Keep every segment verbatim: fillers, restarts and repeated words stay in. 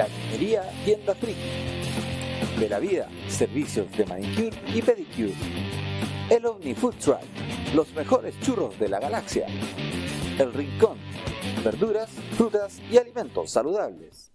La Niñería Tienda Freak. De la Vida, servicios de manicure y pedicure. El Omni Food Truck, los mejores churros de la galaxia. El Rincón, verduras, frutas y alimentos saludables.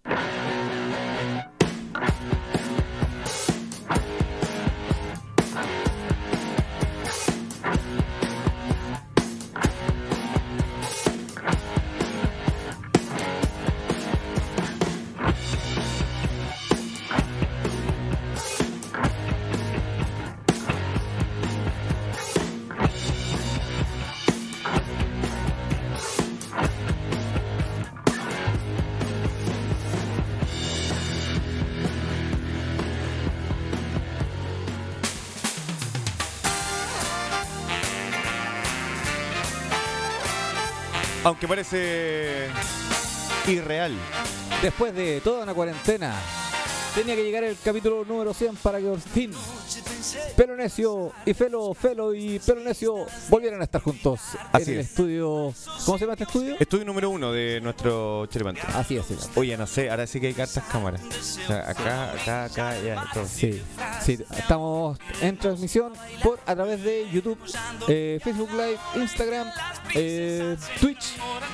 Aunque parece irreal. Después de toda una cuarentena, tenía que llegar el capítulo número cien para que por fin Pelonesio y Felo, Felo y Pelonesio volvieran a estar juntos. Así en el es. estudio. ¿Cómo se llama este estudio? Estudio número uno de nuestro Choripanto. Así es, sí. Oye, no sé, ahora sí que hay hartas cámaras. O sea, acá, acá, acá, ya, todo. Sí, sí, estamos en transmisión por a través de YouTube, eh, Facebook Live, Instagram, eh, Twitch.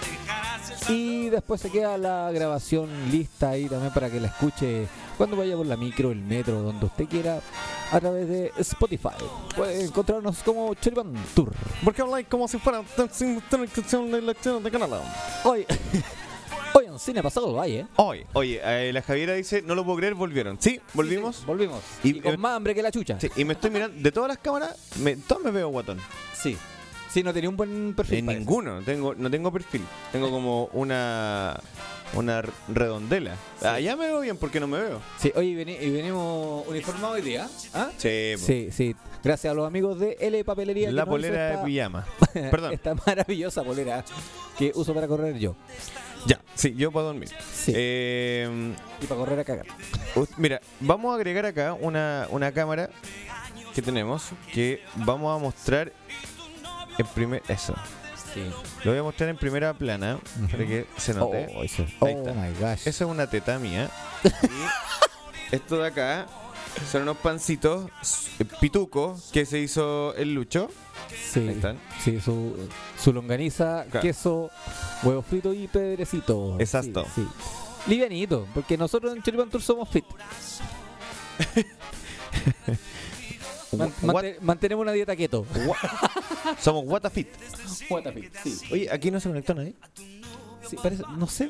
Y después se queda la grabación lista ahí también para que la escuche cuando vaya por la micro, el metro, donde usted quiera, a través de Spotify. Puede encontrarnos como Choripan Tour. Porque habláis como si fuera de la de Canadá. Hoy, hoy en Cine Pasado Valle. Hoy, oye, eh, la Javiera dice, no lo puedo creer, volvieron. ¿Sí? ¿Volvimos? Sí, volvimos. Y- Y, con eh, más hambre que la chucha. Sí, y me estoy mirando, de todas las cámaras, me, todas me veo guatón. Sí. Sí, no tenía un buen perfil. En parece. ninguno, tengo, no tengo perfil. Tengo como una una redondela. Ah, ya me veo bien porque no me veo. Sí, oye, y, veni- y venimos uniformados hoy día. ¿Ah? Sí, po. Sí, sí. Gracias a los amigos de L Papelería. La que nos hizo polera de esta- pijama. Perdón. Esta maravillosa polera que uso para correr yo. Ya, sí, yo puedo dormir. Sí. Eh, Y para correr a cagar. u- mira, vamos a agregar acá una, una cámara que tenemos que vamos a mostrar en primer... Eso. Sí. Lo voy a mostrar en primera plana para que se note. Oh, ese- Ahí oh está. my gosh. Esa es una teta mía. Y esto de acá son unos pancitos eh, pitucos que se hizo el Lucho. Sí, Ahí están. sí, su, su longaniza, Claro. queso, huevo frito y pedrecito. Exacto. Sí, sí. Livianito, porque nosotros en Choripan Tour somos fit. Man- What- mante- mantenemos una dieta keto. What- Somos What a Fit. What a fit, sí. Oye, aquí no se conectó nadie. Sí, parece, no sé.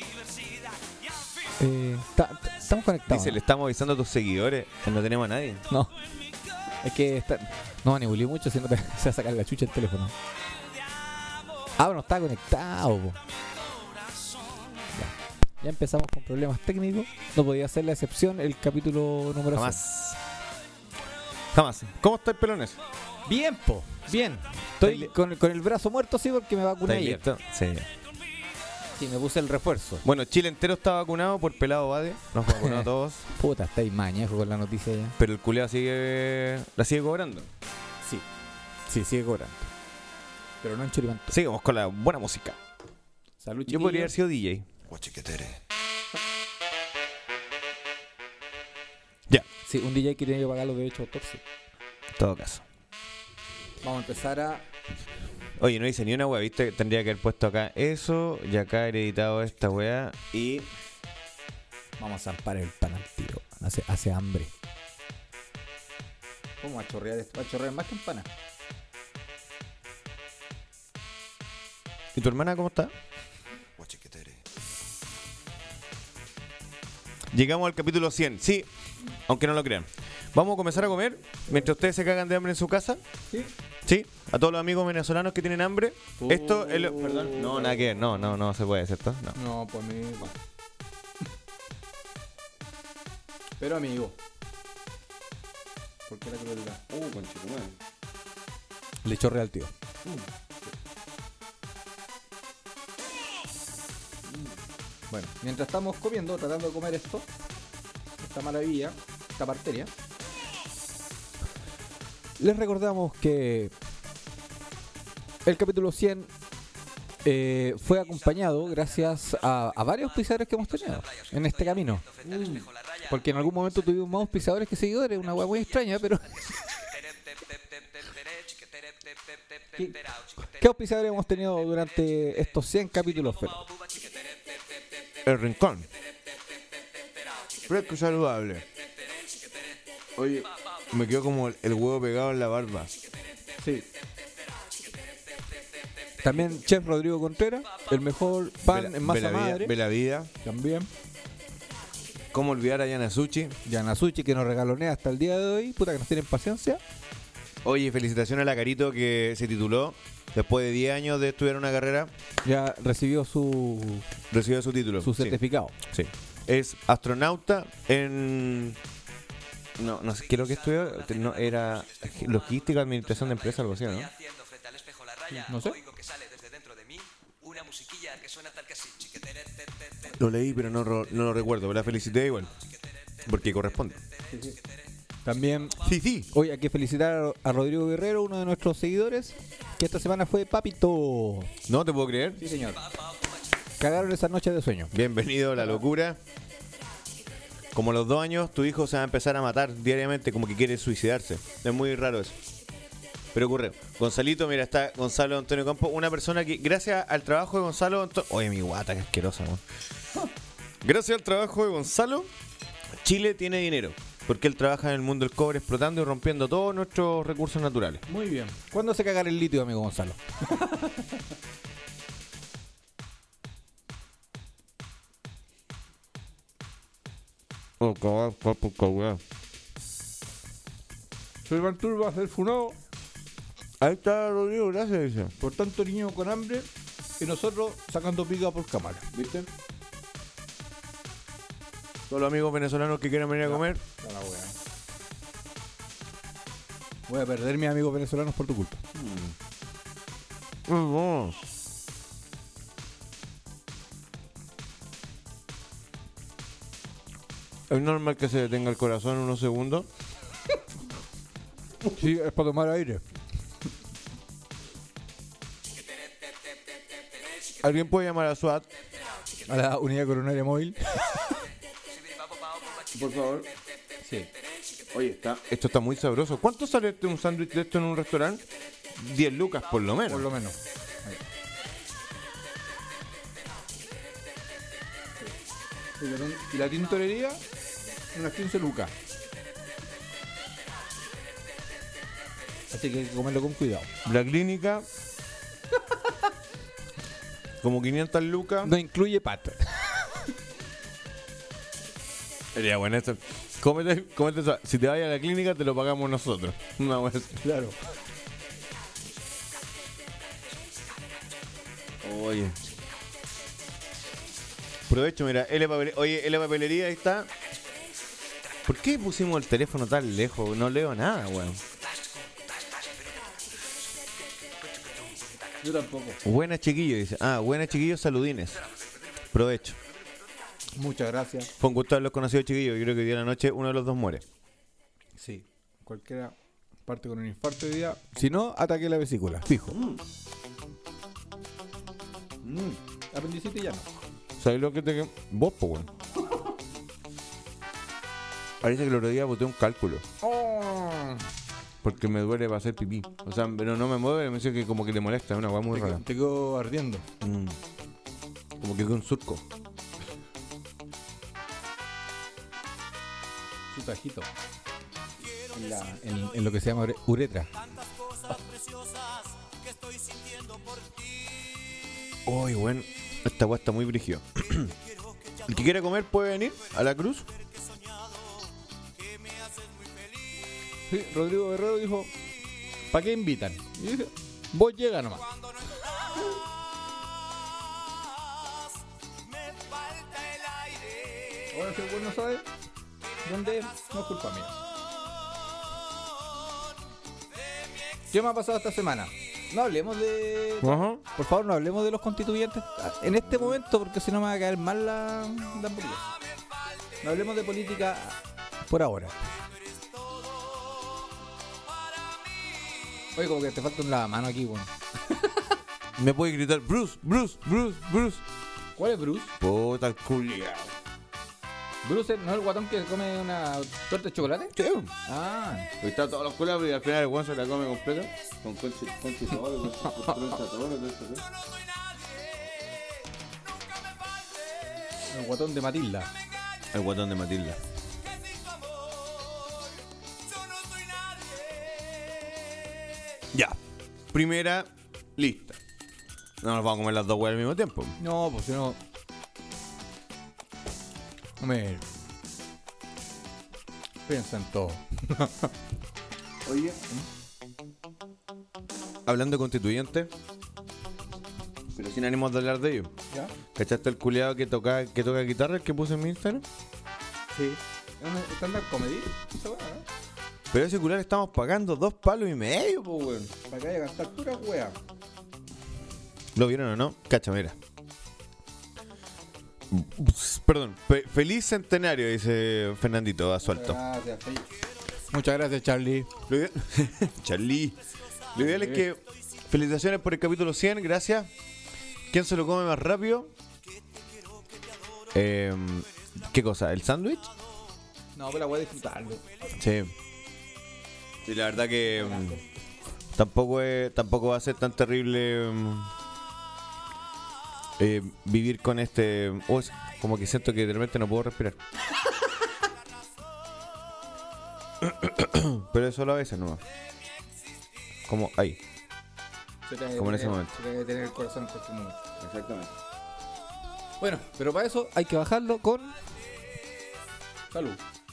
Eh, ta- ta- estamos conectados. Dice, le estamos avisando a tus seguidores que no tenemos a nadie. No. Es que está, no manipulé mucho si no te se va a sacar la chucha el teléfono. Ah, bueno, está conectado. Po. Ya. Ya empezamos con problemas técnicos. No podía ser la excepción el capítulo número seis. Jamás. Jamás. ¿Cómo está el pelones? Bien, po. Bien. Estoy ¿Estáis li- con, con el brazo muerto, sí, porque me vacuné ¿Estáis ayer. listos? Sí. Sí, me puse el refuerzo. Bueno, Chile entero está vacunado por Pelado Bade. Nos vacunó a todos. Puta, estáis mañejo con la noticia ya. Pero el culeado sigue la sigue cobrando. Sí. Sí, sigue cobrando. Pero no en Choripan. Sigamos con la buena música. Salud, Yo podría haber chiquillos. sido D J. Ya, Sí, un D J que tiene que pagar los derechos de autor, sí. en todo caso. Vamos a empezar a... Oye, no dice ni una wea, ¿viste? Tendría que haber puesto acá eso y acá haber editado esta wea y... Vamos a zampar el pan al tiro. Hace, hace hambre. ¿Cómo va a chorrear esto? Va a chorrear más que empana. ¿Y tu hermana cómo está? Llegamos al capítulo cien, sí, aunque no lo crean. Vamos a comenzar a comer mientras ustedes se cagan de hambre en su casa. ¿Sí? Sí, a todos los amigos venezolanos que tienen hambre. Uh. Esto es lo... Perdón. No, nada que ver. No, no, no se puede, ¿cierto? No. No, pues mí, bueno. Pero amigo. ¿Por qué la crueldad? Uh, conchetumare. Le chorrea al tío. Bueno, mientras estamos comiendo, tratando de comer esto, esta maravilla, esta parteria, les recordamos que el capítulo cien eh, fue acompañado gracias a, a varios auspiciadores que hemos tenido en este camino. Mm. Porque en algún momento tuvimos más auspiciadores que seguidores, una hueá muy extraña, pero... ¿Qué, ¿Qué auspiciadores hemos tenido durante estos cien capítulos, Fer? El Rincón. Fresco y saludable. Oye, me quedó como el, el huevo pegado en la barba. Sí. También Chef Rodrigo Contreras, el mejor pan Bela, en masa Bela madre. Vida, Bela Vida. También. ¿Cómo olvidar a Yanasuchi? Yanasuchi, que nos regalonea hasta el día de hoy. Puta, que nos tienen paciencia. Oye, felicitaciones a la Carito que se tituló. Después de diez años de estudiar una carrera, Ya recibió su, recibió su título. su Sí, certificado. sí. Es astronauta en... No, no sé qué es lo que estudió. No, era logística, administración de empresas, algo así, ¿no? No sé. Lo leí, pero no, ro- no lo recuerdo. Pero la felicité igual. Porque corresponde. También, Sí, sí. hoy hay que felicitar a Rodrigo Guerrero, uno de nuestros seguidores, que esta semana fue Papito. No te puedo creer. Sí, señor. Cagaron esas noches de sueño. Bienvenido a la locura. Como a los dos años, tu hijo se va a empezar a matar diariamente, como que quiere suicidarse. Es muy raro eso. Pero ocurre. Gonzalito, mira, está Gonzalo Antonio Campos, una persona que, gracias al trabajo de Gonzalo Antonio... Oye, mi guata, qué asquerosa, man. Gracias al trabajo de Gonzalo, Chile tiene dinero. Porque él trabaja en el mundo del cobre, explotando y rompiendo todos nuestros recursos naturales. Muy bien. ¿Cuándo se cagará el litio, amigo Gonzalo? Oh, cabrón, papu, cabrón. Soy Bantur, va a ser funado Ahí está Rodrigo, gracias, dice. por tanto niño con hambre y nosotros sacando pica por cámara. ¿Viste? Todos los amigos venezolanos que quieran venir a comer. Está la wea. Voy a perder mis amigos venezolanos por tu culpa. Mm, no. Es normal que se detenga el corazón unos segundos. Sí, es para tomar aire. ¿Alguien puede llamar a SWAT? A la unidad coronaria móvil. Por favor. Sí. Oye, está, esto está muy sabroso. ¿Cuánto sale este, un sándwich de esto en un restaurante? diez lucas, por lo menos. Por lo menos. Ahí. Y la tintorería, unas quince lucas. Así que hay que comerlo con cuidado. La clínica, como quinientas lucas. No incluye pata. Sería bueno esto. Cómete, cómete eso. Si te vayas a la clínica, te lo pagamos nosotros. Una buena. Claro. Oye. Provecho, mira, L papel... Oye, L papelería, ahí está. ¿Por qué pusimos el teléfono tan lejos? No leo nada, weón. Yo tampoco. Buenas chiquillos, dice. Ah, buenas chiquillos, saludines. Provecho. Muchas gracias. Fue un gusto haberlos conocido, chiquillos. Yo creo que hoy día de la noche uno de los dos muere. Sí. Cualquiera parte con un infarto hoy día. Si no, ataque la vesícula. Fijo. Mm. Mm. Apendicitis ya no. ¿Sabes lo que te... Vos, po, weón. Parece que el otro día boté un cálculo. Oh. Porque me duele para hacer pipí. O sea, pero no me mueve, me dice que como que le molesta. Es una weá muy Te, rara. te quedó ardiendo. Mm. Como que quedó un surco. Su tajito. En, la, en, en lo que se llama ure- uretra. Uy, bueno. Esta weá está muy brígido. El que quiera comer puede venir a la cruz. Sí, Rodrigo Guerrero dijo, ¿para qué invitan? Y dije, vos llega nomás. Ahora si el güey no sabe dónde es, no es culpa mía. ¿Qué me ha pasado esta semana? No hablemos de... Ajá. Por favor, no hablemos de los constituyentes en este momento, porque si no me va a caer mal la, la hamburguesa. No hablemos de política por ahora. Oye, como que te falta un lavamano aquí, weón. Me puede gritar Bruce, Bruce, Bruce, Bruce. ¿Cuál es Bruce? Puta culiao. ¿Bruce no es el guatón que come una torta de chocolate? Sí. Ah. Está todos los culiados y al final el weón se la come completa. Con conche, conche y sabor, con troncha, todo eso. El guatón de Matilda. El guatón de Matilda. Ya. Primera lista. No nos vamos a comer las dos weas al mismo tiempo. No, pues si no... Hombre... Piensa en todo. Oye. Hablando de constituyentes, pero sin ánimos de hablar de ellos. ¿Ya? ¿Cachaste el culiado que toca, que toca guitarra, el que puse en mi Instagram? Sí. ¿Es una stand-up comedy? Esa weá, ¿no? Pero ese culiado estamos pagando dos palos y medio, pues weón. Para que vaya a cantar pura wea. ¿Lo vieron o no? Cacha, mira. Perdón, fe- feliz centenario, dice Fernandito, a suelto. Gracias, Felipe. Muchas gracias, Charlie. Lo ideal... Charlie. Lo ideal es que felicitaciones por el capítulo cien, gracias. ¿Quién se lo come más rápido? Eh, ¿Qué cosa? ¿El sándwich? No, pero la voy a disfrutarlo. Sí. Sí, la verdad que um, tampoco es, tampoco va a ser tan terrible um, eh, vivir con este. Oh, es como que siento que de repente no puedo respirar. Pero eso solo a veces nomás. Como ahí. Como en ese momento. Se debe tener el corazón en cualquier momento. Exactamente. Bueno, pero para eso hay que bajarlo con salud.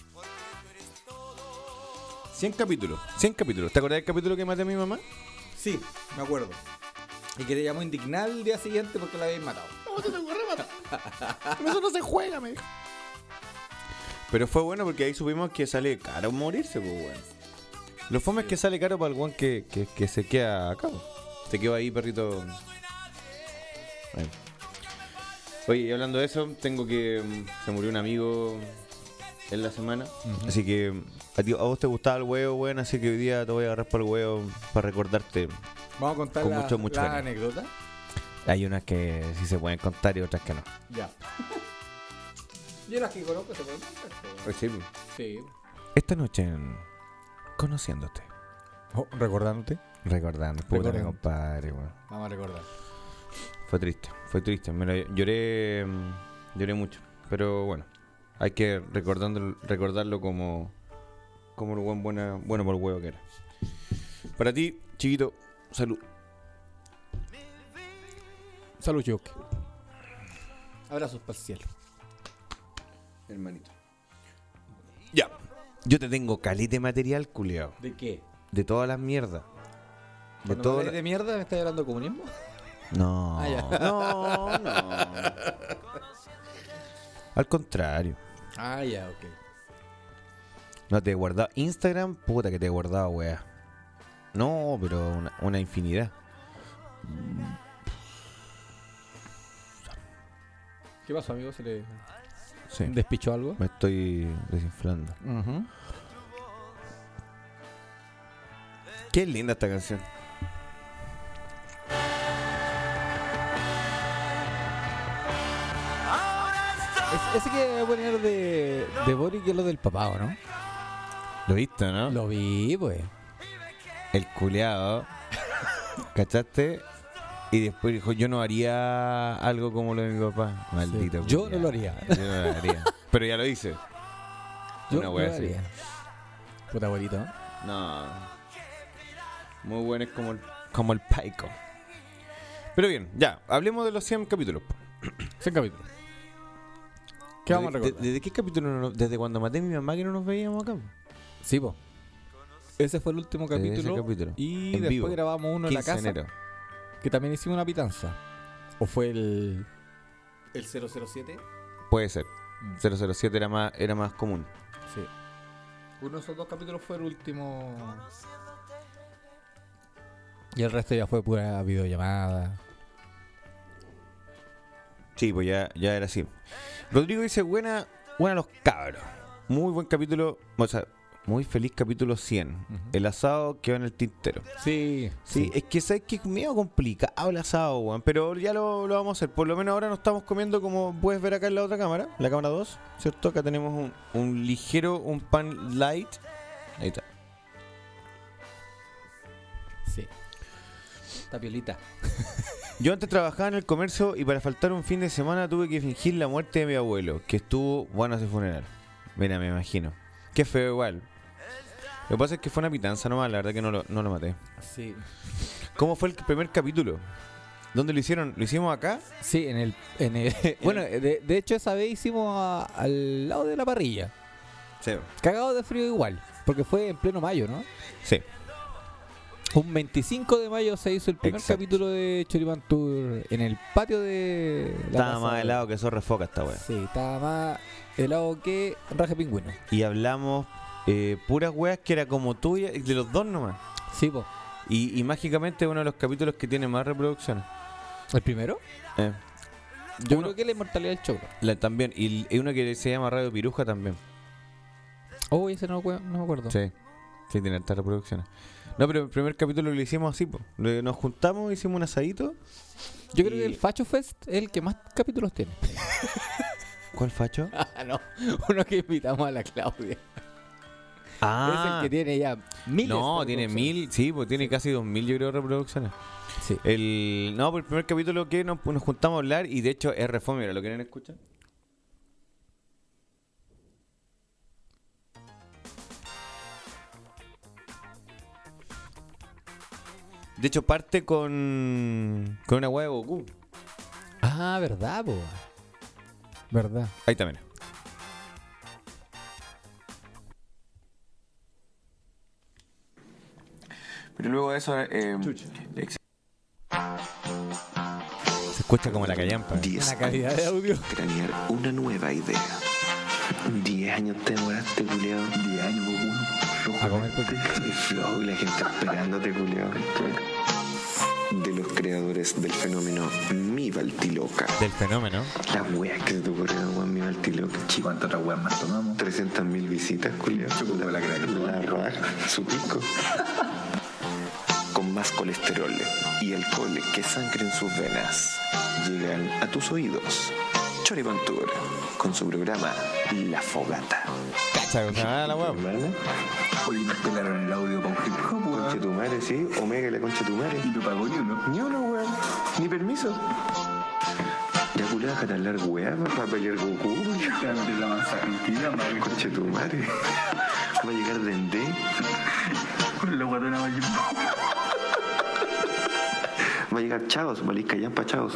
cien capítulos. cien capítulos. ¿Te acordás del capítulo que maté a mi mamá? Sí, me acuerdo. Y que te llamó indignado el día siguiente porque la habéis matado. ¿Cómo te tengo que matar? Eso no se juega, me dijo. Pero fue bueno porque ahí supimos que sale caro morirse, pues bueno. Lo fome es que sale caro para el guan que, que, que se queda acá. Po. Se quedó ahí, perrito. Ahí. Oye, y hablando de eso, tengo que... Se murió un amigo en la semana. Uh-huh. Así que a, ti, a vos te gustaba el huevo, weón. Así que hoy día te voy a agarrar por el huevo para recordarte. Vamos a contar con la, mucho, mucho la anécdota. Hay unas que sí se pueden contar y otras que no. Ya. Yo las que conozco se pueden contar. Pues sí. Sí. Esta noche en Conociéndote. Oh, ¿recordándote? Recordando. Puta, Recordando. mi compadre, weón. Vamos a recordar. Fue triste, fue triste. Me lo, lloré, lloré mucho. Pero bueno, hay que recordando, recordarlo como, como lo buen buena, bueno por el huevo que era. Para ti, chiquito, salud. Salud, Joke. Abrazos para el cielo. Hermanito. Ya. Yo te tengo caleta de material, culiao. ¿De qué? De todas las mierdas. De ¿Cuando todo me la... de mierda me estás hablando de comunismo? No, Ah, ya. no, no. Al contrario. Ah, ya, ok. No te he guardado. Instagram, puta que te he guardado, weá. No, pero una, una infinidad. ¿Qué pasó, amigo? ¿Se le Sí. despichó algo? Me estoy desinflando. Uh-huh. Qué linda esta canción. Es, ese que voy a poner de, de Boris que es lo del papá, ¿o no? ¿Lo viste, no? Lo vi, pues. El culeado. ¿Cachaste? Y después dijo, yo no haría algo como lo de mi papá. Maldito. Sí. Yo culiao. no lo haría. Yo no lo haría. Pero ya lo hice. Yo Una no wea lo así. haría. Puta abuelito, ¿no? No. Muy bueno es como el, como el paico. Pero bien, ya, hablemos de los cien capítulos. cien capítulos. ¿Qué vamos a ¿De- recordar? de- ¿Desde qué capítulo? no nos- ¿Desde cuando maté a mi mamá que no nos veíamos acá? Sí, po. Ese fue el último Desde ese capítulo. capítulo. Y En después vivo. grabamos uno en la quince de casa. enero. Que también hicimos una pitanza. ¿O fue el. el cero cero siete? Puede ser. Mm. cero cero siete era más, era más común. Sí. Uno de esos dos capítulos fue el último. Y el resto ya fue pura videollamada. Sí, pues ya, ya era así. Rodrigo dice, buena, buena los cabros. Muy buen capítulo. O sea, muy feliz capítulo cien. Uh-huh. El asado quedó en el tintero. Sí, sí. Sí, es que sabes que es medio complicado el asado, weón. Pero ya lo, lo vamos a hacer. Por lo menos ahora nos estamos comiendo, como puedes ver acá en la otra cámara, la cámara dos, ¿cierto? Acá tenemos un, un ligero, un pan light. Ahí está. Sí. Tapiolita. Yo antes trabajaba en el comercio y para faltar un fin de semana tuve que fingir la muerte de mi abuelo, que estuvo bueno ese funeral. Mira, me imagino. Qué feo igual. Lo que pasa es que fue una pitanza nomás, la verdad que no lo, no lo maté. Sí. ¿Cómo fue el primer capítulo? ¿Dónde lo hicieron? ¿Lo hicimos acá? Sí, en el... En el bueno, de, de hecho esa vez hicimos a, al lado de la parrilla. Sí. Cagado de frío igual, porque fue en pleno mayo, ¿no? Sí. Un veinticinco de mayo se hizo el primer Exacto. capítulo de Choripán Tour en el patio de la Estaba casa más de- helado que zorra foca esta wea. Sí, estaba más helado que raje pingüino. Y hablamos eh, puras weas que era como tuya, de los dos nomás. Sí, po. Y, y mágicamente uno de los capítulos que tiene más reproducciones. ¿El primero? Eh, Yo Uno- creo que la inmortalidad del choclo. la, también. Y, y uno que se llama Radio Piruja también. Oh, ese no, no me acuerdo. Sí. Sí, tiene altas reproducciones. No, pero el primer capítulo lo hicimos así, po. Lo- Nos juntamos, hicimos un asadito. Yo creo Y- que el Facho Fest es el que más capítulos tiene. ¿Cuál facho? Ah, no. Uno que invitamos a la Claudia. Ah, Es el que tiene ya miles. no, de tiene reproducciones. mil, sí, pues tiene casi dos mil, yo creo, reproducciones. Sí. El, no, por el primer capítulo que nos, nos juntamos a hablar y de hecho es refome, mira, ¿lo quieren escuchar? De hecho parte con con una hueá de Goku. Ah, verdad, po. Verdad. Ahí también. Pero luego de eso eh, ex- se escucha como la callampa. diez Una calidad de audio. cranear una nueva idea. diez años te demoraste, culiao. diez años, weón. A comer porque... Y flow, y la gente esperándote, culiao. De los creadores del fenómeno Mi Baltiloca. Del fenómeno. Las weas que se te ocurrieron, weón, Mi Baltiloca. ¿Y cuántas otras weas más tomamos? trescientas mil visitas, culiao. Chupa la crack. La raja, su pico. Con más colesterol y alcohol que sangre en sus venas, llegan a tus oídos Choripán Tour con su programa La Fogata. Cacha, o sea, la hueá. Hermana, Oye, nos pelaron el audio para un hip hop, concha weón. tu madre, sí, Omega y la concha tu madre. Y no pagó ni uno. Ni uno, weón, ni permiso. Ya culada para hablar weá, para pelear Goku, weón. Dame la manzana tranquila, madre. Concha tu madre. Va a llegar Dendé. Con la guatona va a llevar. Va a llegar Chavos, Valisca Yampa Chavos.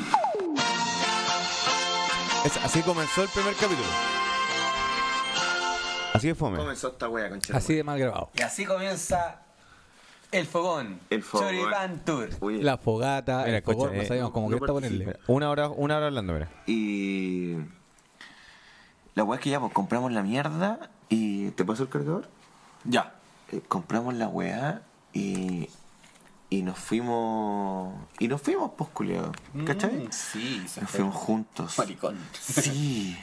Es- así comenzó el primer capítulo. Así es fome. Comenzó esta weá, concha tu Así de mal grabado. Y así comienza el fogón. El fogón. Choripán Tour. madre. Oye, La fogata, Mira, el fogón, escucha, no eh, sabíamos cómo no que ponerle. Mira, Una hora, una hora hablando, mira. Y la weá es que ya pues compramos la mierda y ¿te paso el cargador? Ya. Eh, compramos la weá y y nos fuimos y nos fuimos pues culiado, ¿cachai? Mm, sí, se Nos fue. fuimos juntos. Maricón. Sí.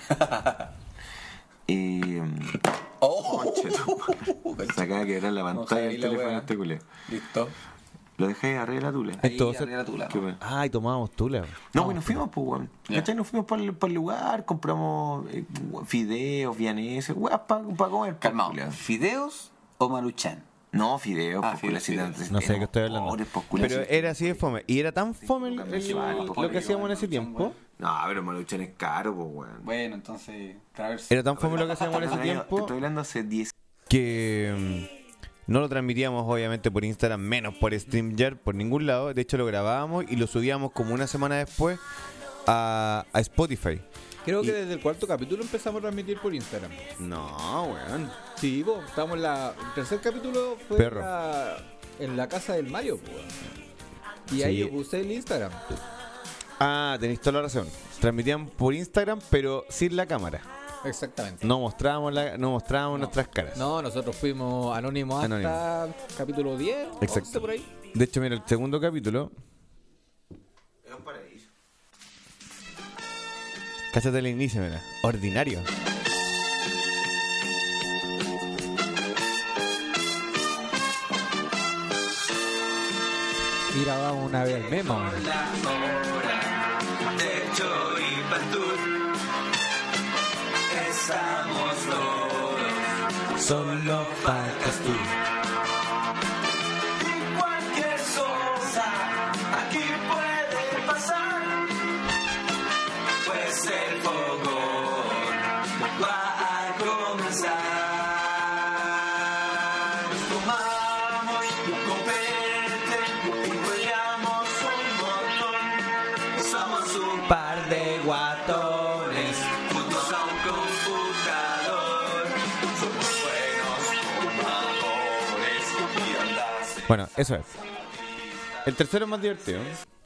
Y mm, Oh. conche tu madre. Se acaba de quebrar la pantalla ahí del la teléfono weá. este culiao. Listo. Lo dejé arriba de la tula. Ahí Esto va a ser- arriba la tula. Qué bueno. Ay, tomábamos tula. No, pues nos fuimos, pues, weón. Ya. ¿Cachai? Nos fuimos por el, por el lugar, compramos eh, fideos, vianeses, weas para comer. pues, Calmado. culiao. ¿Fideos o maruchan? No, fideos, Ah, pues, fideos, culiao, fideos. si No sé de qué estoy hablando. pobres, pues, culiao, Pero si- era así de fome. Y era tan fome el- el- Sí, vale, lo que hacíamos en ese tiempo. No, pero Maruchan es caro, pues, weón. Bueno, entonces, traerse. Era tan fome lo que hacíamos en ese Estoy tiempo Estoy hablando hace diez. que mm, no lo transmitíamos obviamente por Instagram, menos por StreamYard, por ningún lado. De hecho lo grabábamos y lo subíamos como una semana después a, a Spotify. Creo Y- que desde el cuarto capítulo empezamos a transmitir por Instagram. No, weón. Sí, po, estamos en la... El tercer capítulo fue Perro. En, la, en la casa del Mario, po. Y ahí Sí. yo puse el Instagram. Ah, tenéis toda la razón. Transmitían por Instagram, pero sin la cámara. Exactamente. No mostrábamos, la, no mostrábamos nuestras caras. No, nosotros fuimos anónimos hasta Anónimo. capítulo diez, Exacto. once por ahí. De hecho, mira, el segundo capítulo. Es un paraíso. Cáchate el inicio, mira. Ordinario. y grabamos una vez al mes, más o menos. De Choripantur estamos todos, solo faltas tú. Y cualquier cosa aquí puede pasar, pues el fogón va a comenzar. Nos tomamos un copete y hueleamos un montón. Somos un par de guatones juntos a un computador. Somos buenos fumadores y andas. Bueno, eso es. El tercero es más divertido.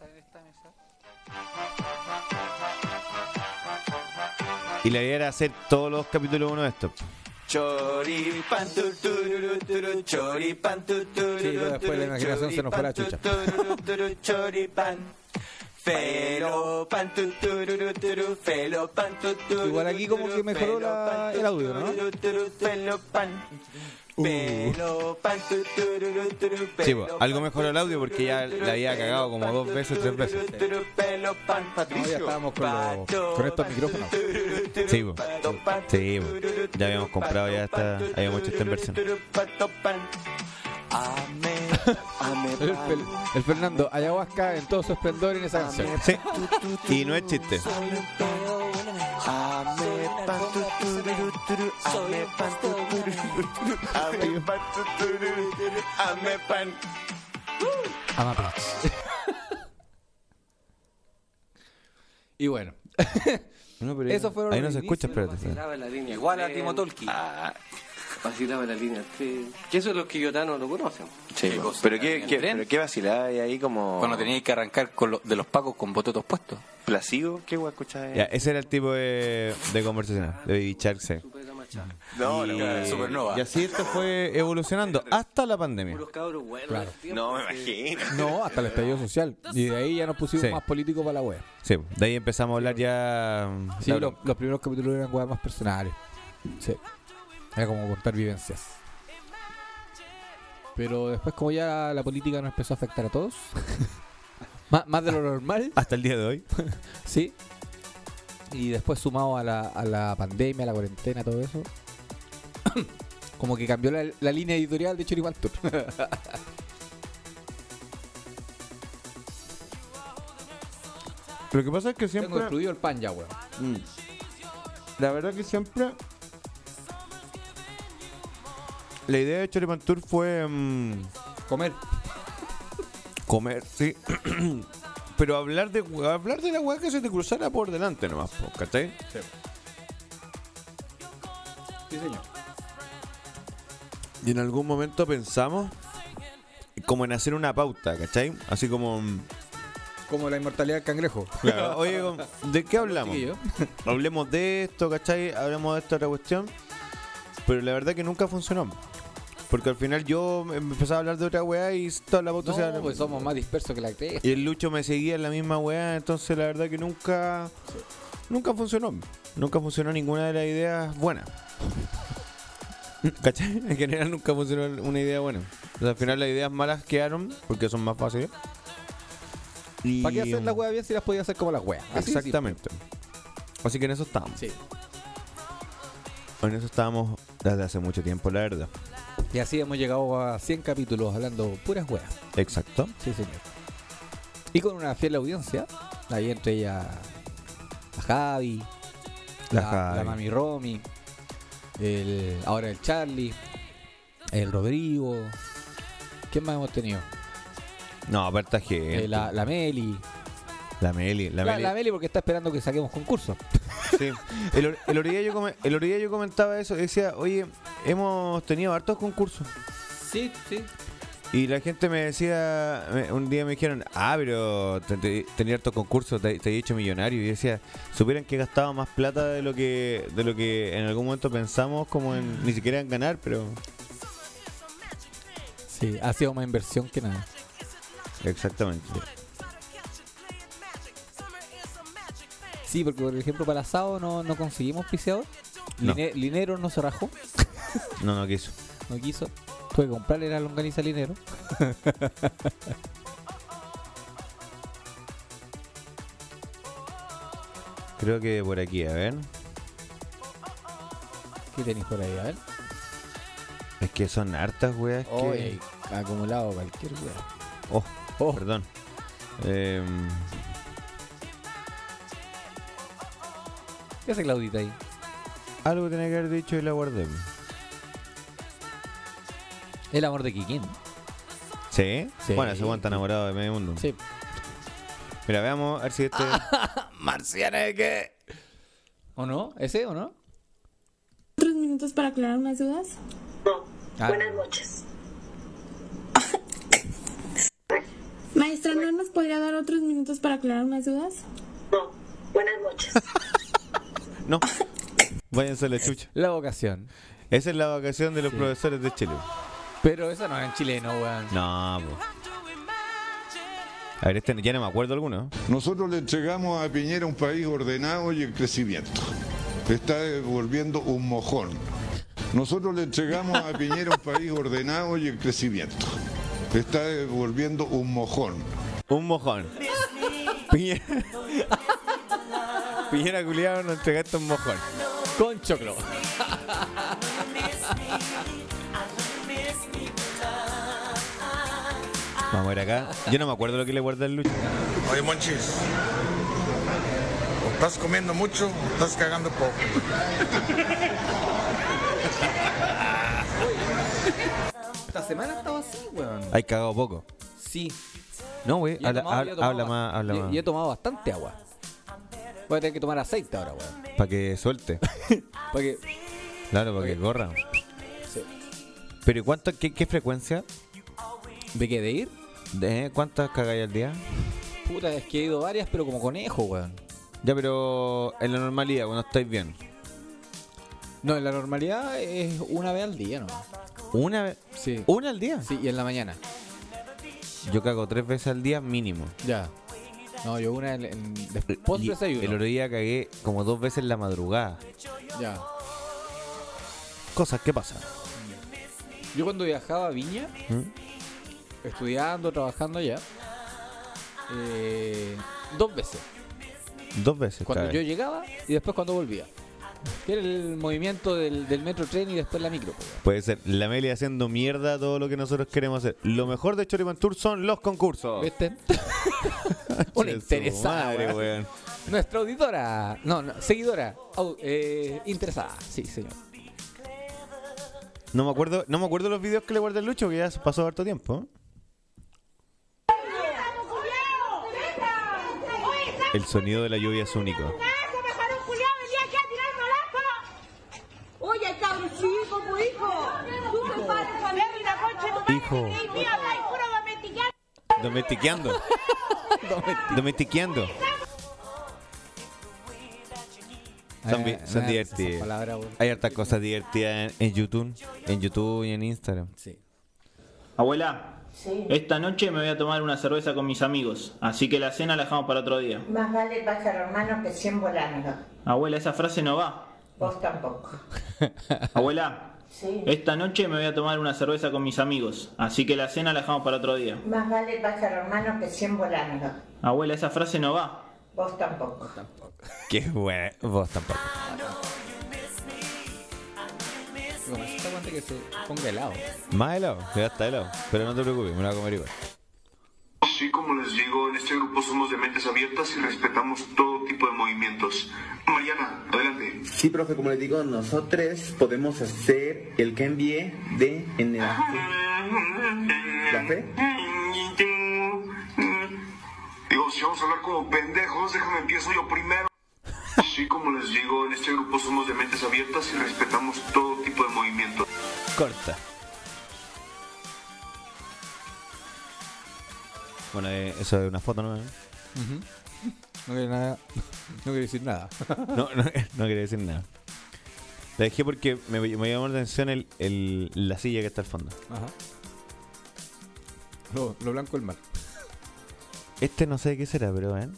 Y la idea era hacer todos los capítulos uno de estos. Choripan, tu, tururu, turu, choripan, tu, tururu, Sí, pero después la imaginación se nos fue a la chucha. tururu, turu, choripan. Felopan, tu, tururu, turu, felopan, tu, tururu, Igual aquí como que mejoró la- felopan, tu, el audio, ¿no? tururu, turu, felopan. Uh. Felopan, tu, tururu, turu, Sí, felopan, pues, algo mejoró el audio porque ya la había cagado como dos veces, tres veces. turu, felopan, No, ya Patricio. estábamos con, los, con estos micrófonos. Sí, pues. Sí, pues. Ya habíamos comprado ya esta, habíamos hecho esta inversión. El, el- el Fernando, ayahuasca en todo su esplendor en esa canción. Sí. Y no es chiste. Amapex. Y bueno, No, pero Eso fueron ahí los no se escucha, inicios. espérate. Vacilaba la línea Igual a tres, Timo Tolki. Vacilaba la línea tres. Que eso es lo que yotanos lo conocen. Sí, ¿Qué po. cosa? pero qué, ¿En el qué, tren? pero qué vacilaba ahí como Cuando teníais que arrancar con lo- de los pacos con bototos puestos. Placido, qué guay escuchaba Ya, ese era el tipo de, de conversación, de Baby Shark, sí. Supera Machado. No, y, no, Supernova. y así esto fue evolucionando hasta la pandemia. Puros cabros buenos. Claro. del tiempo no me que- imagino. no, hasta el estallido social. Y de ahí ya nos pusimos Sí. más políticos para la web. Sí, de ahí empezamos a hablar ya. Sí, claro, los, los primeros capítulos eran weas más personales. Sí. Era como contar vivencias. Pero después, como ya la política nos empezó a afectar a todos, más, más de lo normal, hasta el día de hoy. sí. Y después, sumado a la, a la pandemia, a la cuarentena, todo eso, como que cambió la, la línea editorial de Choripan Tour. Lo que pasa es que Tengo siempre. excluido el pan ya, weón. Mm. La verdad que siempre. La idea de Choripan Tour fue mm, Comer. comer, sí. Pero hablar de hablar de la weá que se te cruzara por delante nomás, po, ¿cachai? Sí, señor. Y en algún momento pensamos como en hacer una pauta, ¿cachai? Así como, mm, Como la inmortalidad del cangrejo. claro, oye, ¿de qué hablamos? Chiquillo. Hablemos de esto, ¿cachai? Hablemos de esta otra cuestión. Pero la verdad que nunca funcionó. Porque al final yo me empezaba a hablar de otra weá y toda la pauta se No, pues somos más dispersos que la cresta. Y el Lucho me seguía en la misma weá, entonces la verdad que nunca nunca funcionó. Nunca funcionó ninguna de las ideas buenas. ¿Cachai? En general nunca funcionó una idea buena. O sea, al final las ideas malas quedaron porque son más fáciles. Y... ¿Para qué hacer las weas bien si las podía hacer como las weas? Así de Exactamente. Así que en eso estábamos. simple. Sí. En eso estábamos desde hace mucho tiempo, la verdad. Y así hemos llegado a cien capítulos hablando puras weas. Exacto. Sí, señor. Y con una fiel audiencia. Ahí entre ella la Javi, La la, Javi. la Mami Romy, el, ahora el Charlie, el Rodrigo. ¿Quién más hemos tenido? No, aparte gente. Eh, la, la Meli. La Meli. La, La, Meli. la Meli porque está esperando que saquemos concurso. Sí. El, or- el Orilla come- el Orilla yo comentaba eso, decía, oye, hemos tenido hartos concursos. Sí, sí. Y la gente me decía, me- un día me dijeron, ah, pero te- te- tenía hartos concursos, te, te he hecho millonario. Y yo decía, supieran que he gastado más plata de lo que de lo que en algún momento pensamos, como en ni siquiera en ganar, pero... Sí, ha sido más inversión que nada. Exactamente. Sí, porque por ejemplo para el asado no, no conseguimos piseador. No. Line- Linero no se rajó, No, no quiso. no quiso. Tuve que comprarle la longaniza a Linero. Creo que por aquí, a ver. ¿Qué tenéis por ahí? A ver. Es que son hartas weas Oh, que... acumulado cualquier wea. Oh, Oh. perdón. Eh, ¿Qué hace Claudita ahí? algo tenía que haber dicho y la guardé. El amor de Kikín. ¿Sí? Sí. Bueno, se aguanta enamorado de medio mundo. Sí. Mira, veamos a ver si este... ¿Marciana de qué? ¿O no? ¿Ese o no? ¿Otros minutos para aclarar unas dudas? No. Ah. Buenas noches. Maestra, ¿no nos podría dar otros minutos para aclarar unas dudas? No. Buenas noches. No. Váyanse a la chucha. La vocación. Esa es la vacación de los Sí. profesores de Chile. Pero eso no es en chileno, weón. No, po. A ver, este ya no me acuerdo alguno. Nosotros le entregamos a Piñera un país ordenado y en crecimiento. Está volviendo un mojón. Nosotros le entregamos a Piñera un país ordenado y en crecimiento. Está volviendo un mojón. Un mojón. Piñera. Piñera culiado nos entregaste un mojón. Con choclo. Vamos a ver acá. Yo no me acuerdo lo que le guardé al Lucho. Oye, Monchis, o estás comiendo mucho o estás cagando poco. Esta semana estaba así, weón. Hay cagado poco. Sí. No, güey. Y he Habla, tomado- habla- y he tomado habla ba- más, habla y- más. Y he tomado bastante agua. Voy a tener que tomar aceite ahora, weón. Para que suelte. Para que... Claro, para que corra. Sí. Pero ¿y cuánto, qué, qué frecuencia? ¿De qué? ¿De ir? ¿De cuántas cagáis al día? Puta, es que he ido varias, pero como conejo, weón. Ya, pero en la normalidad, cuando estáis bien. No, en la normalidad es una vez al día, ¿no? ¿Una vez? Sí. ¿Una al día? Sí, y en la mañana. Yo cago tres veces al día mínimo. Ya. No, yo una en, en, después Y del desayuno. el otro día cagué como dos veces en la madrugada. Ya. Cosas que pasan. Yo cuando viajaba a Viña, ¿Mm? estudiando, trabajando allá, eh, dos veces. Dos veces. Cuando cagué. yo llegaba y después cuando volvía. Que era el movimiento del, del metro tren y después la micro. pues. Puede ser la Meli haciendo mierda todo lo que nosotros queremos hacer. Lo mejor de Choripan Tour son los concursos. ¿Viste? Una Che, su interesada, madre, weón. weón. Nuestra auditora, no, no seguidora, au- eh, interesada, sí, señor. No me acuerdo, no me acuerdo los videos que le guardé al Lucho, que ya pasó harto tiempo. El sonido de la lluvia es único. Oye, cabrón chico, pues, hijo. Tú me pares a ver y la concha de tu madre. Hijo. Y mira, hay puro domestiquear. Domestiqueando. Domestiqueando. Son, vi- Ah, son ah, esa divertidas. palabra, weón. Hay hartas cosas divertidas en, en YouTube, en YouTube y en Instagram. Sí. Abuela, Sí. esta noche me voy a tomar una cerveza con mis amigos, así que la cena la dejamos para otro día. Más vale pájaro hermano que cien volando. Abuela, esa frase no va. Vos tampoco. Abuela, Sí. esta noche me voy a tomar una cerveza con mis amigos, así que la cena la dejamos para otro día. Más vale pájaro hermano que cien volando. Abuela, esa frase no va. Vos tampoco. Qué bueno. Vos tampoco. Con eso aguante que se ponga helado. Más helado, ya está helado. Pero no te preocupes, me lo voy a comer igual. Sí, como les digo, en este grupo somos de mentes abiertas y respetamos todo tipo de movimientos. Mariana, adelante. Sí, profe, como les digo, nosotros podemos hacer el cambio de en el la fe. Digo, si vamos a hablar como pendejos, déjame empiezo yo primero. Sí, como les digo, en este grupo somos de mentes abiertas y respetamos todo tipo de movimientos. Corta. Bueno, eh, eso es una foto, ¿no? Ujú. No quiere nada. No quiere decir nada. No, no, no quería decir nada. La dejé porque me, me llamó la atención el, el, la silla que está al fondo. Ajá. Lo, lo blanco del mar. Este no sé de qué será, pero ven.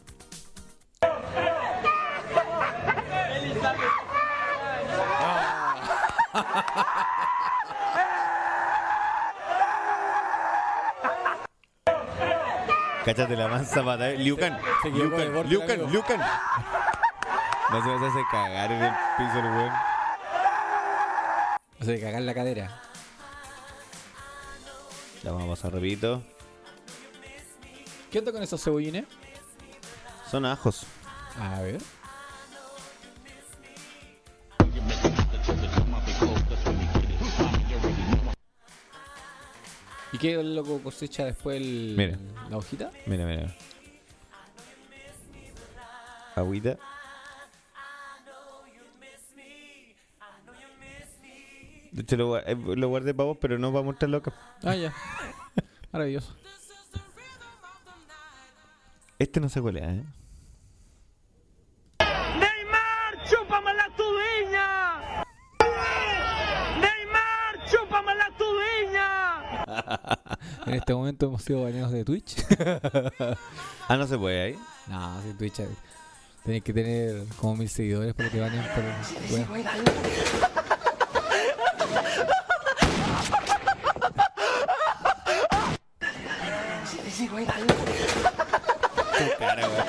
Cáchate la mansa pata, eh. Liu Kang. Se equivocó de Liu Kang, borde, Liu Kang, amigo. Liu Kang. No se hace cagar en el piso el weón. O sea, cagar la cadera. Ya vamos a pasar rapidito. ¿Qué onda con esos cebollines? Son ajos. A ver. ¿Y qué loco cosecha después el, Mira. la hojita? Mira, mira. Agüita. De hecho, lo, gua- lo guardé para vos, pero no para mostrarlo acá. Ah, ya. Maravilloso. Este no se cuelea, ¿eh? ¡Neymar, chúpame la tubiña! ¡Neymar, chúpame la tubiña! En este momento hemos sido baneados de Twitch. Ah, no se puede ahí. No, si Twitch eh, tenés que tener como mil seguidores para que te baneen por bueno. Tu cara, weón.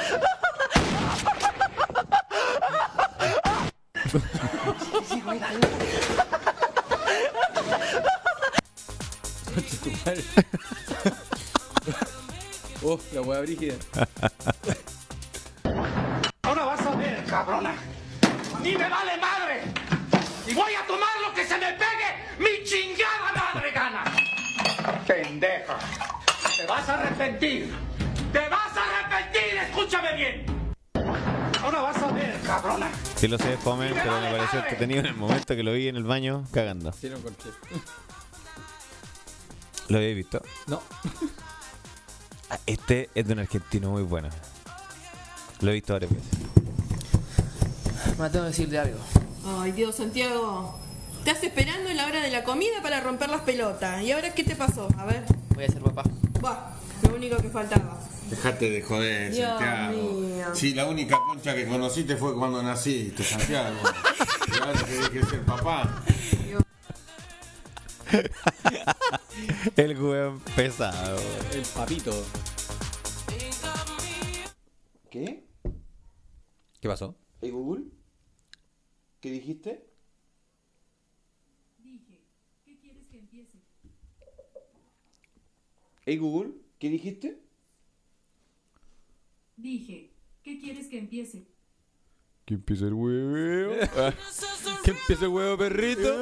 Oh, la hueá brígida. Ahora vas a ver, cabrona. ¡Ni me vale madre! ¡Y voy a tomar lo que se me pegue mi chingada madre gana! ¡Pendeja! ¡Te vas a arrepentir! ¡Te vas a arrepentir! ¡Escúchame bien! Ahora vas a ver, cabrona. Sí lo sé, fome, pero me pareció entretenido en el momento que lo vi en el baño cagando. Sí, lo encontré. ¿Lo habéis visto? No. Ah, este es de un argentino muy bueno. Lo he visto varias veces. Me tengo que decirle algo. Ay, Dios, Santiago. Estás esperando en la hora de la comida para romper las pelotas. ¿Y ahora qué te pasó? A ver. Voy a ser papá. Va, lo único que faltaba. Dejate de joder, Dios Santiago. mío. Sí, la única concha que conociste fue cuando naciste, Santiago. Y ahora tenés que ser papá. El weón pesado. El papito. ¿Qué? ¿Qué pasó? ¿Hey Google? ¿Qué dijiste? Dije, ¿qué quieres que empiece? ¿Hey Google? ¿Qué dijiste? Dije, ¿qué quieres que empiece? Que empieza el hueveo. Que empiece el huevo, perrito.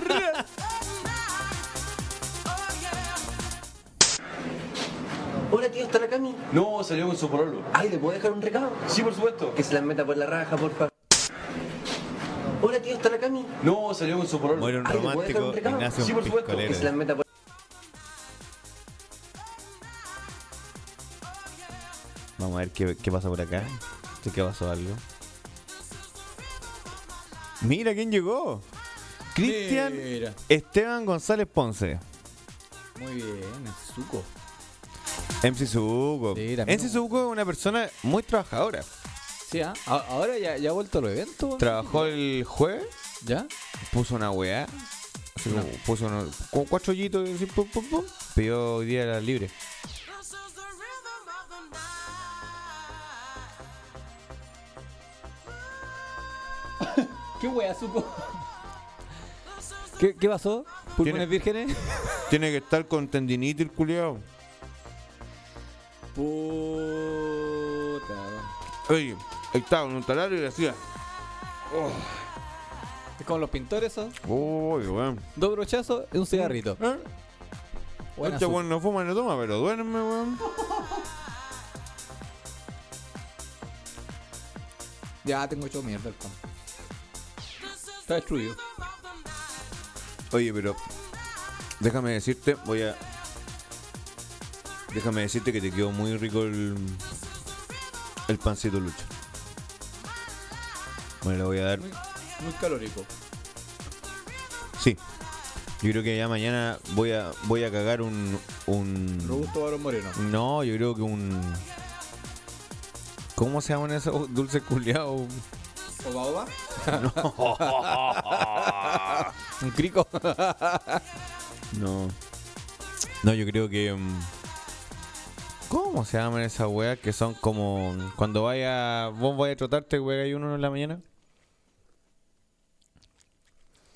Hola, tío, ¿está la Cami? No, salió con su pololo. Ay, ¿le puedo dejar un recado? Sí, por supuesto. Que se la meta por la raja, porfa. Hola, tío, ¿está la Cami? No, salió con su pololo. Muere un Ay, ¿le puedo dejar romántico un recado? y nace Sí, un por supuesto. Que se la piscolero. meta por... Vamos a ver qué, qué pasa por acá. ¿Sí que pasó algo? Mira quién llegó. Cristian Mira. Esteban González Ponce. Muy bien, es suco. M C Zuko. Sí, también. M C Zuko es una persona muy trabajadora. Sí, ¿ah? A- Ahora ya, ya ha vuelto a los eventos. Trabajó el jueves, ¿Ya? puso una weá. así como puso unos, como cuatro hoyitos y así, pum, pum, pum. Pidió hoy día la libre. ¿Qué wea supo? ¿Qué, ¿Qué pasó? ¿Pulmones vírgenes? Tiene que estar con tendinitis el culiao. Puta. Oye, ahí estaba en un taladro y le hacía. Oh. Es como los pintores, ¿eso? Uy, weón. Dos brochazos y un cigarrito. ¿Eh? Buena Este su- weón no fuma ni toma, pero duerme, weón. Ya tengo hecho mierda el pan. Está destruido. Oye, pero déjame decirte, voy a. Déjame decirte que te quedó muy rico el. El pancito Lucha. Bueno, le voy a dar. Muy, muy calórico. Sí. Yo creo que ya mañana voy a voy a cagar un. un Robusto varón moreno. No, yo creo que un. ¿Cómo se llaman esos dulces culiados? ¿Oba oba? No. Un crico. No. No, yo creo que. um, ¿Cómo se llaman esas weas que son como. Cuando vaya. Vos vais a trotarte, wea, hay uno en la mañana?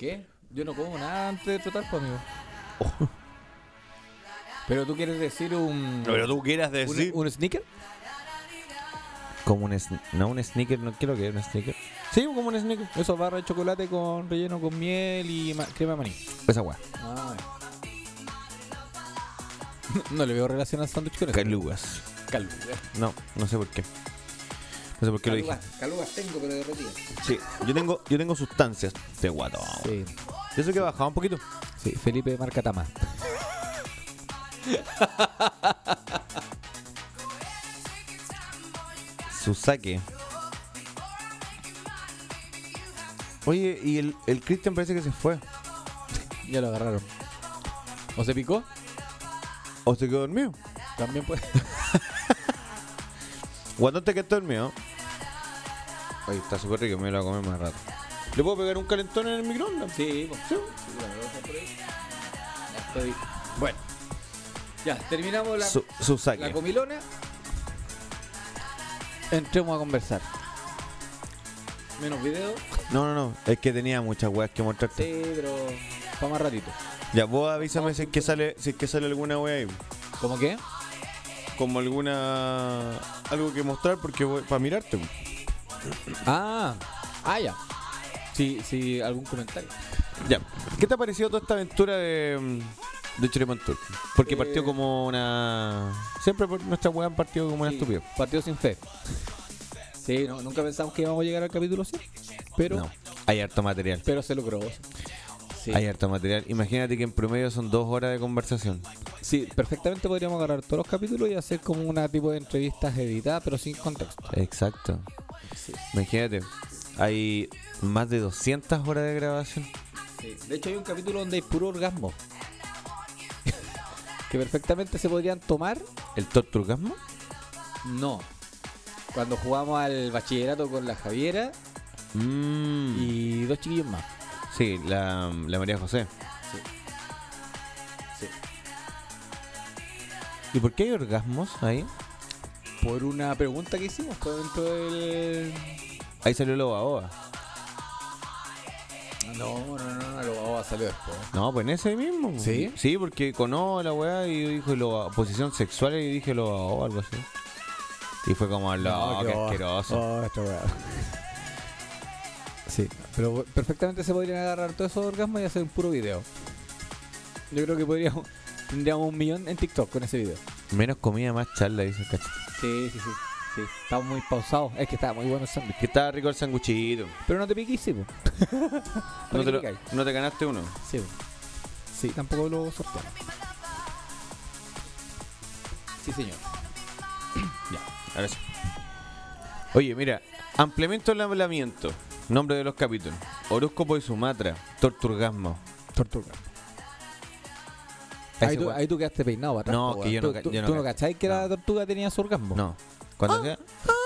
qué? Yo no como nada antes de trotar, pues, amigo. Oh. Pero tú quieres decir un... Pero tú quieras decir... ¿Un, un sneaker? Como un... Sn- no, un sneaker, no quiero que un sneaker. Sí, como un sneaker. Esos barras de chocolate con relleno con miel y ma- crema de maní. Esa weá. Ah, no, no le veo relación al sándwich con eso. Calugas. Calugas. No, no sé por qué. No sé por qué Calugas, lo dije. calugas tengo, pero derretidas. Sí, yo tengo, yo tengo sustancias de guatón. Sí. Eso que ha bajado un poquito. Sí, Felipe de marca Tama. Su saque. Oye, y el, el Christian parece que se fue. Ya lo agarraron. ¿O se picó? ¿O se quedó dormido? También puede. Guatón te quedó dormido. Oye, está súper rico, me lo voy a comer más rato. ¿Le puedo pegar un calentón en el microondas? Sí, pues. Sí. Sí, bueno, lo voy a hacer por ahí. Ya estoy. Bueno. Ya, terminamos la, Su, su saque. la comilona. Entremos a conversar. Menos video. No, no, no. Es que tenía muchas weas que mostrarte. Sí, pero para más ratito. Ya, vos avísame si es que sale, si es que sale alguna wea ahí. ¿Cómo qué? Como alguna... algo que mostrar porque voy... para mirarte. Ah, ah, ya. Sí, sí, algún comentario. Ya. ¿Qué te ha parecido toda esta aventura de... de Choripantur? Porque Eh, partió como una... Siempre por nuestra wea han partido como una Sí, estúpida. partió sin fe. Sí, no, nunca pensamos que íbamos a llegar al capítulo cien. Pero, No, hay harto material. pero se logró. Sí. Hay harto material. Imagínate que en promedio son dos horas de conversación. Sí, perfectamente podríamos agarrar todos los capítulos y hacer como una tipo de entrevistas editadas, pero sin contexto. Exacto. Sí. Imagínate, hay más de doscientas horas de grabación. Sí. De hecho, hay un capítulo donde hay puro orgasmo. Que perfectamente se podrían tomar. ¿El torturgasmo? No. Cuando jugamos al bachillerato con la Javiera Mm. y dos chiquillos más. Sí, la, la María José. Sí. Sí. ¿Y por qué hay orgasmos ahí? Por una pregunta que hicimos por dentro del... Ahí salió el Oba Oba. No, no, no, no, lo vamos a salir después. No, pues en ese mismo. ¿Sí? Sí, porque conó la weá y dijo lo, posición sexual y dije lo o algo así. Y fue como, no, qué asqueroso. Oh, esta weá. Sí, pero perfectamente se podrían agarrar todos esos orgasmos y hacer un puro video. Yo creo que podríamos, tendríamos un millón en TikTok con ese video. Menos comida, más charla, dice el cachete. Sí, sí, sí, sí. Estamos muy pausados. Es que estaba muy bueno el sándwich. Que estaba rico el sanguchito. Pero no te piquís, sí, po. No te, lo- no te ganaste uno. Sí, po. Sí, tampoco lo sorteamos. Sí, señor. Ya, ahora sí. Oye, mira, ampliamiento del hablamiento. Nombre de los capítulos: Horóscopo de Sumatra, Torturgasmo. Tortuga. Ese Ahí tú, weón. ahí tú quedaste peinado para atrás. No, po, que weón. yo no ¿Tú, ca- tú- yo no tú no ca- cacháis que la tortuga tenía su orgasmo? No. Cuando sea.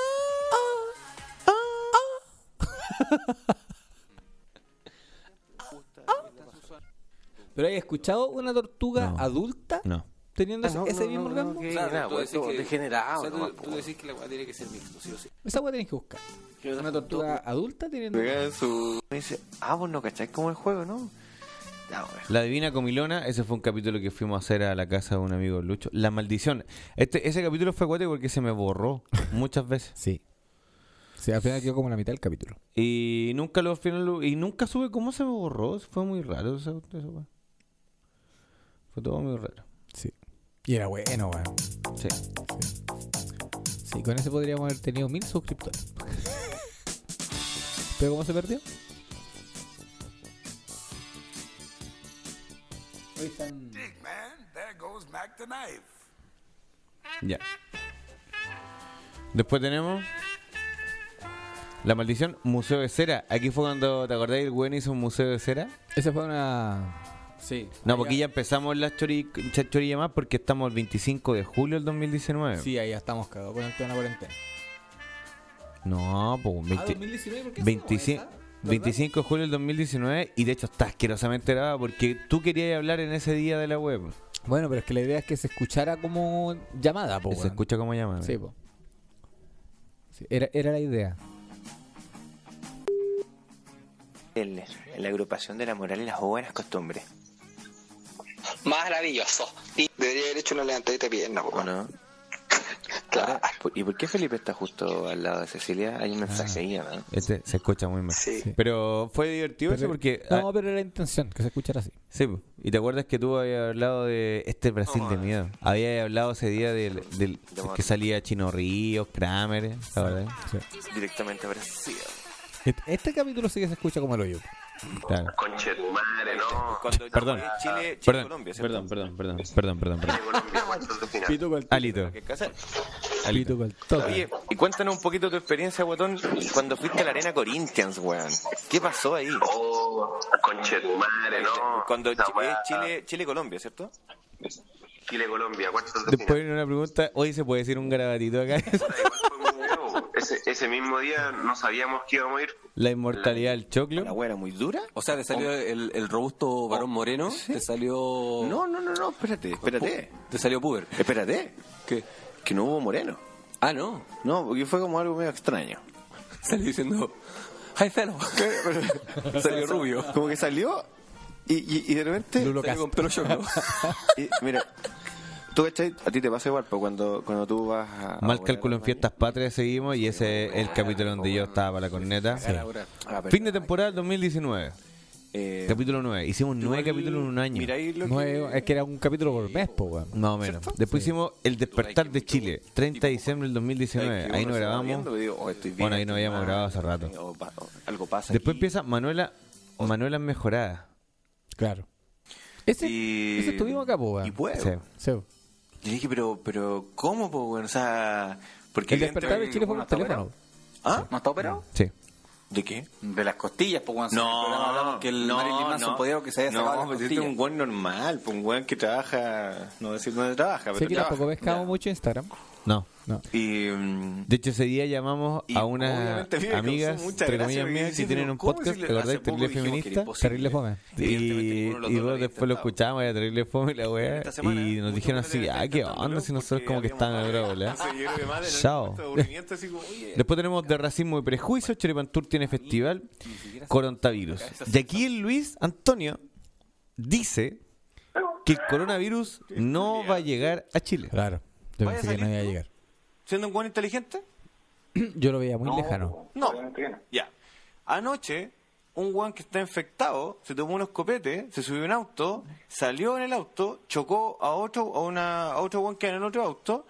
¿Pero hay escuchado una tortuga No. adulta No. teniendo Ah, no, ese no, mismo no, orgasmo? no, que- Claro, Nada, tú pues, decís todo que- degenerado, o sea, tú- nomás, tú, po. decís que la weá tiene que ser mixto, sí o sí. Esa weá tenés que buscar. Una tortuga adulta teniendo... Me dice, ah, vos no cacháis como el juego, ¿no? Ya, bueno. La Divina Comilona, ese fue un capítulo que fuimos a hacer a la casa de un amigo Lucho. La Maldición. Este, ese capítulo fue cuate porque se me borró muchas veces. Sí. Sí, al final quedó como la mitad del capítulo. Y nunca lo al final lo- y nunca supe cómo se me borró. Fue muy raro eso, eso, weón. Fue todo muy raro. Sí. Y era bueno, weón. Sí. Sí, con ese podríamos haber tenido mil suscriptores. ¿Pero cómo se perdió? Hoy están... Ya. Después tenemos La Maldición, Museo de Cera. Aquí fue cuando, ¿te acordás? El güey hizo un museo de cera. Esa fue una... Sí. No, porque ya empezamos las chori, cha- chorilla más porque estamos el veinticinco de julio del dos mil diecinueve. Sí, ahí ya estamos cagados con el tema de la cuarentena. No, pues Ah, veinte dos mil diecinueve, ¿por qué veinticinco, hacemos esa? ¿Verdad? veinticinco de julio del dos mil diecinueve y de hecho está asquerosamente grabada porque tú querías hablar en ese día de la web. Bueno, pero es que la idea es que se escuchara como llamada, po, Se weón. escucha como llama. Sí, po. Sí, era, era la idea. El, la agrupación de la moral y las buenas costumbres. Maravilloso. Debería haber hecho una levantadita de pierna, ¿o no? Claro. ¿Y por qué Felipe está justo al lado de Cecilia? Hay un mensaje ahí, ¿no? Este se escucha muy mal. Sí. Pero fue divertido Pero- eso porque... No, pero era la intención, que se escuchara así. Sí, po. Y te acuerdas que tú habías hablado de este Brasil de miedo. Habías hablado ese día del, del que salía Chino Ríos, Kramer, ¿la verdad? Sí. Directamente a Brasil. Este, este capítulo sí que se escucha como el hoyo. Claro. Conche tu madre, no. Cuando Perdón. Chile, Chile, Perdón. Colombia, ¿cierto? Perdón, perdón, perdón, perdón, perdón, perdón. Pito con el Alito. ¿Qué casa? Alito con el toque. Oye, y cuéntanos un poquito tu experiencia, guatón, cuando fuiste a la Arena Corinthians, weón. ¿Qué pasó ahí? Oh, conche tu madre, no. Cuando Esa Chi- weá. es Chile, Chile, Colombia, ¿cierto? Chile-Colombia, cuartos de Después final. viene una pregunta, hoy se puede decir un garabatito acá. Ese, ese mismo día no sabíamos que íbamos a ir. La inmortalidad del choclo. La weá era muy dura. O sea, te salió el, el robusto varón moreno, te salió... No, no, no, no, espérate, espérate. Te salió puber. Espérate. ¿Qué? Que no hubo moreno. Ah, no. No, porque fue como algo medio extraño. Salió diciendo... Hi, fellow. Salió rubio. Como que salió y, y, y de repente... Lulo salió con pelo choclo. Y, mira, tú, ¿cachai? A ti te pasa igual, pues cuando, cuando tú vas a... Mal a cálculo en Fiestas Patrias seguimos y ese es el capítulo donde yo estaba para la corneta. Sí. Ah, Fin de temporada dos mil diecinueve. Eh, Capítulo nueve. Hicimos nueve capítulos en un año. Mira ahí lo que... Nueve, es que era un capítulo por mes, po, weón. Más o menos. Después hicimos El Despertar de Chile, treinta de diciembre del dos mil diecinueve. Ahí nos grabamos. Bueno, ahí nos habíamos grabado hace rato. O pa- o algo pasa Después aquí. empieza Manuela Manuela Mejorada. Claro. Ese, Y- ese estuvimos acá, po, weón. Y puedo. Sí. Sí. Y dije, pero, pero, ¿cómo, pues, bueno? O sea, porque... El despertar de Chile fue por teléfono. ¿Ah? ¿No está operado? Sí. ¿De qué? De las costillas, pues, cuando No, en el programa hablamos que el no, Marilyn Manson no. podía o que se había No, sacado las pues este es costillas. un buen normal, pues un buen que trabaja, no decir dónde trabaja, pero Sé que trabaja. tampoco pescamos mucho Instagram. No. No. Y, mm, De hecho, ese día llamamos Y a unas obviamente a mí me causó amigas, mucha entre gracia comillas porque mías, decía, que tienen pero un ¿cómo podcast, si ¿te le- acordás? hace poco Terrible dijimos que era Feminista. imposible? Terrible fome. Y, Evidentemente ninguno de los y dos lo vos había después lo intentado. escuchamos, era terrible fome la weá. Esta semana, Y nos muchos dijeron no así, habían ah, qué intentado onda si nosotros como que están en otra bola. Entonces, yo creo que más de Chao. nuestro aburrimiento, así como, oye, Después tenemos de racismo y prejuicio, Choripantur tiene festival, coronavirus. Y aquí el Luis Antonio dice que el coronavirus no va a llegar a Chile. Claro. Yo ¿Vaya a pensé que no salir iba a tú? llegar. siendo un buen inteligente. Yo lo veía muy lejano. No, ya. Anoche, un weón que está infectado se tomó unos copetes, se subió a un auto, salió en el auto, chocó a otro a una a otro weón que era en otro auto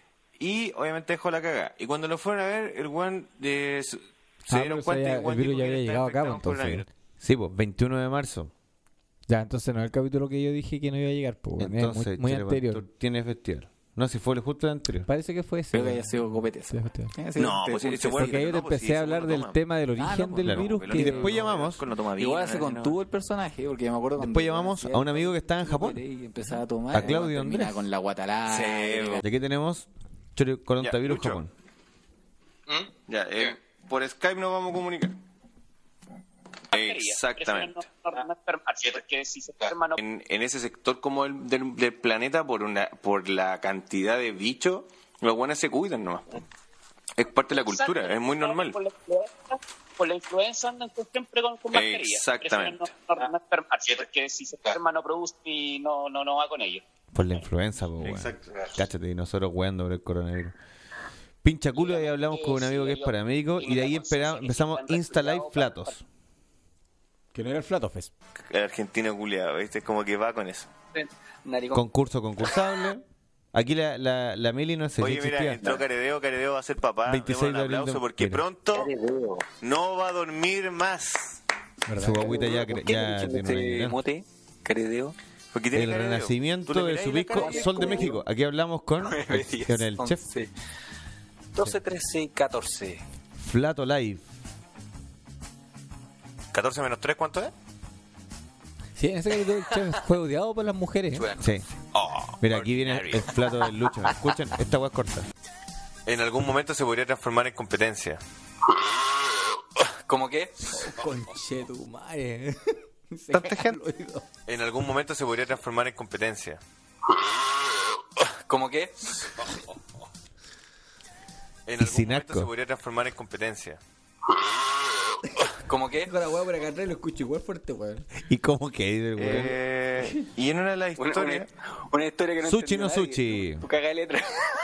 y obviamente dejó la cagada. Y cuando lo fueron a ver, el weón de, se Ah, dieron pero cuenta ya- que el weón virus dijo ya que había estaba llegado acá, infectado pues, con entonces. coronavirus. Sí, pues, veintiuno de marzo. Ya, entonces no es el capítulo que yo dije que no iba a llegar, pues, weón, es Entonces, muy, muy Chile anterior. Pantur tiene festival. No, si fue el justo el anterior. Parece que fue ese. Creo que weón. haya sido copete. Sí, festival. No, pues ese weón Porque ahí te empecé a hablar del tema del origen del Claro. virus. Y Que después llamamos, Igual se contuvo el personaje, porque yo me acuerdo cuando después llamamos a un amigo que estaba en Japón. y empezaba a tomar. A Claudio terminaba Andrés. con la guatalá. Y aquí tenemos Chori- coronavirus Ya, Japón. Ya, eh, por Skype nos vamos a comunicar. Exactamente. En, en ese sector como el del, del planeta, por una por la cantidad de bichos, los buenos se cuidan nomás. Es parte de la cultura, Exacto. es muy normal. Por la influenza, por la influenza andan siempre con, con mascarilla. Exactamente. Prefieren No, no, no enfermarse, porque si se enferma no produce y no, no, no va con ellos. Por la influenza, pues, weón. Exacto. Cáchate, y nosotros weando por el coronavirus. Pincha culo, ahí hablamos con un amigo que es paramédico y de ahí espera- empezamos Insta Live Flatos. Que no era el Flato Fest. El argentino culiado, ¿viste? Como que va con eso. Naricón. Concurso concursable. Aquí la, la, la Mili no sé Oye, si mira, existía. entró Caredeo, Caredeo va a ser papá. veintiséis Démosle de un abril aplauso de- porque mira. pronto no va a dormir más. Su guaguita ya, cre- ya ¿Qué tiene una año, ¿no? mote? Caredeo. Porque tiene El caredeo. ¿Tú renacimiento le de miráis su la disco cara y es Sol de como- México. Aquí hablamos con, el- con el chef doce, trece y catorce. Flato Live. catorce menos tres, ¿cuánto es? Sí, en ese capítulo el chef fue odiado por las mujeres. ¿eh? Sí. Oh, Mira, aquí viene ordinario. el Flato del Lucho. Escuchen, esta hueá es corta. En algún momento se podría transformar en competencia. ¿Cómo qué? Conche tu madre. Tanta gente. En algún momento se podría transformar en competencia. ¿Cómo qué? En Y algún sin momento asco. se podría transformar en competencia. ¿Cómo que? Con la weá por acá atrás y lo escucho igual fuerte, weón. ¿Y cómo que dice el weón? Eh, y en una de las Una, historias... una, una historia que no Sushi no entendió nadie. sushi. Tu, tu caga de letra.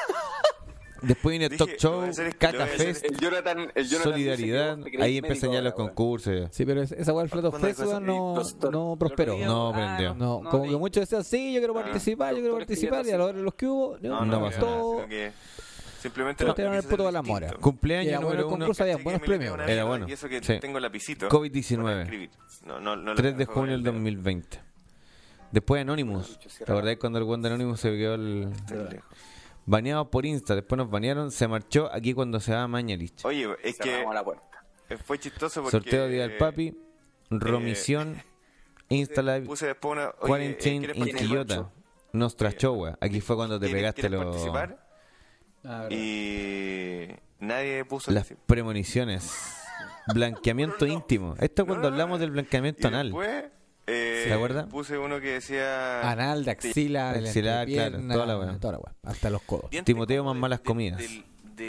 Después viene Dije, Talk lo Show, voy a hacer es que Caca lo voy a hacer- Fest, El Jonathan, el Jonathan Solidaridad. dice que vos te creís Ahí empiezan médico ya los ahora, weón. concursos. Sí, pero es- esa weá del Flat of Cuando hay Fest, weón, cosas- no, los- no prosperó. No prendió. No, no, como de- que muchos decían, sí, yo quiero Ah. participar, yo quiero Doctores participar, y a querían la hora de los que hubo, no, no no, pasó todo. sino que simplemente Pero lo que tiraron el quise puto hacer de la distinto. mora. Cumpleaños Y era bueno número el uno. concurso, había ¿Cachai? buenos Que me le premios. pega una Era mierda, bueno. Y eso que Sí. tengo lapicito. COVID diecinueve. para escribir. No, no, no tres de no junio del juego dos mil veinte. Después Anonymous. ¿Te acordás cuando el weón de Anonymous se quedó el... Baneado por Insta, después nos banearon, se marchó aquí cuando se va Mañalich. Oye, es que Cerramos la puerta. eh, fue chistoso porque... Sorteo Día del Papi, Romisión, Insta Live, Puse después una... Oye, eh, Quarantine ¿quieres en participar? Quillota. Nostra Show, weón. Aquí fue cuando te ¿Quieres- pegaste quieres los... participar? Ah, verdad. Y nadie puso las que sí. premoniciones. Blanqueamiento íntimo. Esto es cuando no, hablamos no. del blanqueamiento Y anal. después, eh, ¿Se acuerda? Puse uno que decía... Anal, de axila, de la Axilar, claro, entrepierna, toda la weá. toda la weá, hasta los codos. Dientes Timoteo como más de- malas de- comidas. Del...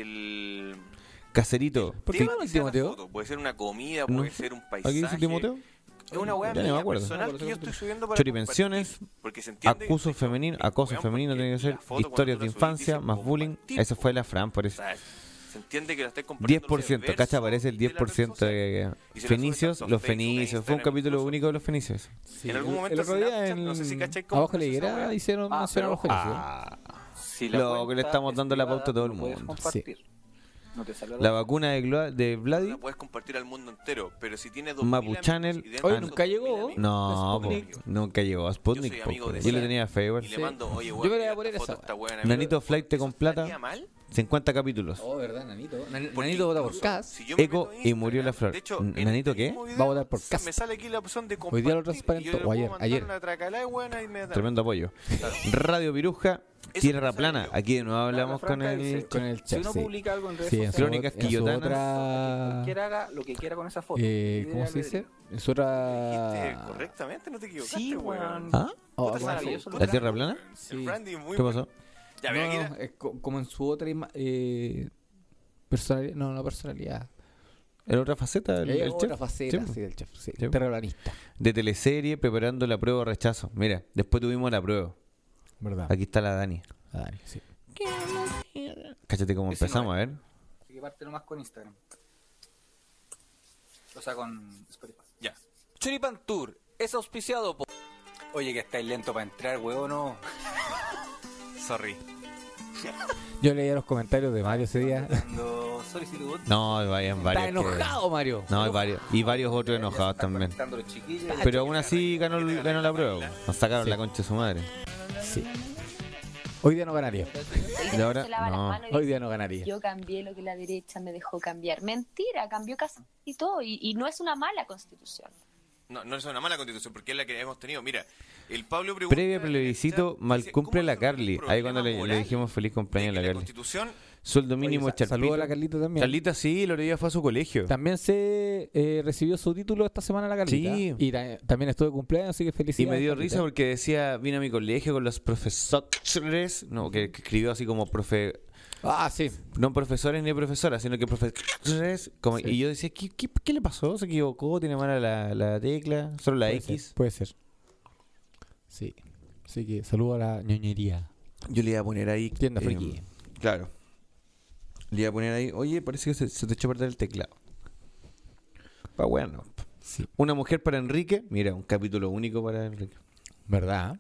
del Caserito. ¿Por qué tema no que el sea la Timoteo? foto. Puede ser una comida, No puede sé. ser un ¿Aquí paisaje. dice Timoteo? Es una weá Ya ni me mía acuerdo. personal que yo estoy subiendo para Choripensiones, compartir, porque se entiende Acuso que- femenino, que- acoso weón, femenino porque tiene que ser, la foto cuando historias tú de la subís infancia, dice más bullying. compartir, Esa fue la Fran, por o eso. sea, se entiende que la estáis compartiendo. diez por ciento, cacha, aparece el diez por ciento de fenicios, los fenicios. Fue un capítulo único de los fenicios. Sí, En algún el- momento el otro día Snapchat, en no sé si cachai cómo abajo de la nació esa higuera weá. hicieron Ah, mencionar a los pero- fenicios. Ah, Si la Lo que cuenta le estamos es dando la privada, pauta a todo el no puedes mundo. compartir. No te sale la vacuna de, Glo- de No Vladi, la puedes compartir al mundo entero, pero si tiene dos Mapu mil Channel. amigos y dentro Oye, de esos nunca dos mil llegó. amigos, no, po, Sputnik. nunca llegó a Sputnik. Yo soy po, amigo de yo le esa. tenía fe igual. Y le mando, oye, Yo weón, me voy a mira poner esta esa foto, está buena, Nanito amigo. Flight con plata, ¿Estaría mal? cincuenta capítulos. Oh, ¿verdad, Nanito? Nan- Porque Nanito vota por incluso, Cas. si yo me Eco meto en y murió la Instagram, flor. de hecho, N- en ¿Nanito este qué? mismo video Va a votar por se Cas. Me sale aquí la opción de Hoy día lo compartir, transparentó, y yo le o puedo ayer, mandar ayer. una tracalá de buena inmediatamente. Tremendo apoyo. Claro. Radio Viruja, Eso Tierra no Plana. sabía yo. Aquí de nuevo hablamos La con Franca el... dice, Con el Si chef, uno sí. publica algo en redes Sí, en su, sociales, Crónicas en su quillotanas. otra... cualquiera haga lo que quiera con esa foto. Eh, Libre ¿Cómo se dice? albedrío. En su otra... Dijiste correctamente, no te equivocaste, Sí, weón. weón. ¿Ah? Oh, Puta, ¿cómo maravilloso. se- ¿La Tierra Plana? El Sí. branding muy ¿Qué bueno. pasó? Ya, No, mira, aquí no, era- es co- como en su otra ima- eh, personalidad, no, no personalidad. ¿Era otra faceta del, Eh, del otra chef? faceta, Sí, sí, del chef, sí, Sí. terraplanista, de teleserie preparando la prueba o rechazo. Mira, después tuvimos la prueba. ¿verdad? Aquí está la Dani. Ah, Dani, sí. Cáchate cómo Ese empezamos, no a es. ver. Así que parte nomás con Instagram. O sea, con Spotify. Ya. Choripan Tour es auspiciado por... Oye, que estáis lento para entrar, weón, no. Sorry. Yo leía los comentarios de Mario ese día. Dando solicitud. No, hay varios. varios Está enojado, que... Mario. No, hay varios. Y varios otros enojados también. Conectando los chiquillos. Pero aún así ganó, el- ganó la prueba. Nos sacaron Sí. la concha de su madre. Sí. Hoy día no ganaría. Y ahora, Se lava las no. manos y Hoy dice, día no ganaría. Yo cambié lo que la derecha me dejó cambiar. Mentira, cambió casi todo. Y, y no es una mala constitución. No, no es una mala constitución, porque es la que hemos tenido. Mira, el Pablo pregunta... Previo plebiscito, mal dice, cumple ¿cómo la resolver Carly. un Ahí cuando le, problema le moral dijimos feliz de cumpleaños a que la la Carly. constitución... Sueldo mínimo Oye, sa- Charpito. saludo a la Carlita también. Carlita sí, el otro día fue a su colegio. También se eh, recibió su título esta semana la Carlita. Sí. Y ta- también estuvo de cumpleaños, así que Y felicidades. me dio Carlita. risa porque decía, vine a mi colegio con los profesores, no, que, que escribió así como profe, Ah, sí. no profesores ni profesoras, sino que profesores, como, Sí. y yo decía, ¿qué, qué, qué le pasó? ¿Se equivocó? ¿Tiene mala la, la tecla? ¿Solo la Puede X? ser, puede ser. Sí. Así que saludo a la ñoñería. Yo le iba a poner ahí... Tienda eh, friki. Claro. Le iba a poner ahí, oye, parece que se, se te echó a perder el teclado. Pa' bueno. Sí. Una mujer para Enrique, mira, un capítulo único para Enrique. ¿Verdad?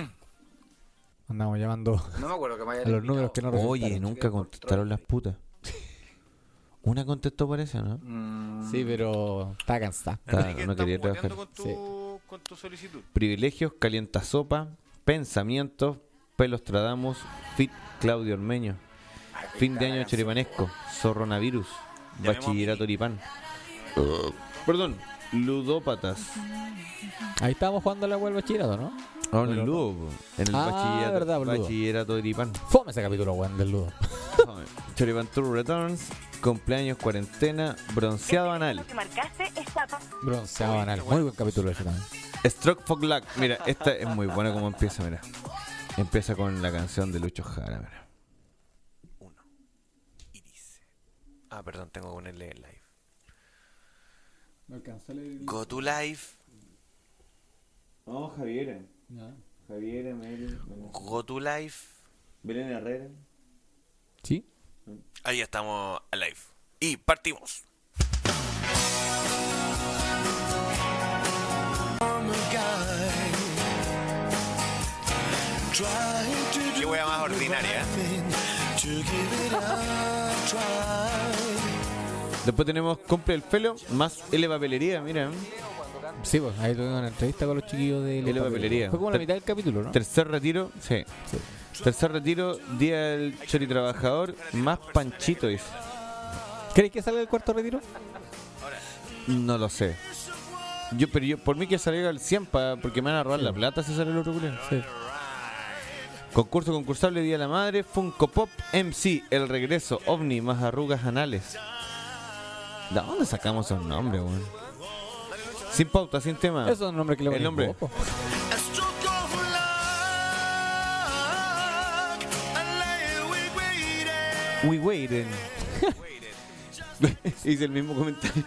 Andamos llamando No me acuerdo que me haya a los números que no Oye, resultaron. nunca contestaron las putas. Una contestó parece, ¿no? Mm, Sí, pero está cansada. Está- Enrique, no quería estamos trabajar. hueveando con tu, con tu solicitud. Privilegios, calienta sopa, pensamientos, pelos Tradamus, fit Claudio Ormeño, fin de año choripanesco, zorronavirus, Llamemos a bachillerato Oripán. Perdón, ludópatas. Ahí estábamos jugando la web bachillerato, ¿no? No, en el ludo, po. en el Ah, bachillerato, verdad, boludo. bachillerato Oripán. Fome ese capítulo, weón, del ludo. Choripan Tour Returns, cumpleaños, cuarentena, bronceado anal. Bronceado anal. Muy buen capítulo ese también. Stroke for Luck. Mira, esta es muy buena como empieza, mira. Empieza con la canción de Lucho Jara, mira. Ah, perdón, tengo que ponerle live. No alcanzó el... Go to Life. No, Javiera. No. Javiera, Mary. Go to Life. Belén Herrera. ¿Sí? Ahí estamos a live. Y partimos. Qué wea más ordinaria. Después tenemos Cumple el Felo, más L Papelería, mira. Sí, pues ahí tuvimos una entrevista con los chiquillos de L Papelería. Fue como la mitad del capítulo, ¿no? Tercer retiro, sí. sí. Tercer retiro, Día del Chori Trabajador, más Panchito, dice. ¿Crees que salga el cuarto retiro? No lo sé. Yo, pero yo, por mí que salga el cien, pa, porque me van a robar sí. la plata si sale el otro culiao. Sí. Concurso concursable, Día de la Madre, Funko Pop, M C, El Regreso, OVNI, más arrugas anales. ¿De dónde sacamos esos nombres, weón? Sin pauta, sin tema. Esos son nombres que le El ponen nombre. poco. We waiting. Hice el mismo comentario.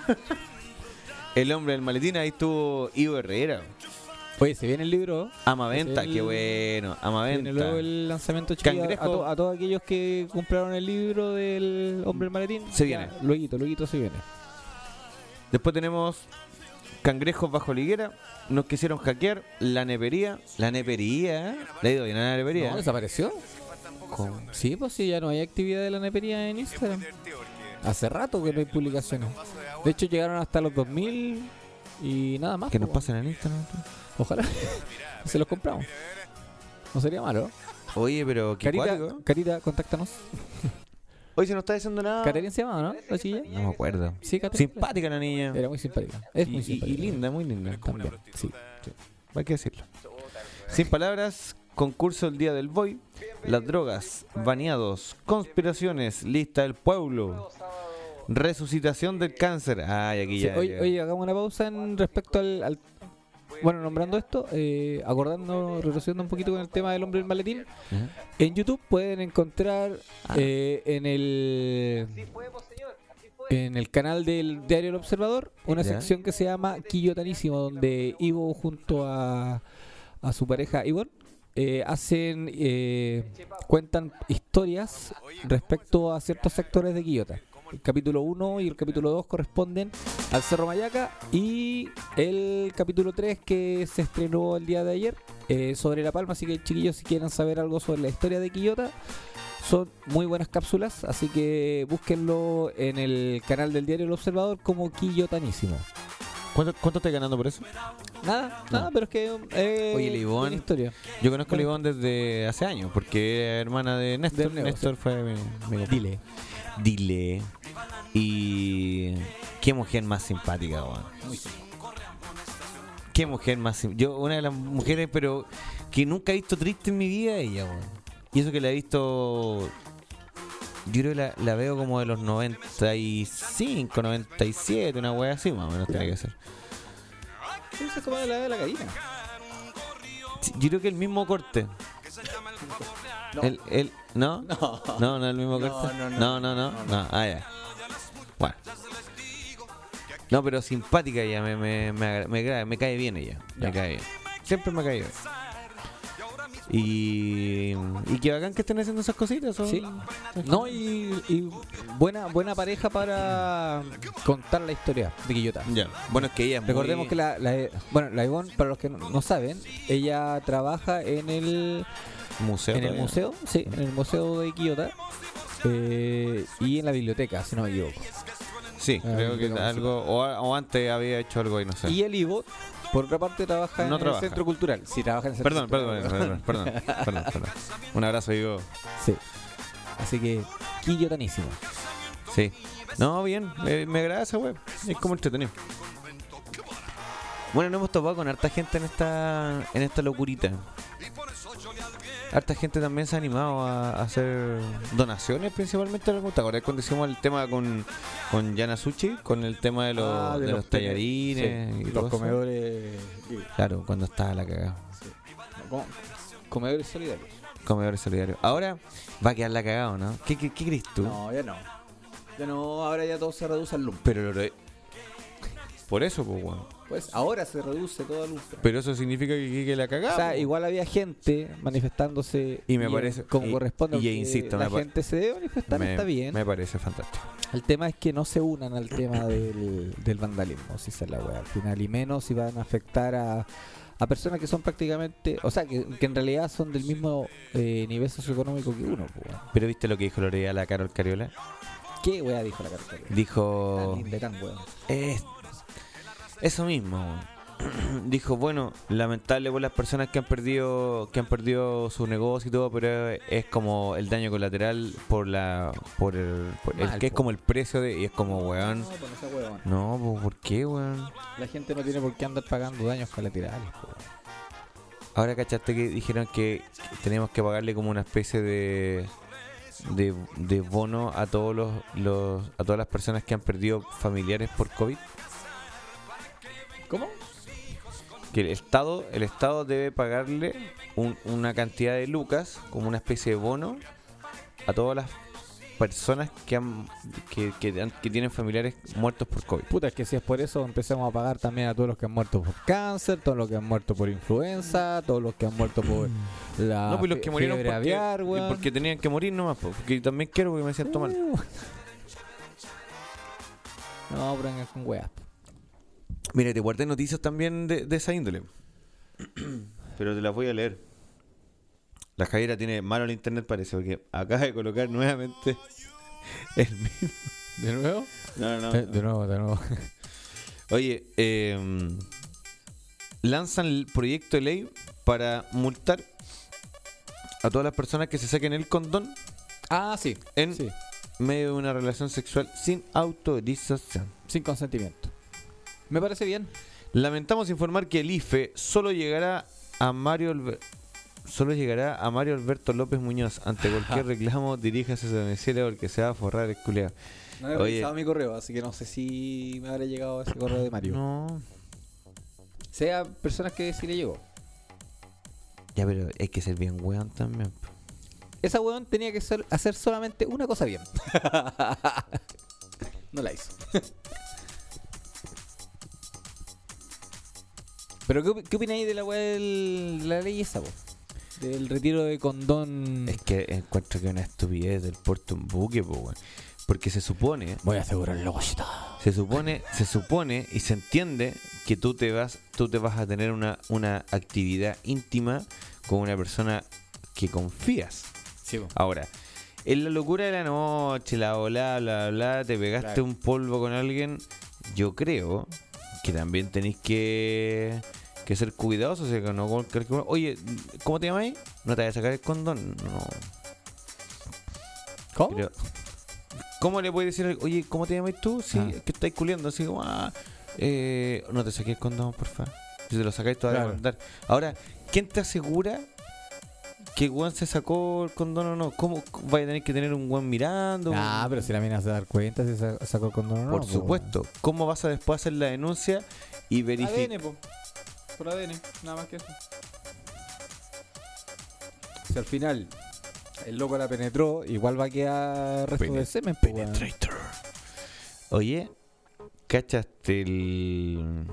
El hombre del maletín, ahí estuvo Ivo Herrera. Oye, se viene el libro. Amaventa, el... qué bueno. Amaventa. Viene luego el lanzamiento chiquillo. Cangrejo. A, to- a todos aquellos que compraron el libro del hombre del maletín. Se viene. Lueguito, lueguito se viene. Después tenemos Cangrejos bajo liguera. Nos quisieron hackear. La nepería. La nepería. ¿Le ha ido bien a la nepería? No, desapareció. ¿Cómo? Sí, pues sí, ya no hay actividad de la nepería en Instagram. Hace rato que no hay publicaciones. De hecho, llegaron hasta los dos mil y nada más. Que nos pues. pasen en Instagram. Ojalá. Se los compramos. No sería malo. Oye, pero qué Carita, cuático. Carita, contáctanos. Hoy se no está diciendo nada. Caterina se llamaba, ¿no? ¿La chiquilla? No me acuerdo. Sí, Caterina. Simpática la niña. Era muy simpática. Es muy y, simpática. y linda, muy linda. También, sí. sí. Hay que decirlo. Sin palabras, concurso el Día del Boy, las drogas, baneados, conspiraciones, lista del pueblo, resucitación del cáncer. Ay, aquí Sí, ya, oye, ya. oye, hagamos una pausa en respecto al, al bueno, nombrando esto, eh, acordando, retrocediendo un poquito con el tema del hombre del maletín. Uh-huh. En YouTube pueden encontrar Ah. eh, en el en el canal del Diario El Observador una Ya. sección que se llama Quillotanísimo, donde Ivo junto a, a su pareja Ivonne eh, hacen eh, cuentan historias respecto a ciertos sectores de Quillota. El capítulo uno y el capítulo dos corresponden al Cerro Mayaca, y el capítulo tres que se estrenó el día de ayer eh, sobre La Palma. Así que, chiquillos, si quieren saber algo sobre la historia de Quillota, son muy buenas cápsulas, así que búsquenlo en el canal del Diario El Observador como Quillotanísimo. ¿Cuánto, ¿Cuánto estás ganando por eso? Nada, nada, pero es que eh, Oye, el Ivonne, buena historia. yo conozco a Bueno. Ivonne desde hace años, porque era hermana de Néstor. Del Neo, Néstor sí. fue mi, mi compa. Dile. Dile. Y qué mujer más simpática, weón. Qué mujer más simpática. Yo, una de las mujeres, pero que nunca he visto triste en mi vida, ella, weón. Y eso que la he visto. Yo creo que la, la veo como de los noventa y cinco, noventa y siete, una wea así, más o menos tiene que ser. Eso es como de la de la Karina. Sí, yo creo que el mismo corte. No. El, el, ¿no? No. No, no el mismo No, corte. no, no. no, no, no, no. Ah, ya. Bueno. No, pero simpática ella, me, me, me, agra- me, gra- me cae bien ella. Ya. Me cae bien. Siempre me cae bien. Y, y qué bacán que estén haciendo esas cositas. Son, Sí. No, y, y buena buena pareja para contar la historia de Quillota. Ya. Bueno, es que ella es Recordemos muy... que la, la bueno, la Ivonne, para los que no, no saben, ella trabaja en el museo. en el todavía. museo, sí, en el museo de Quillota, eh, y en la biblioteca, si no me equivoco. Sí, Ah, creo que biblioteca algo... O, o antes había hecho algo y no sé. Y el Ivo, por otra parte, trabaja No en trabaja. el centro cultural. Sí, trabaja en el centro Perdón, perdón, cultural. perdón, perdón, perdón, perdón. Un abrazo, digo. Sí. Así que, Quillotanísimo. Sí. No, bien, me, me agrada esa web. Es como entretenido. Bueno, nos hemos topado con harta gente en esta en esta locurita. Harta gente también se ha animado a, a hacer donaciones, principalmente. ¿Te acuerdas cuando hicimos el tema con, con Yana Suchi? Con el tema de los, Ah, de los tallarines sí, y los todo eso. comedores. Claro, cuando estaba la cagada. ¿Cómo? Comedores solidarios. Comedores solidarios. Ahora va a quedar la cagada, ¿no? ¿Qué, qué, qué crees tú? No, ya no. Ya no, ahora ya todo se reduce al lump. Pero lo, Por eso, pues, weón. Pues ahora se reduce todo el uso. Pero eso significa que, que la cagamos. O sea, igual había gente manifestándose y me parece como y, corresponde. Y, y insisto, la me gente se debe manifestar, me, está bien. Me parece fantástico. El tema es que no se unan al tema del, del vandalismo, si esa es la weá al final, y menos si van a afectar a, a personas que son prácticamente, o sea, que, que en realidad son del mismo eh, nivel socioeconómico que uno. Pues. Pero viste lo que dijo Lorea la Carol Cariola. ¿Qué weá dijo la Carol Cariola? Dijo. Tan linda, tan weón. Es, eso mismo. Dijo, bueno, lamentable por las personas que han perdido que han perdido su negocio y todo, pero es como el daño colateral por la por el, por el Mal, que es po. como el precio de y es como weón. No, pues no sea weón. No, pues, ¿por qué, weón? La gente no tiene por qué andar pagando daños colaterales. Po. Ahora cachaste que dijeron que teníamos que pagarle como una especie de de, de bono a todos los, los a todas las personas que han perdido familiares por COVID. ¿Cómo? Que el Estado el Estado debe pagarle un, una cantidad de lucas como una especie de bono a todas las personas que han que, que, han- que tienen familiares muertos por COVID. Puta, es que si es por eso empecemos a pagar también a todos los que han muerto por cáncer, todos los que han muerto por influenza, todos los que han muerto por la No, pues los fe- que murieron fiebre porque, aviar, y weón. porque tenían que morir nomás, pues, porque también quiero porque me siento mal. No, pero vengan con weas. Mira, te guardé noticias también de, de esa índole. Pero te las voy a leer. La Javiera tiene malo el internet, parece, porque acaba de colocar nuevamente el mismo. ¿De nuevo? No, no, Eh, no. de nuevo, de nuevo. Oye, eh, lanzan el proyecto de ley para multar a todas las personas que se saquen el condón Ah, sí. en sí. medio de una relación sexual sin autorización. Sin consentimiento. Me parece bien. Lamentamos informar que el I F E solo llegará a Mario Alber- solo llegará a Mario Alberto López Muñoz. Ante cualquier reclamo, diríjase a su domicilio porque se va a forrar el culeado. No he Oye, revisado mi correo, así que no sé si me habrá llegado ese correo de Mario. no. Sea personas que sí le llegó. Ya, pero hay que ser bien weón también. Esa weón tenía que ser- hacer solamente una cosa bien. No la hizo. Pero ¿qué, op- qué opináis de la weá del- de la ley esa, po? Del retiro de condón. Es que encuentro que es una estupidez del puerto un buque, po, weón. Porque se supone, Voy a asegurarlo, cosita. se supone, se supone y se entiende que tú te vas, tú te vas a tener una, una actividad íntima con una persona que confías. Sí, po. Ahora, en la locura de la noche, la bla, bla, bla, te pegaste Claro. un polvo con alguien, yo creo que también tenéis que, que ser cuidadosos. O sea, que no cualquier- oye, ¿cómo te llamáis? ¿No te vas a sacar el condón? No. ¿Cómo? Pero, ¿cómo le puedes decir, oye, ¿cómo te llamáis tú? Sí, Ah. que estáis culiando, así como, ah, eh, no te saqué el condón, por favor. Si te lo sacáis, te vas a Claro. mandar. Ahora, ¿quién te asegura que Juan se sacó el condón o no? ¿Cómo vaya a tener que tener un Juan mirando? Ah, pero si la mina se da cuenta si sa- sacó el condón o no. Por po, supuesto. ¿Cómo vas a después hacer la denuncia y weón. A D verificar? N, po. Por A D N, nada más que eso. Si al final el loco la penetró, igual va a quedar resto de semen, po, weón. Oye, ¿cachaste el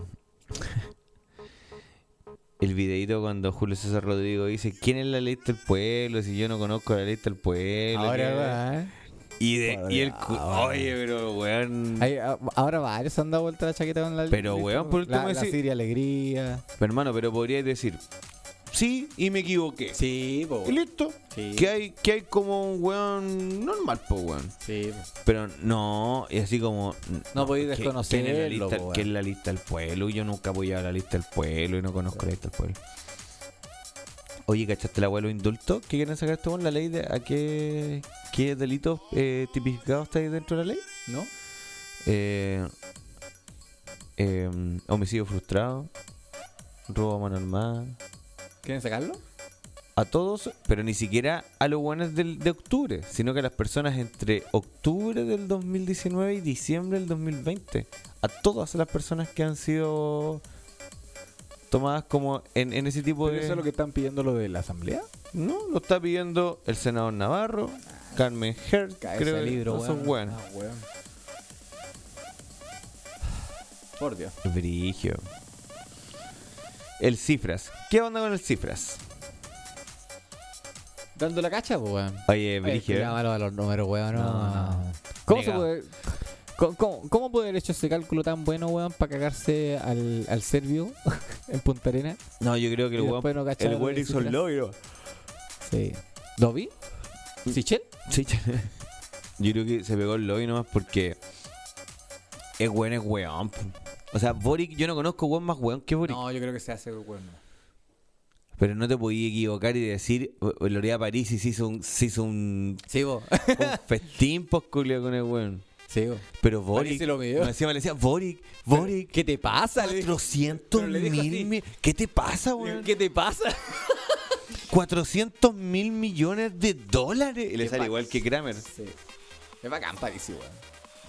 el videito cuando Julio César Rodrigo dice quién es la lista del pueblo? Si yo no conozco la lista del pueblo. Ahora ¿qué? va, ¿eh? Y, de, Por y el Dios, cu- weón. oye, pero weón. Ahí, a- ahora varios han dado vuelta la chaqueta con la Pero, lista, weón, po. por último la, la decir- Siria Alegría. Pero, hermano, pero podrías decir sí y me equivoqué. Sí, po. Y listo. Sí. Que hay, que hay como un weón normal, po, weón. Sí, po. Pero no, y así como. No podéis ¿qué- desconocerlo, ¿Quién es la lista, po, weón. qué es la lista del pueblo? Y yo nunca he apoyado la lista del pueblo y no conozco la lista del pueblo. Oye, ¿cachaste el abuelo indulto? ¿Qué quieren sacar esto con la ley? De, ¿A qué, qué delitos eh, tipificados está ahí dentro de la ley? ¿No? Eh, eh, homicidio frustrado, robo a mano armada. ¿Quieren sacarlo? A todos, pero ni siquiera a los buenos del, de octubre, sino que a las personas entre octubre del dos mil diecinueve y diciembre del dos mil veinte. A todas las personas que han sido tomadas como en, en ese tipo ¿Pero de... eso es lo que están pidiendo lo de la asamblea? No, lo está pidiendo el senador Navarro, Carmen Hertz, Cae creo ese que libro, todos son weón. buenos. Ah, weón. Por Dios. Brigio. El Cifras. ¿Qué onda con el Cifras? Dando la cacha, pues, weón. Oye, Brigio. Oye, malo a los números, weón. No, No. no. ¿Cómo Negado. se puede.? ¿Cómo, cómo, cómo puede haber hecho ese cálculo tan bueno, weón, para cagarse al, al Servio en Punta Arena? No, yo creo que el Y weón. después no cachar El weón de hizo el Cifras. logro. Sí. ¿Lo vi? ¿Sichel? Sí, yo creo que se pegó el lobby nomás porque es weón, es weón. po. O sea, Boric, yo no conozco weón más weón que Boric. No, yo creo que se hace weón. Pero no te podías equivocar y decir, Lorea París y se hizo un, se hizo un, Sí, vos. un festín pues culiao con el weón. Sí, vos. Pero Boric, París se lo midió. me decía, me decía, Boric, Boric, ¿Qué te pasa? Le dijo. cuatrocientos Pero le dijo mil, así. mi- ¿qué te pasa, weón? ¿Qué te pasa? cuatrocientos mil millones de dólares. Y le Qué sale pa- igual que Kramer. Sí. Es bacán, París, sí, weón.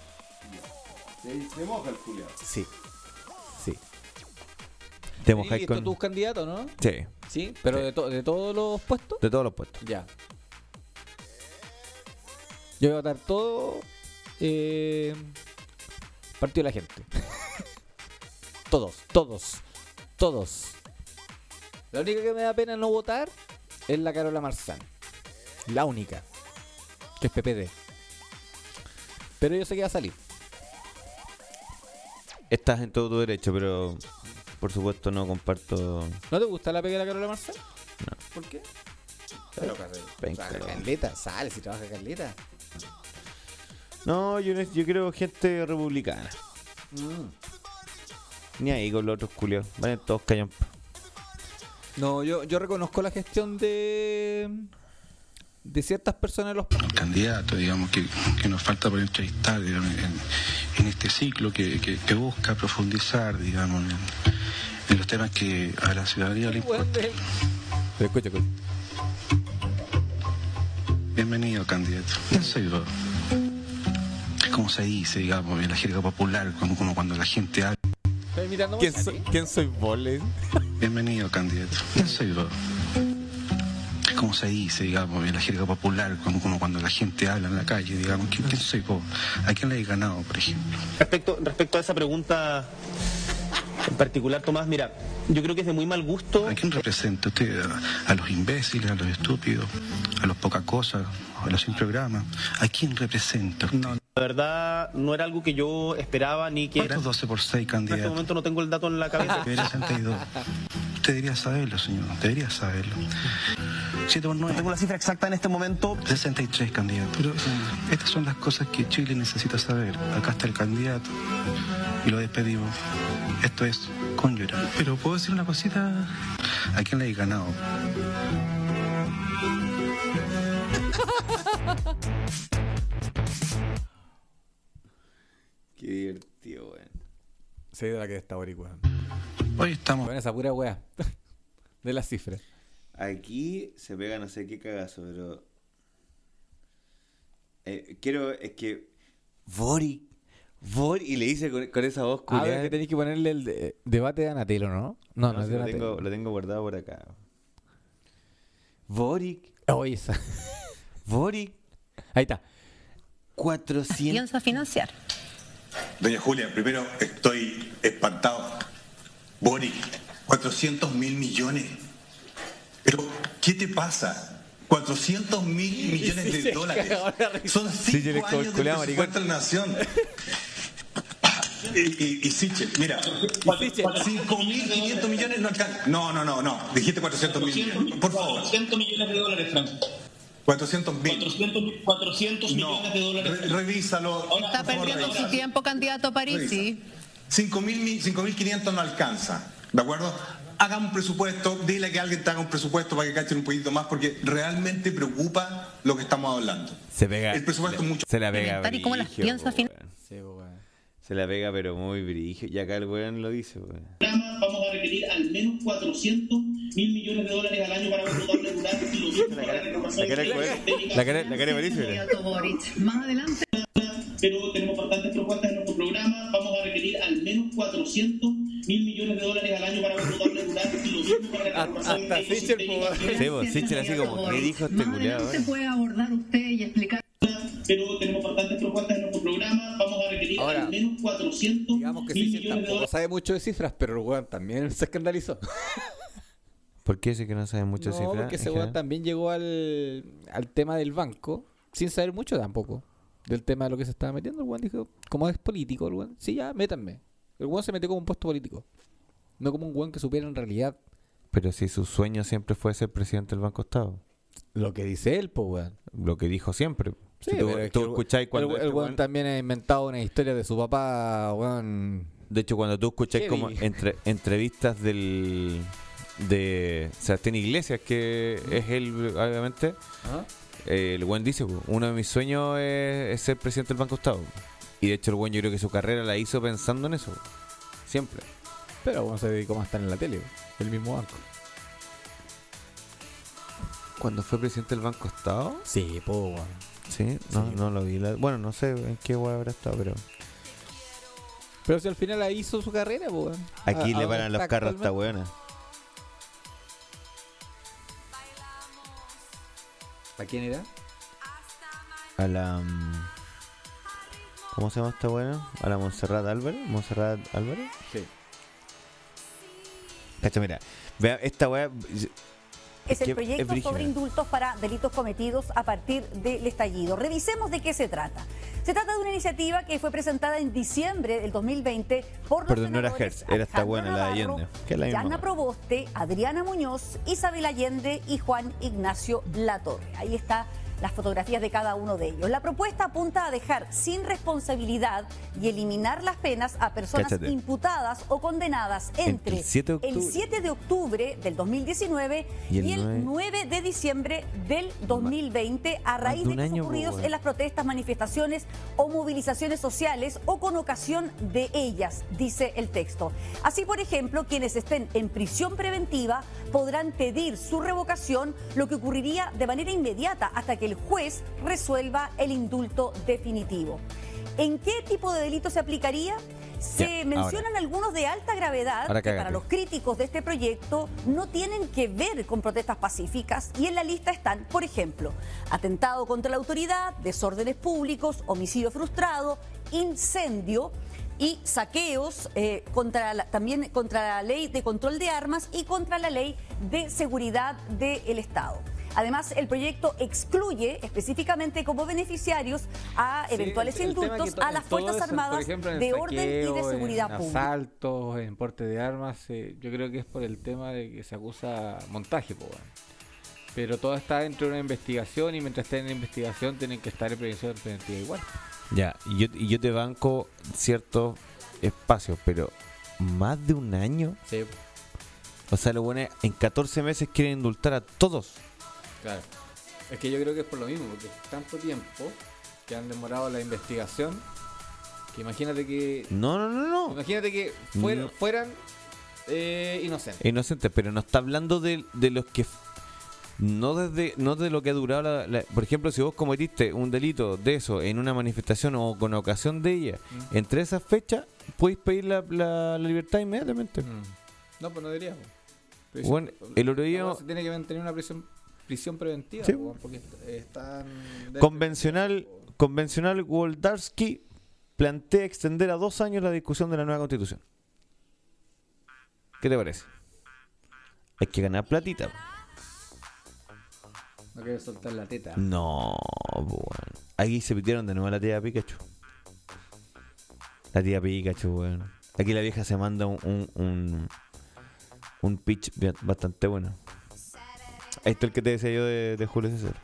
Se moja el culiao. Sí. Sí. Te ¿Y mojáis listo con... tus candidatos, no? Sí, Sí, pero Sí. De, to- de todos los puestos. de todos los puestos. Ya. Yo voy a votar todo. Eh, Partido de la gente. Todos, todos, todos. La única que me da pena no votar es la Carola Marzán. La única. Que es P P D. Pero yo sé que va a salir. Estás en todo tu derecho, pero por supuesto no comparto. ¿No te gusta la pega de la Carola Marzán? No. ¿Por qué? Pero Penca, trabaja no. Carleta, sale si trabaja Carleta. No, yo, no- yo creo gente republicana. Ni ahí con los otros culiados. Van todos callan. No, yo, yo reconozco la gestión de de ciertas personas en los candidato, digamos, que, que nos falta por entrevistar, digamos, en, en este ciclo que, que, que busca profundizar, digamos, en, en los temas que a la ciudadanía le importan. Escucha, escucha. Bienvenido, candidato. ¿Quién soy yo? Como se dice, digamos, en la jerga popular, como, como cuando la gente habla. ¿Estás imitando ¿Quién, mucho? soy, ¿Quién soy vos, le dice? Bienvenido, candidato. ¿Quién soy yo? Como se dice, digamos, en la jerga popular, como, como cuando la gente habla en la calle, digamos, ¿quién, quién soy vos? ¿A quién le he ganado, por ejemplo? Respecto, respecto a esa pregunta en particular, Tomás, mira, yo creo que es de muy mal gusto. ¿A quién representa usted? ¿A, a los imbéciles, a los estúpidos, a los poca cosa, a los sin programa? ¿A quién representa usted? No, la verdad, no era algo que yo esperaba ni que... ¿Cuántos doce por seis En este candidatos? momento no tengo el dato en la cabeza. sesenta y dos. Usted debería saberlo, señor. Debería saberlo. siete por nueve. Tengo la cifra exacta en este momento. sesenta y tres candidatos. Pero estas son las cosas que Chile necesita saber. Acá está el candidato. Y lo despedimos. Esto es con llorar. Pero puedo decir una cosita. ¿A quién le he ganado? Qué divertido, weón. Sí, de la que está Boric, weón. Hoy estamos. Con esa pura weá. De las cifras. Aquí se pega no sé qué cagazo, pero... Eh, quiero, es que... Boric, Boric, y le dice con, con esa voz A ver, culiada. que tenéis que ponerle el de- debate de Anatelo, ¿no? No, no, No, es sí, de lo, Anatelo. tengo, lo tengo guardado por acá. Boric, Oye, esa. Boric, Ahí está. cuatrocientos... Piensa financiar. Doña Julia, primero estoy espantado. Boric, cuatrocientos mil millones. Pero, ¿qué te pasa? cuatrocientos mil millones Sí, de se dólares. cagó la risa. Son Sí, yo le cinco años de calculaba, presupuesto de la nación. Y, y, y Sichel, mira, cinco mil quinientos millones no alcanza. No, no, no, no. Dijiste cuatrocientos mil. Por favor. cuatrocientos millones de dólares, Franco. cuatrocientos mil. cuatrocientos millones de dólares. Re- revísalo. Está perdiendo su tiempo, candidato Parisi. cinco mil quinientos no alcanza, ¿de acuerdo? Haga un presupuesto, dile que alguien te haga un presupuesto para que cachen un poquito más, porque realmente preocupa lo que estamos hablando. Se pega. El presupuesto es mucho. Se la pega Implementar y cómo las brigio, piensa po, fin- weón. Sí, weón. Se la pega pero muy brillo. Y acá el weón lo dice, weón. Vamos a requerir al menos cuatrocientos mil millones de dólares al año para agua potable rural y lo mismo para la renovación La cara de weón. La cara, la cara de Mauricio, mira. Más adelante. pero tenemos bastantes propuestas en nuestro programa. Vamos a requerir al menos cuatrocientos mil millones de dólares al año para agua potable rural y lo mismo para la renovación Hasta Sichel, Sí, vos, Sichel así como, ¿qué dijo este culiado? Se puede abordar usted y explicar. Pero tenemos bastantes propuestas en nuestro programa. Vamos a requerir Ahora, al menos cuatrocientos Digamos que mil sí, sí, millones de tampoco dólares. sabe mucho de cifras, pero el weón también se escandalizó. ¿Por qué ese que no sabe mucho No, cifras? porque ese en weón general? también llegó al, al tema del banco, sin saber mucho tampoco del tema de lo que se estaba metiendo. El weón dijo, como es político, el weón, sí, ya, métanme. El weón se metió como un puesto político, no como un weón que supiera en realidad Pero si su sueño siempre fue ser presidente del Banco Estado. lo que dice él, pues weón. Lo que dijo siempre. Sí, Si tú, pero es tú que el- escucháis cuando el, este el weón weón- también ha inventado una historia de su papá, weón. De hecho, cuando tú escucháis Heavy. como entre, entrevistas del de Sebastián Iglesias, que es él, obviamente, Ajá. eh, el buen dice, pues, uno de mis sueños es, es ser presidente del Banco Estado. Y de hecho el buen yo creo que su carrera la hizo pensando en eso. Siempre. Pero bueno, se dedicó más a estar en la tele, el mismo banco. ¿Cuando fue presidente del Banco Estado? Sí, pues weón. Sí, no, Sí. no lo vi. La- bueno, no sé en qué hueá habrá estado, pero Pero si al final ahí hizo su carrera, pues weón. aquí A- le a paran donde los está carros a esta actualmente. weona. ¿A quién era? A la... mm, ¿Cómo se llama esta buena? A la Montserrat Álvarez. Montserrat Álvarez. Sí. Cacha, mira. Vea, esta weá... Es que el proyecto brígida. sobre indultos para delitos cometidos a partir del estallido. Revisemos de qué se trata. Se trata de una iniciativa que fue presentada en diciembre del dos mil veinte por los Perdón, no era senadores Hertz, era esta Alejandro buena, la de Navarro, Allende. Que es la misma Yana weá. Proboste, Adriana Muñoz, Isabel Allende y Juan Ignacio Latorre. Ahí está las fotografías de cada uno de ellos. La propuesta apunta a dejar sin responsabilidad y eliminar las penas a personas Cáchate. imputadas o condenadas Entre entre el siete de el octubre. siete de octubre del dos mil diecinueve Y y el el, nueve nueve de diciembre del dos mil veinte a raíz de de un hechos año, ocurridos po, weón. en las protestas, manifestaciones o movilizaciones sociales o con ocasión de ellas, dice el texto. Así, por ejemplo, quienes estén en prisión preventiva podrán pedir su revocación, lo que ocurriría de manera inmediata hasta que el juez resuelva el indulto definitivo. ¿En qué tipo de delito se aplicaría? Se Ya, mencionan algunos de alta gravedad Ahora que para cágate. los críticos de este proyecto no tienen que ver con protestas pacíficas y en la lista están, por ejemplo, atentado contra la autoridad, desórdenes públicos, homicidio frustrado, incendio y saqueos, eh, contra la- también contra la ley de control de armas y contra la ley de seguridad del Estado. Además, el proyecto excluye específicamente como beneficiarios a Sí, eventuales el- el tema indultos que to- a en las todo Fuerzas eso, por Armadas ejemplo, en el de orden y de saqueo, seguridad en pública. asaltos, en porte de armas, eh, yo creo que es por el tema de que se acusa montaje, po, weón. Pero todo está dentro de una investigación y mientras esté en la investigación tienen que estar en previsión preventiva igual. Ya, y yo, y yo te banco ciertos espacios, pero más de un año. Sí. O sea, lo bueno es, en catorce meses quieren indultar a todos. Claro. Es que yo creo que es por lo mismo, porque es tanto tiempo que han demorado la investigación, que imagínate que... No, no, no, no. Imagínate que fuer- No. fueran eh, inocentes. Inocentes, pero no está hablando de, de los que... No desde no de lo que ha durado la, la- Por ejemplo, si vos cometiste un delito de eso en una manifestación o con ocasión de ella, Mm. entre esas fechas, podéis pedir la, la- la libertad inmediatamente. No, pues no diría. Pero Bueno, si- el otro la día- weá se tiene que mantener una prisión, prisión preventiva, Sí. po, weón, porque est- están... Convencional, convencional Woldarski plantea extender a dos años la discusión de la nueva constitución. ¿Qué te parece? Hay que ganar platita. No quiero soltar la teta. No, bueno. Aquí se pidieron de nuevo a la tía Pikachu. La tía Pikachu, weón. Aquí la vieja se manda un un, un, un pitch bien- bastante bueno. Ahí está el que te decía yo de, de Julio César.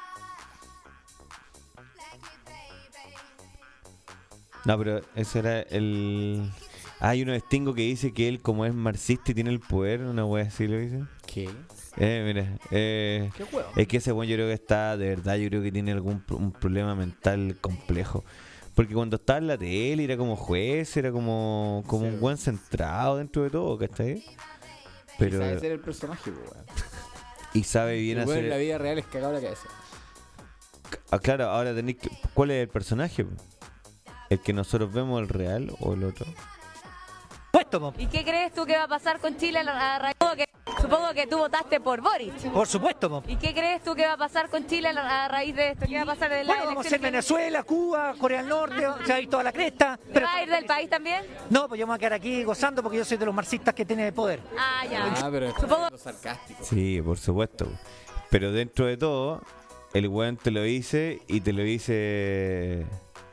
No, pero ese era el... Ah, hay uno de Stingo que dice que él, como es marxista y tiene el poder, una wea así lo dice. ¿Qué? Eh, mira, eh, ¿Qué huevo? es que ese buen yo creo que está, de verdad, yo creo que tiene algún pro- un problema mental complejo. Porque cuando estaba en la tele era como juez, era como, como un buen centrado dentro de todo, ¿cachai? Pero, Sabe ser el personaje, po, weón. y sabe bien El weón hacer... en la vida real es cagado la cabeza. Ah, claro, ahora tenéis que... ¿Cuál es el personaje? ¿El que nosotros vemos, el real o el otro? ¿Y qué crees tú que va a pasar con Chile a raíz de que Supongo que tú votaste por Boric. Por supuesto, po. ¿Y qué crees tú que va a pasar con Chile a raíz de esto? ¿Qué va a pasar en la Bueno, vamos a ser Venezuela, Cuba, Corea del Norte, se va a ir toda la cresta. ¿Te va a ir del país también? No, pues yo me voy a quedar aquí gozando porque yo soy de los marxistas que tiene poder. Ah, ya. Ah, pero es Supongo... sarcástico. Sí, por supuesto. Pero dentro de todo, el weón te lo dice y te lo dice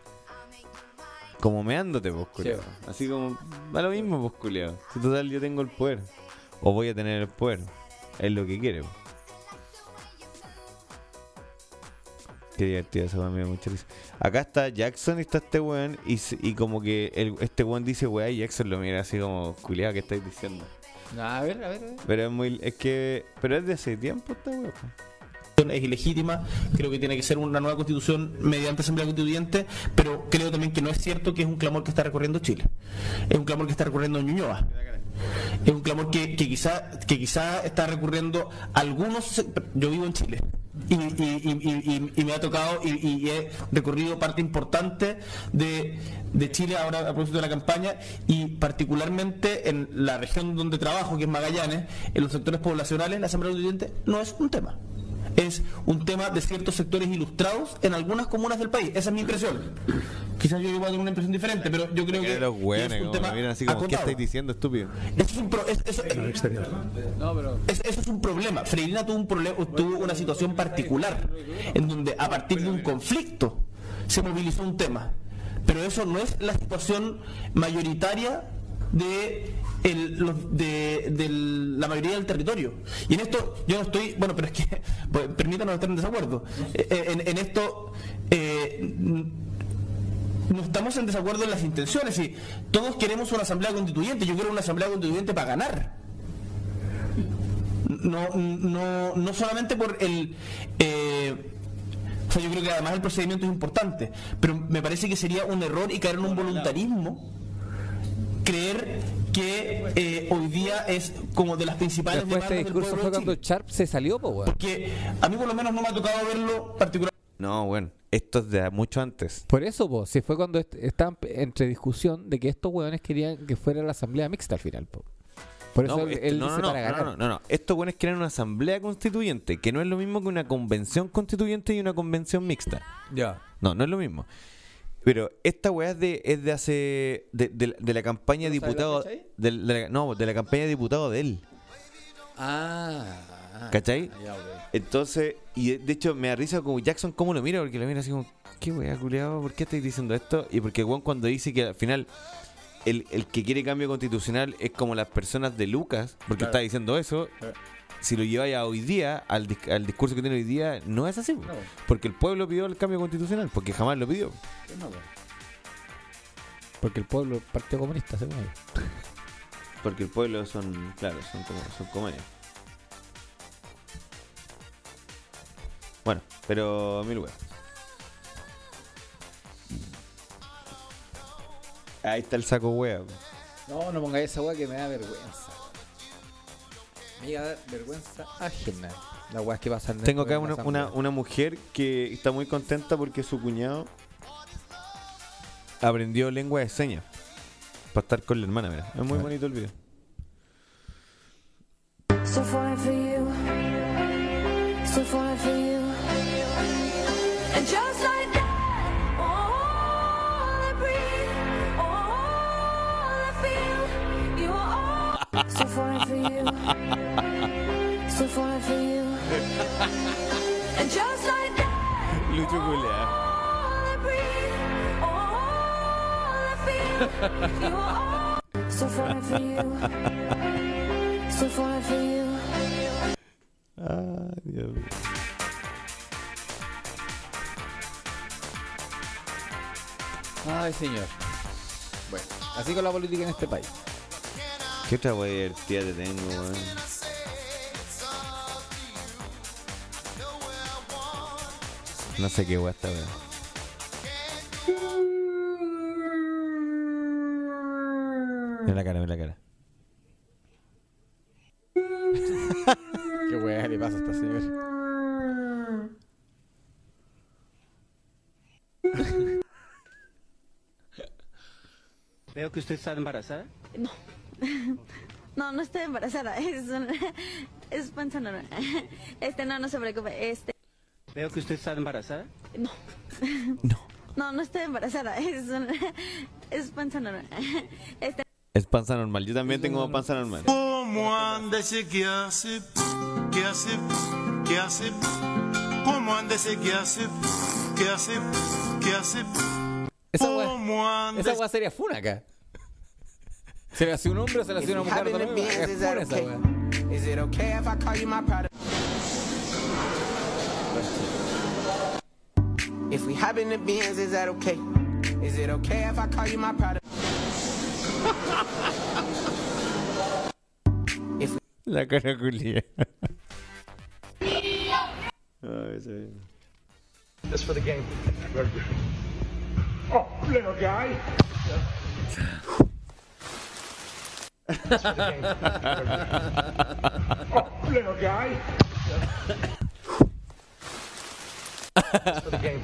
como meándote, pues, culiao. Sí. Así como, va lo mismo, pues, culiao. Si total yo tengo el poder, o voy a tener el poder, es lo que quiere, pues. Qué divertido esa weón, me da mucha risa. Acá está Jackson y está este weón, y, s- y como que el, este weón dice weá, y Jackson lo mira así como, culiao, ¿qué estáis diciendo? A ver, a ver, a ver. Pero es muy, es que, pero es de hace tiempo esta weón. Es ilegítima, creo que tiene que ser una nueva constitución mediante asamblea constituyente, pero creo también que no es cierto que es un clamor que está recorriendo Chile, es un clamor que está recorriendo Ñuñoa, es un clamor que, que quizá que quizá está recurriendo algunos sec- yo vivo en Chile y, y, y, y, y- y me ha tocado y, y he recorrido parte importante de, de Chile ahora a propósito de la campaña, y particularmente en la región donde trabajo, que es Magallanes, en los sectores poblacionales la asamblea constituyente no es un tema. Es un tema de ciertos sectores ilustrados en algunas comunas del país. Esa es mi impresión. Quizás yo voy a tener una impresión diferente, pero yo creo que los es weones, un como tema me miran así como, ¿qué acotado. estáis diciendo, estúpido? Eso es un, pro- es- eso- No, pero... es- eso es un problema. Freirina tuvo, un problema, tuvo una situación particular en donde a partir de un conflicto se movilizó un tema. Pero eso no es la situación mayoritaria de, el- los- de, de la mayoría del territorio. Y en esto yo no estoy, bueno, pero es que pues, permítanos estar en desacuerdo. Eh, eh, En, en esto eh, no estamos en desacuerdo en las intenciones. Y todos queremos una asamblea constituyente. Yo quiero una asamblea constituyente para ganar. No, no, no solamente por el... eh, o sea, yo creo que además el procedimiento es importante, pero me parece que sería un error y caer en un voluntarismo creer que eh, hoy día es como de las principales Después este demandas del discurso pueblo fue de cuando Chile. Sharp se salió, po, weón. Porque a mí por lo menos no me ha tocado verlo particular. No, bueno, esto es de mucho antes. Por eso, po, si fue cuando est- estaban pe- entre discusión de que estos weones querían que fuera la asamblea mixta al final, po. Por eso No, él, esto- él no, dice no, para no, ganar. no, no, no. Estos buenos quieren una asamblea constituyente, que no es lo mismo que una convención constituyente y una convención mixta. Ya. No, no es lo mismo. Pero esta weá es de, es de hace. de, de- de la campaña ¿No sabes la diputado. fecha ahí? del- de la- no, de la campaña de diputado de él. Ah. ¿Cachai? Ya, ok. Entonces, y de, de hecho me da risa como Jackson cómo lo mira, porque lo mira así como, ¿qué weá, culiado? ¿Por qué estáis diciendo esto? Y porque Juan cuando dice que al final el, el que quiere cambio constitucional es como las personas de Lucas, porque Claro. está diciendo eso, si lo lleváis a hoy día, al, dis- al discurso que tiene hoy día, no es así. po. No. Porque el pueblo pidió el cambio constitucional, porque jamás lo pidió. No, po. Porque el pueblo, el Partido Comunista, se mueve. Porque el pueblo son, claro, son como son comedias. Bueno, pero mil weas. Ahí está el saco wea. No, no pongáis esa weá que me da vergüenza. Me llega a dar vergüenza ajena. Las weas que pasan dentro Tengo acá de la una, asamblea. una, una mujer que está muy contenta porque su cuñado aprendió lengua de señas para estar con la hermana, mira. Es muy bonito el video. So fine for you, so fine for you, and just like that, all I breathe, all I feel, you are all so fine for you, so fine for you, and just like that, Lucho Culea. all I breathe, all I feel, you are all so fine for you, so fine for you. Ah, Dios mío. Ay, señor. Bueno, así con la política en este país. ¿Qué otra wea divertida te tengo, weón? No sé qué wea está, weón. Mira la cara, mira la cara. ¿Qué weá le pasa a esta señora? Veo que usted está embarazada. No. No, no estoy embarazada. Es, un- es panza normal. Este, no, no se preocupe. Este, Veo que usted está embarazada. no. No, no estoy embarazada. Es, un- es panza normal. Este, Es panza normal. Yo también tengo panza normal. ¿Cómo anda ese que hace? ¿Qué hace? ¿Qué hace? ¿Cómo anda ese que hace? ¿Qué hace? ¿Qué hace? Esa ¿Cómo weá, anda? esa weá sería funa acá. ¿Se le hace un hombre o se le hace una mujer? de nuevo? Es funa esa weá. Is it okay if I call you my product? If we hop in the Benz, is that okay? Is it okay if I call you my product? La cara culia. Just for the game. Oh, little guy. Just for the game. Oh, little guy. Just for the game.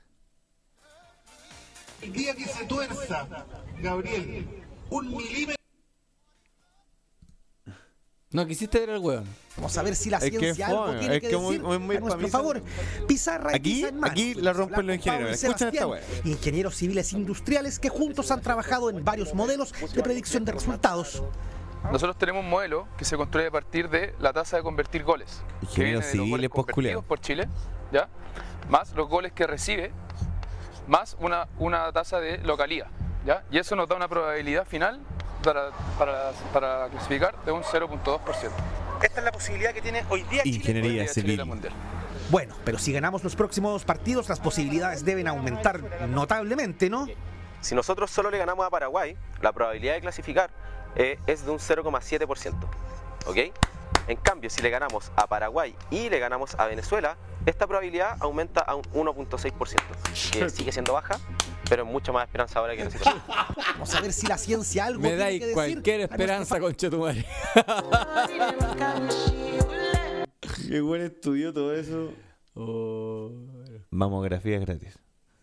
El día que se tuerza, Gabriel, un milímetro. No quisiste ver el weón. Vamos a ver si la Es que ciencia es algo fome, tiene es que que muy- decir muy- muy a nuestro pamisa. favor. Pizarra y Aquí- pizza en mano. aquí la Pudimos rompen hablar los con Pablo ingenieros. y Escuchen esta Sebastián, ingenieros civiles industriales que juntos han trabajado en varios modelos de predicción de resultados. Nosotros tenemos un modelo que se construye a partir de la tasa de convertir goles. Que viene Ingenieros de los civiles, goles pues, culiao. convertidos por Chile, ¿ya? Más los goles que recibe, más una, una tasa de localía, ¿ya? Y eso nos da una probabilidad final para, para, para clasificar de un cero punto dos por ciento. Esta es la posibilidad que tiene hoy día Ingeniería civil. Bueno, pero si ganamos los próximos partidos, las posibilidades deben aumentar notablemente, ¿no? Si nosotros solo le ganamos a Paraguay, la probabilidad de clasificar eh, es de un cero coma siete por ciento. ¿Ok? En cambio, si le ganamos a Paraguay y le ganamos a Venezuela, esta probabilidad aumenta a un uno punto seis por ciento, que sigue siendo baja, pero es mucho más esperanzadora que nosotros. Vamos a ver si la ciencia algo Me tiene dais que decir cualquier a nuestro esperanza, conchetumare. Qué buen estudió todo eso. Mamografía gratis.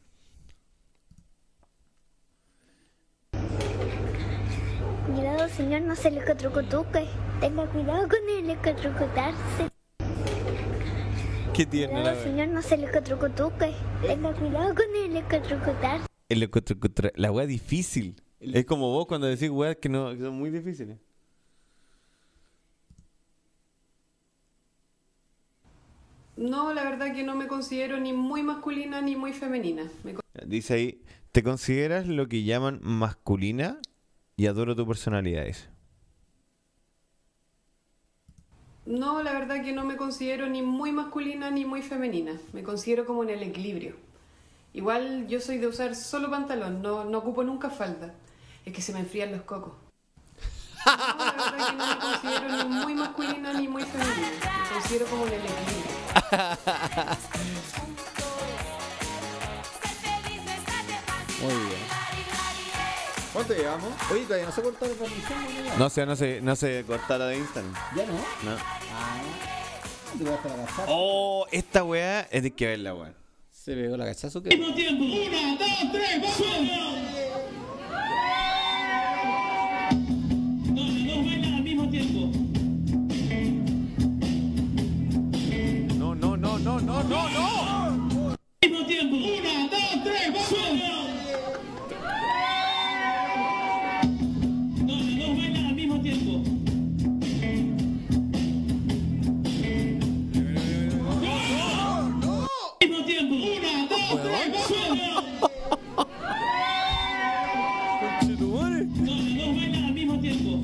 Cuidado, señor, no se electrocutuque. Tenga cuidado con electrocutarse. Qué tierna la Cuidado, wea. señor, no se electrocutuque. Tenga cuidado con electrocutarse. El electrocutra- La wea difícil. Es como vos cuando decís weas que, no, que son muy difíciles. No, la verdad que no me considero ni muy masculina ni muy femenina. Me con- Dice ahí, ¿te consideras lo que llaman masculina? Y adoro tu personalidad. Dice. No, la verdad que no me considero ni muy masculina ni muy femenina. Me considero como en el equilibrio. Igual yo soy de usar solo pantalón, no, no ocupo nunca falda. Es que se me enfrían los cocos. No, la verdad que no me considero ni muy masculina ni muy femenina. Me considero como en el equilibrio. Muy bien. ¿Cuánto llevamos? Oye, todavía no se cortó la transmisión. ¿No? No sé, no sé, no se corta la de Instagram. ¿Ya no? No. Ah, te voy a hacer agachar. Oh, esta weá es de que verla, weá. Se pegó la cachazo que. Mismo tiempo. Una, dos, tres, vamos. No, las dos bailan al mismo tiempo. No, no, no, no, no, no, no. Mismo tiempo. Una, dos, tres, vamos. No, las dos bailan al mismo tiempo. Mismo tiempo. Una, dos, tres, vamos. No, las dos bailan al mismo tiempo.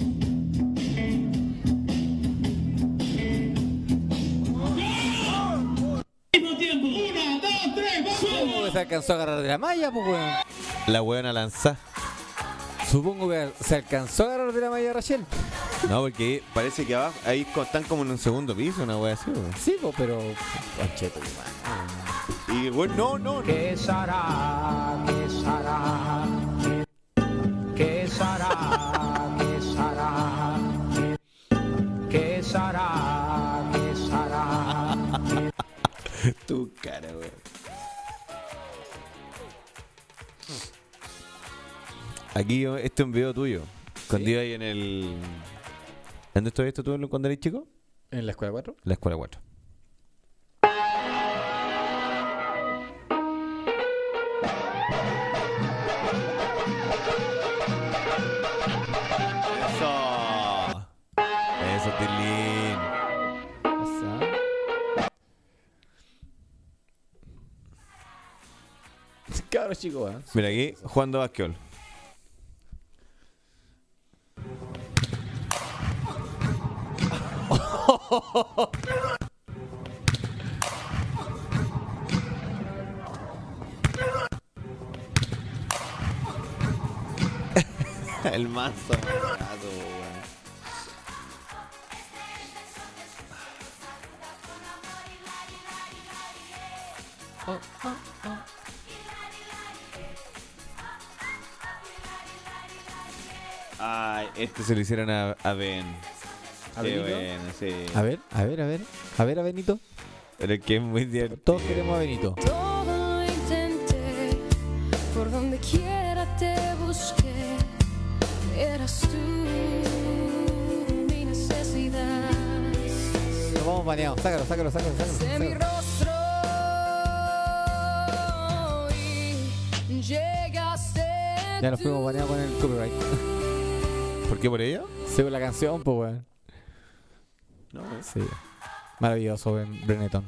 Mismo tiempo. Una, dos, tres, vamos. Supongo que se alcanzó a agarrar de la malla, pues, weón. La weona lanza. Supongo que se alcanzó a agarrar de la malla Rachel. No, porque parece que abajo, ahí co- están como en un segundo piso, una wea así, weón. Sí, pues, pero. Concheto, Y bueno, no, no, no. ¿Qué será? ¿Qué será? ¿Qué será? ¿Qué será? ¿Qué será? ¿Qué será? Tu cara, weón. Aquí yo- este es un video tuyo. Escondido ahí en el. ¿Dónde estuviste tú cuando eres chico? ¿En la escuela cuatro? La escuela cuatro. Eso. Eso, Tilín. Cabros chicos, ¿eh? Mira aquí, jugando basquetbol. El mazo. Barato, weón. Oh, oh, oh. Ay, este se lo hicieron a, a Ben. ¿A Qué Benito? bueno, sí. A ver, a ver, a ver. A ver a Benito. Pero es que es muy divertido. Todos queremos a Benito. Todo lo intenté, por donde quiera te busqué. Eras tú mi necesidad. Nos vamos baneados. Sácalo, sácalo, sácalo, sácalo. De mi sácalo. rostro y llegaste. Ya nos fuimos baneados con el copyright. ¿Por qué por ello? Sí, por la canción, pues, weón. No, eh. Sí. Maravilloso, Ben Breneton.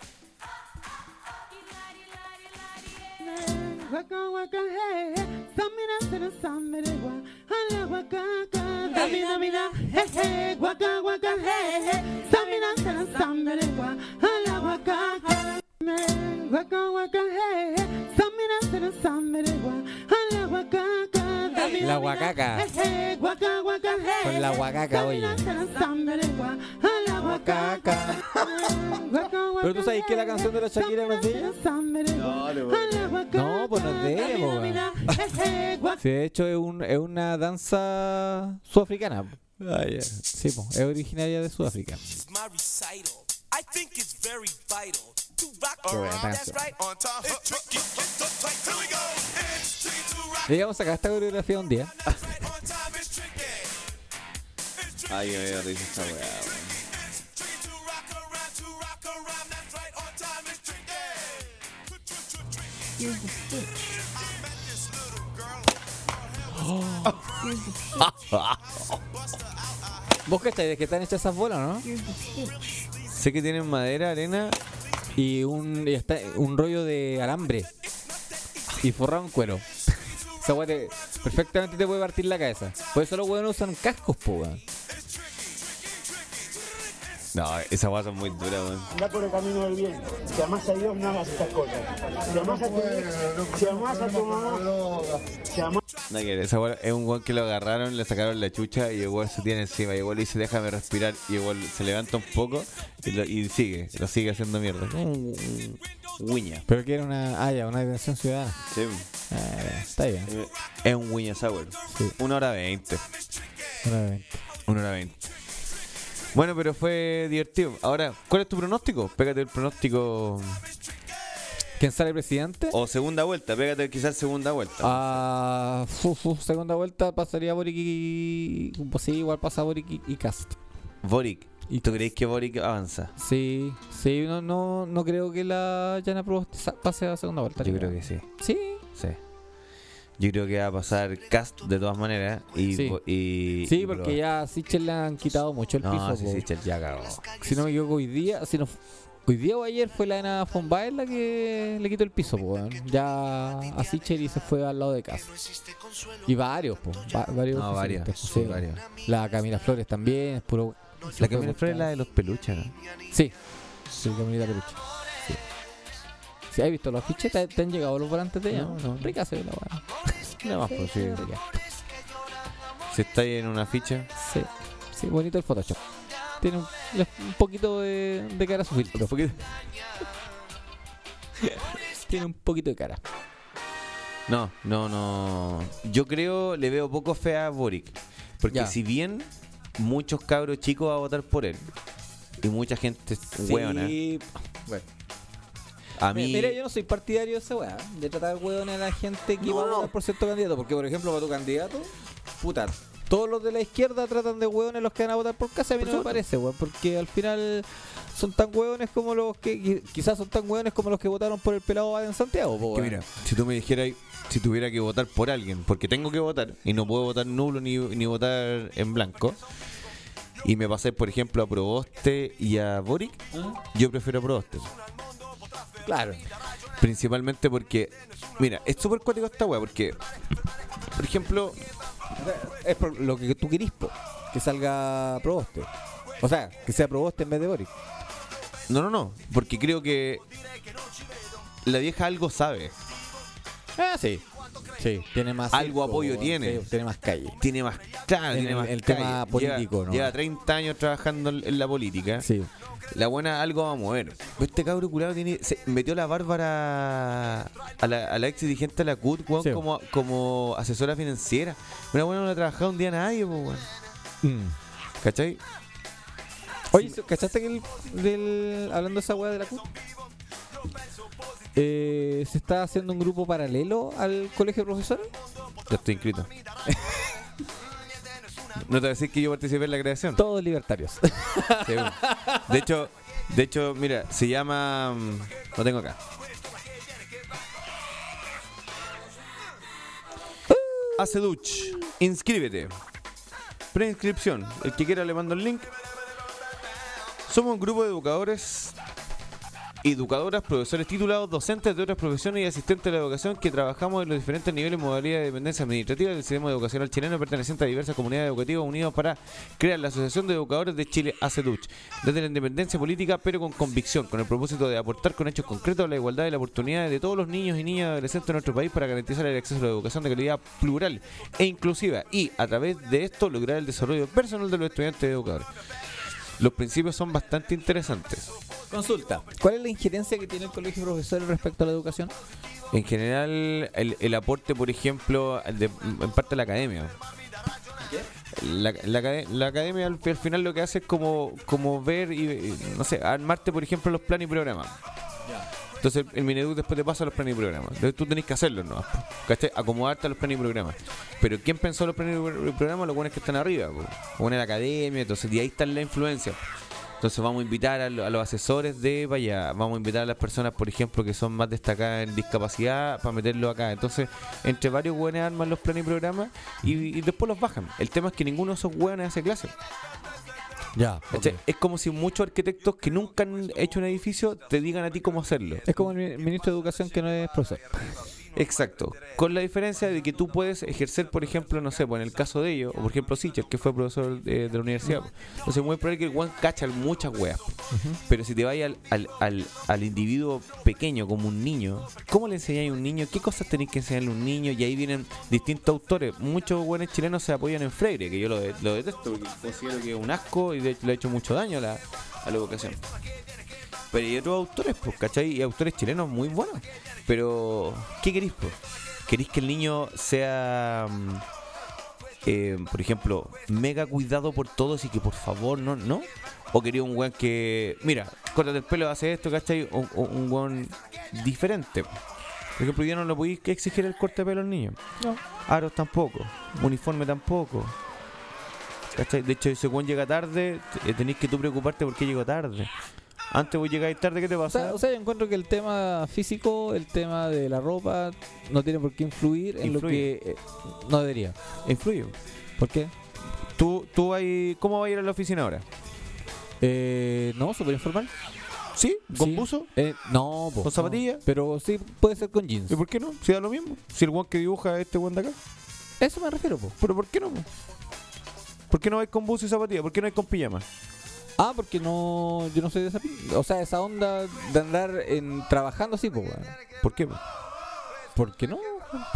Waka waka hey, samina sera samere wa, hala waka ka, samina mina hey hey, waka waka hey hey, samina sera samere wa, hala waka ka, waka waka hey, samina sera samere wa, hala waka ka, La huacaca. waka waka hey, Con la huacaca, oye. hala waka ka. Pero tú sabes que la canción de la Shakira no es de ella. No, no, No, pues no es de ella, po, weón. Sí, de hecho es, un, es una danza sudafricana. Ah, yeah. Sí, po, es originaria de Sudáfrica. Qué buena canción. Llegamos acá a esta coreografía un día. Ay, me dio risa esta weá, weón. ¿Vos cachai de qué están hechas esas bolas, no? Sé que tienen madera, arena. Y un, y está, un rollo de alambre. Y forrado en cuero. Esa weá te- perfectamente te puede partir la cabeza. Por eso los weones usan cascos, po, weón. No, esas weas son muy duras, weón. Anda por el camino del bien. Si amas a Dios, no hagas estas cosas. Si amas a tu, si amas a tu mamá, si amas... No, que esa weá es un weón que lo agarraron, le sacaron la chucha y igual se tiene encima. Y igual le dice, déjame respirar. Y igual se levanta un poco y, lo- y sigue, lo sigue haciendo mierda. Un- un Wiña. Pero que era una. Ah, ya, una detención ciudadana. Sí. Ah, está bien. Eh, Es un Wiña Sour. Sí. Una hora veinte. Una de veinte. Una hora veinte. Bueno, pero fue divertido. Ahora, ¿cuál es tu pronóstico? Pégate el pronóstico. ¿Quién sale presidente? O segunda vuelta, pégate quizás segunda vuelta. Ah, fu, fu, segunda vuelta pasaría Boric y. Pues sí, igual pasa Boric y, y Cast. Boric. ¿Y tú crees que Boric avanza? Sí, sí, no, no, no creo que la Yana Proboste sa- pase a segunda vuelta. Yo creo que sí. Sí. Sí. Yo creo que va a pasar Cast de todas maneras. Y, Sí. y, Sí, y porque Proboste. ya a Sichel le han quitado mucho el No, piso. sí, po. Sichel ya cagó. Si no me equivoco, hoy día, si no, hoy día o ayer fue la Ana von Baer la que le quitó el piso, po, weón. Ya a Sichel y se fue al lado de casa. Y varios, po, va- varios. No, varios, presidentes, sí, sí. varios. La Camila Flores también, es puro. La Camila Flores es la de los peluches, ¿no? Sí, sí, Camila Peluche. Sí. Sí, ¿has visto los afiches? ¿Te, te han llegado los volantes de ella? No, no. Rica se ve la weá. Nada más, pues sí. Rica. Si está ahí en una ficha. Sí, sí, bonito el Photoshop. Tiene un, un poquito de, de cara a su filtro. Un poquito. Tiene un poquito de cara. No, no, no. Yo creo, le veo poco fea a Boric. Porque Ya. si bien muchos cabros chicos van a votar por él y mucha gente hueona, Sí, bueno. a mí. Mira, yo no soy partidario de esa weá, de tratar hueones a la gente que va a votar por cierto candidato. Porque, por ejemplo, para tu candidato, puta, todos los de la izquierda tratan de hueones los que van a votar por casa, a mí Por no me supuesto. parece, weón, porque al final son tan hueones como los que, qui- quizás son tan hueones como los que votaron por el pelado Bad en Santiago, po, Que weón. mira, si tú me dijeras, si tuviera que votar por alguien, porque tengo que votar y no puedo votar nulo ni, ni votar en blanco, y me pasé, por ejemplo, a Proboste y a Boric, yo prefiero a Proboste. Claro. Principalmente porque, mira, es súper cuático esta weá, porque, por ejemplo, Es por lo que tú querís, po, que salga Proboste. O sea, que sea Proboste en vez de Boric. no, no, no, porque creo que la vieja algo sabe. Ah, sí. Sí, tiene más Algo circo, apoyo weón, tiene. sí, tiene más calle. Tiene más, claro, En tiene el- más el calle. tema político, lleva, ¿no? lleva treinta años trabajando en en la política. Sí. La buena algo va a mover. Este cabro curado tiene, se metió la Bárbara a la, a la ex dirigente de la C U T, weón, Sí. como, como asesora financiera. Una buena no la ha trabajado un día nadie, po, weón. Mm. ¿Cachai? Oye, ¿cachaste que el, del, hablando de esa weá de la C U T? Eh, se está haciendo un grupo paralelo al colegio de profesores. Ya estoy inscrito. No te voy a decir que yo participé en la creación. Todos libertarios. Sí, bueno. De hecho, de hecho, mira, se llama. mm, Lo tengo acá. Aceduch, inscríbete. Preinscripción. El que quiera le mando el link. Somos un grupo de educadores, educadoras, profesores titulados, docentes de otras profesiones y asistentes de la educación que trabajamos en los diferentes niveles y modalidades de dependencia administrativa del sistema educacional chileno perteneciente a diversas comunidades educativas unidos para crear la Asociación de Educadores de Chile, ACEDUCH, desde la independencia política pero con convicción, con el propósito de aportar con hechos concretos la igualdad y la oportunidad de todos los niños y niñas adolescentes de nuestro país para garantizar el acceso a la educación de calidad plural e inclusiva y a través de esto lograr el desarrollo personal de los estudiantes y educadores. Los principios son bastante interesantes. Consulta. ¿Cuál es la injerencia que tiene el colegio de profesores respecto a la educación? En general, el, el aporte, por ejemplo, de, en parte de la academia. La, la, acade- la academia al, al final lo que hace es como, como ver y, y, no sé, armarte, por ejemplo, los planes y programas. Entonces el Mineduc después te pasa los planes y programas. Entonces tú tenés que hacerlos, ¿no? ¿Cachai? Acomodarte a los planes y programas. Pero ¿quién pensó los planes y programas? Los buenos que están arriba, po. Los buenos de la academia. Entonces de ahí está la influencia. Entonces vamos a invitar a, lo- a los asesores de vaya, vamos a invitar a las personas, por ejemplo, que son más destacadas en discapacidad para meterlo acá. Entonces, entre varios hueones arman los planes y programas y, y después los bajan. El tema es que ninguno de esos hueones hace clase. Ya. ¿Cachai? Es como si muchos arquitectos que nunca han hecho un edificio te digan a ti cómo hacerlo. Es como el mi- ministro de Educación que no es profesor. Exacto, con la diferencia de que tú puedes ejercer, por ejemplo, no sé, pues en el caso de ellos, o por ejemplo Sicher, que fue profesor de, de la universidad, pues. Entonces muy probable que el Juan cacha muchas weas, pues. Pero si te vayas al, al, al, al individuo pequeño, como un niño, ¿cómo le enseñáis a un niño? ¿Qué cosas tenéis que enseñarle a un niño? Y ahí vienen distintos autores. Muchos buenos chilenos se apoyan en Freire, que yo lo, de- lo detesto, porque considero que es un asco y de hecho le ha hecho mucho daño a la, a la educación. Pero hay otros autores, pues, ¿cachai? Y autores chilenos muy buenos. Pero, ¿qué queréis, pues? ¿Queréis que el niño sea, mm, eh, por ejemplo, mega cuidado por todos y que por favor no, no? ¿O quería un weón que, mira, córtate el pelo, hace esto, ¿cachai? O, o un weón diferente. Por ejemplo, ya no le podéis exigir el corte de pelo al niño. No. Aros tampoco. Uniforme tampoco. ¿Cachai? De hecho, ese weón llega tarde, eh, tenéis que tú preocuparte porque llegó tarde. Antes vos llegáis tarde, ¿qué te O pasa? sea, o sea, yo encuentro que el tema físico, el tema de la ropa, no tiene por qué influir en lo Influye. que eh, no debería. Influye. ¿Por qué? ¿Tú, tú hay, ¿Cómo vas a ir a la oficina ahora? Eh, no, súper informal. ¿Sí? ¿Con Sí. buzo? Eh, no, po, ¿Con zapatillas? no. Pero sí, puede ser con jeans. ¿Y por qué no? Si da lo mismo. Si el weón que dibuja es este weón de acá. Eso me refiero, po. ¿Pero por qué no? po? ¿Por qué no vais con buzo y zapatillas? ¿Por qué no hay con pijama? Ah, porque no, yo no soy de esa, pi- o sea, esa onda de andar en, trabajando así, pues, weón. ¿Por qué? po? ¿Por qué no?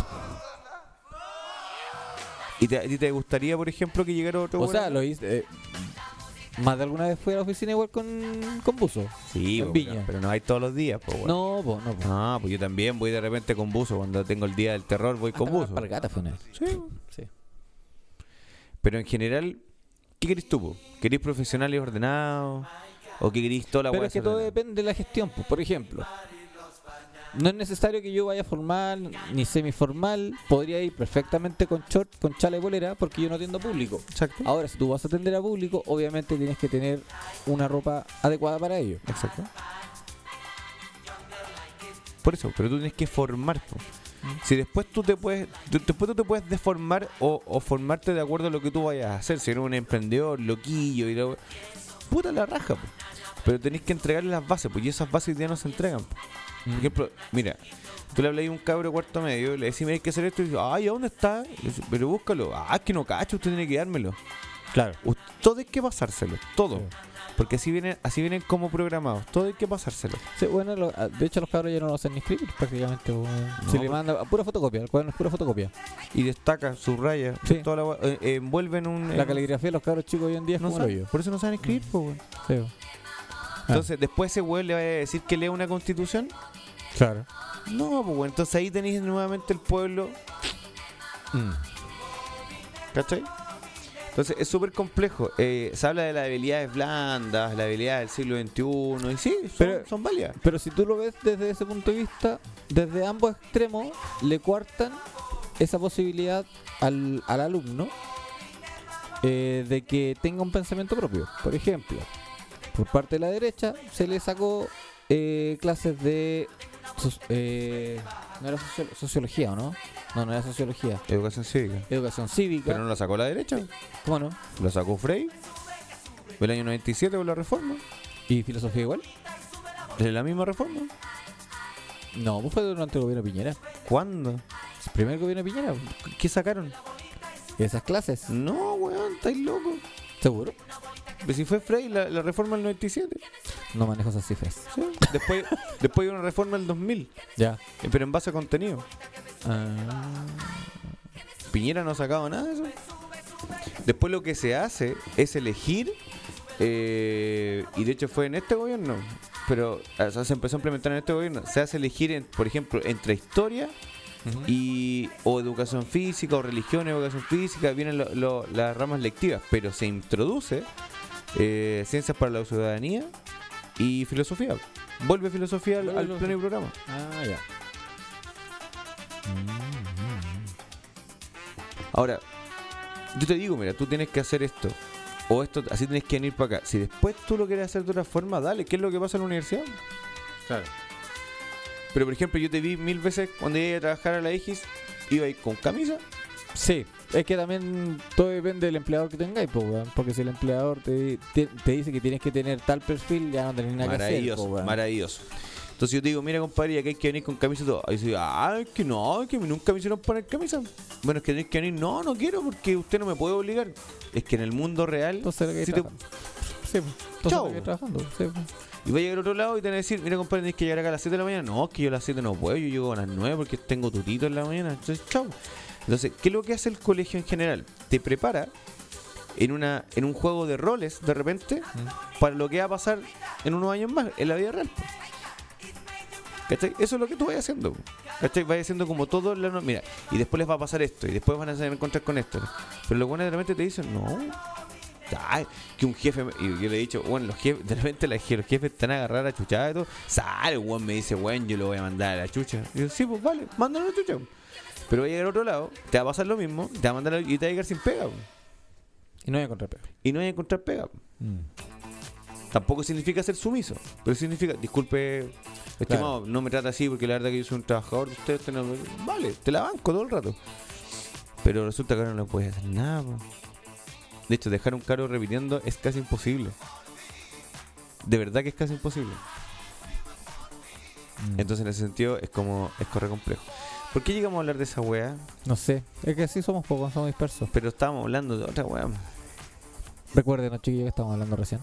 ¿Y te, a ti te gustaría, por ejemplo, que llegara otro O weón? sea, lo hice, eh, más de alguna vez fui a la oficina igual con, con buzo. Sí, en po, Viña. pero, pero no hay todos los días, po, weón. No, pues, no, pues. Ah, pues yo también voy de repente con buzo. Cuando tengo el día del terror voy con buzo. Alpargata fue una vez. Sí. Sí. Pero en general, ¿qué querés tú, po? ¿Querés profesionales ordenados? ¿O qué querés toda la Pero weá es que todo desordenada? depende de la gestión, pues. Por ejemplo, no es necesario que yo vaya formal ni semiformal, podría ir perfectamente con short, con chala y bolera, porque yo no atiendo a público. Exacto. Ahora, si tú vas a atender a público, obviamente tienes que tener una ropa adecuada para ello. Exacto. Por eso, pero tú tienes que formar, po. Si después tú te puedes, tú- después tú te puedes deformar o, o formarte de acuerdo a lo que tú vayas a hacer. Si eres un emprendedor, loquillo y lo, puta la raja, po. Pero tenés que entregarle las bases, pues, y esas bases ya no se entregan, po. Por ejemplo, mira, tú le hablas a un cabro de cuarto medio, le decís, mira, hay que hacer esto, y dice, ay, ¿a dónde está? Y dice, pero búscalo. Ah, es que no cacho, usted tiene que dármelo. Claro. U- Todo hay que pasárselo, todo. Porque así vienen, así vienen como programados, todo hay que pasárselo. Sí, bueno, lo- de hecho los cabros ya no lo hacen ni escribir prácticamente. weón. No, Se le pues- manda a pura fotocopia, el cuaderno es pura fotocopia. Y destaca, subraya, Sí. toda la, gua- eh, eh, envuelven un... La eh, caligrafía de los cabros chicos hoy en día es no como lo saben, yo. por eso no saben escribir, pues, weón. Sí, weón. Entonces, después ese weón le va a decir que lea una constitución. Claro. No, pues, weón, entonces ahí tenéis nuevamente el pueblo. ¿Cachai? Entonces es súper complejo. Eh, se habla de las habilidades blandas, la habilidad del siglo veintiuno, y sí, son, Pero- son válidas. Pero si tú lo ves desde ese punto de vista, desde ambos extremos le cuartan esa posibilidad al, al alumno eh, de que tenga un pensamiento propio. Por ejemplo, por parte de la derecha se le sacó eh, clases de soci- eh, no era socio- sociología, ¿o no? No, no era sociología. Educación cívica. Educación cívica. Pero no la sacó la derecha. ¿Cómo no? La sacó Frey. El año noventa y siete con la reforma. ¿Y filosofía igual? ¿De la misma reforma? No, pues fue durante el gobierno de Piñera. ¿Cuándo? El primer gobierno de Piñera. ¿Qué sacaron? Esas clases. No, weón, estáis locos. ¿Seguro? Pero si fue Frey, la, la reforma del noventa y siete. No manejo esas cifras. Sí. Después, después hay una reforma del dos mil. Ya. Eh, Pero en base a contenido. Ah. Piñera no ha sacado nada de eso. Después lo que se hace es elegir, eh, y de hecho fue en este gobierno, pero o sea, se empezó a implementar en este gobierno, se hace elegir, en, por ejemplo, entre historia y o educación física o religión, educación física, vienen lo- lo- las ramas lectivas, pero se introduce eh, ciencias para la ciudadanía y filosofía. Vuelve filosofía al, al pleno y programa. Ah, ya. Ahora, yo te digo, mira, tú tienes que hacer esto. O esto, así tienes que venir para acá. Si después tú lo quieres hacer de otra forma, dale. ¿Qué es lo que pasa en la universidad? Claro. Pero, por ejemplo, yo te vi mil veces cuando iba a trabajar a la X, iba a ir con camisa. Sí, es que también todo depende del empleador que tengáis, po, weón. Porque si el empleador te, te, te dice que tienes que tener tal perfil, ya no tenés nada que hacer. Maravilloso, po, weón. maravilloso. Entonces yo te digo, mira, compadre, aquí hay que venir con camisa y todo. Ahí dice, ah, es que no, es que nunca me hicieron poner camisa. Bueno, es que tenés que venir. No, no quiero porque usted no me puede obligar. Es que en el mundo real... Entonces lo que hay si te- trabajando. Sí, pues. Entonces Chao. lo que hay trabajando. Sí, pues. Y va a llegar al otro lado y te van a decir, mira, compadre, tenés que llegar acá a las siete de la mañana. No, es que yo a las siete no puedo, yo llego a las nueve porque tengo tutito en la mañana. Entonces, chao. Entonces, ¿qué es lo que hace el colegio en general? Te prepara en una en un juego de roles, de repente, para lo que va a pasar en unos años más, en la vida real. po. ¿Cachai? Eso es lo que tú vas haciendo. po. ¿Cachai? Vas haciendo como todo. La no- Mira, y después les va a pasar esto, y después van a encontrar con esto. Pero los buenos de repente te dicen, no. Ay, que un jefe, me- y yo le he dicho, bueno, los jefes, de repente la- los jefes están a agarrar a chuchada y todo. Sale, weón, me dice, bueno, yo lo voy a mandar a la chucha. Y yo, sí, pues vale, mándalo a la chucha. Pero va a llegar a otro lado, te va a pasar lo mismo, te va a mandar a- y te va a llegar sin pega. po. Y no hay a encontrar pega. Y no hay a encontrar pega. po. Tampoco significa ser sumiso, pero significa, disculpe, estimado, Claro. no me trata así porque la verdad que yo soy un trabajador de usted, usted no- vale, te la banco todo el rato. Pero resulta que ahora no puedes hacer nada. po. De hecho, dejar un carro repitiendo es casi imposible. De verdad que es casi imposible. Entonces, en ese sentido, es como, es corre complejo. ¿Por qué llegamos a hablar de esa weá? No sé, es que así somos pocos, somos dispersos. Pero estábamos hablando de otra weá. Recuerden, ¿no, chiquillos, que estamos hablando recién?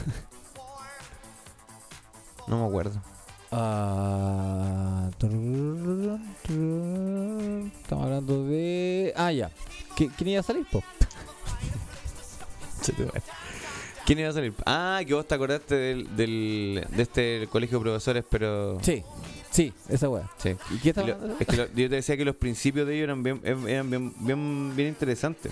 No me acuerdo. Ah, trrr, trrr, estamos hablando de... Ah, ya. ¿Qui- ¿Quién iba a salir, po? ¿Quién iba a salir? Ah, que vos te acordaste del, del, de este colegio de profesores, pero... Sí, sí, esa weá. Sí. ¿Y qué está Y lo- hablando? es que lo- yo te decía que los principios de ellos eran bien, eran bien, bien, bien interesantes.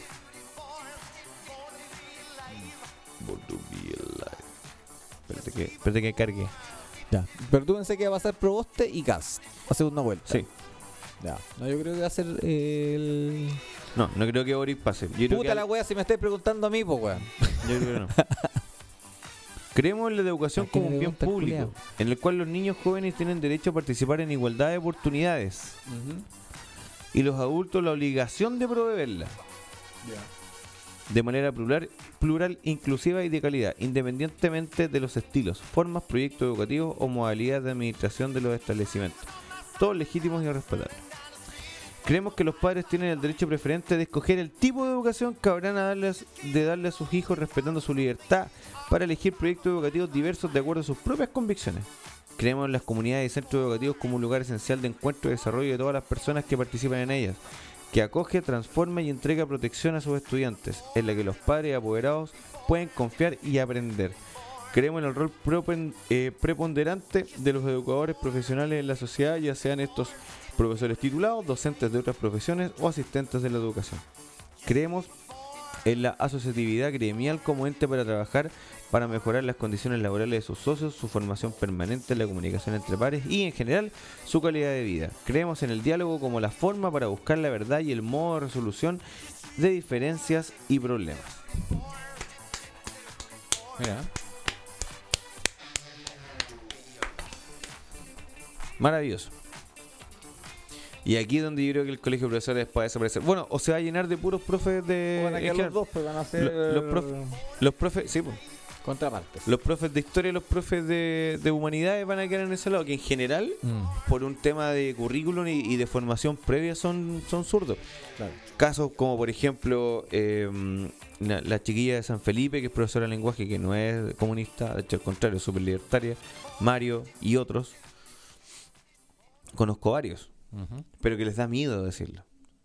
Born to be alive. Espérate que, espérate que cargue. Ya. Pero tú pensé que iba a pasar Proboste y Cast a segunda vuelta. Sí. Ya. No, yo creo que va a ser el. No, no creo que Boric pase. Yo creo Puta que la wea, si me estáis preguntando a mí, pues weón. Yo creo que no. Creemos en la educación ¿A quién como le un bien pregunta el público, culiao? en el cual los niños jóvenes tienen derecho a participar en igualdad de oportunidades y los adultos la obligación de proveerla de manera plural, plural, inclusiva y de calidad, independientemente de los estilos, formas, proyectos educativos o modalidades de administración de los establecimientos, todos legítimos y respetables. Creemos que los padres tienen el derecho preferente de escoger el tipo de educación que habrán a darles, de darle a sus hijos, respetando su libertad para elegir proyectos educativos diversos de acuerdo a sus propias convicciones. Creemos en las comunidades y centros educativos como un lugar esencial de encuentro y desarrollo de todas las personas que participan en ellas, que acoge, transforma y entrega protección a sus estudiantes, en la que los padres y apoderados pueden confiar y aprender. Creemos en el rol propen- eh, preponderante de los educadores profesionales en la sociedad, ya sean estos profesores titulados, docentes de otras profesiones o asistentes de la educación. Creemos en la asociatividad gremial como ente para trabajar para mejorar las condiciones laborales de sus socios, su formación permanente, la comunicación entre pares y, en general, su calidad de vida. Creemos en el diálogo como la forma para buscar la verdad y el modo de resolución de diferencias y problemas. Mira. Maravilloso. Y aquí es donde yo creo que el colegio de profesores puede desaparecer. Bueno, o se va a llenar de puros profes de... O van a quedar en los dos, pues van a ser Lo- los, profe- los profes, sí, pues. contrapartes. Los profes de historia y los profes de, de humanidades van a quedar en ese lado, que en general, Mm. por un tema de currículum y, y de formación previa, son, son zurdos. Claro. Casos como, por ejemplo, eh, la, la chiquilla de San Felipe, que es profesora de lenguaje, que no es comunista, de hecho, al contrario, es súper libertaria. Mario y otros. Conozco varios, Ujú. pero que les da miedo decirlo.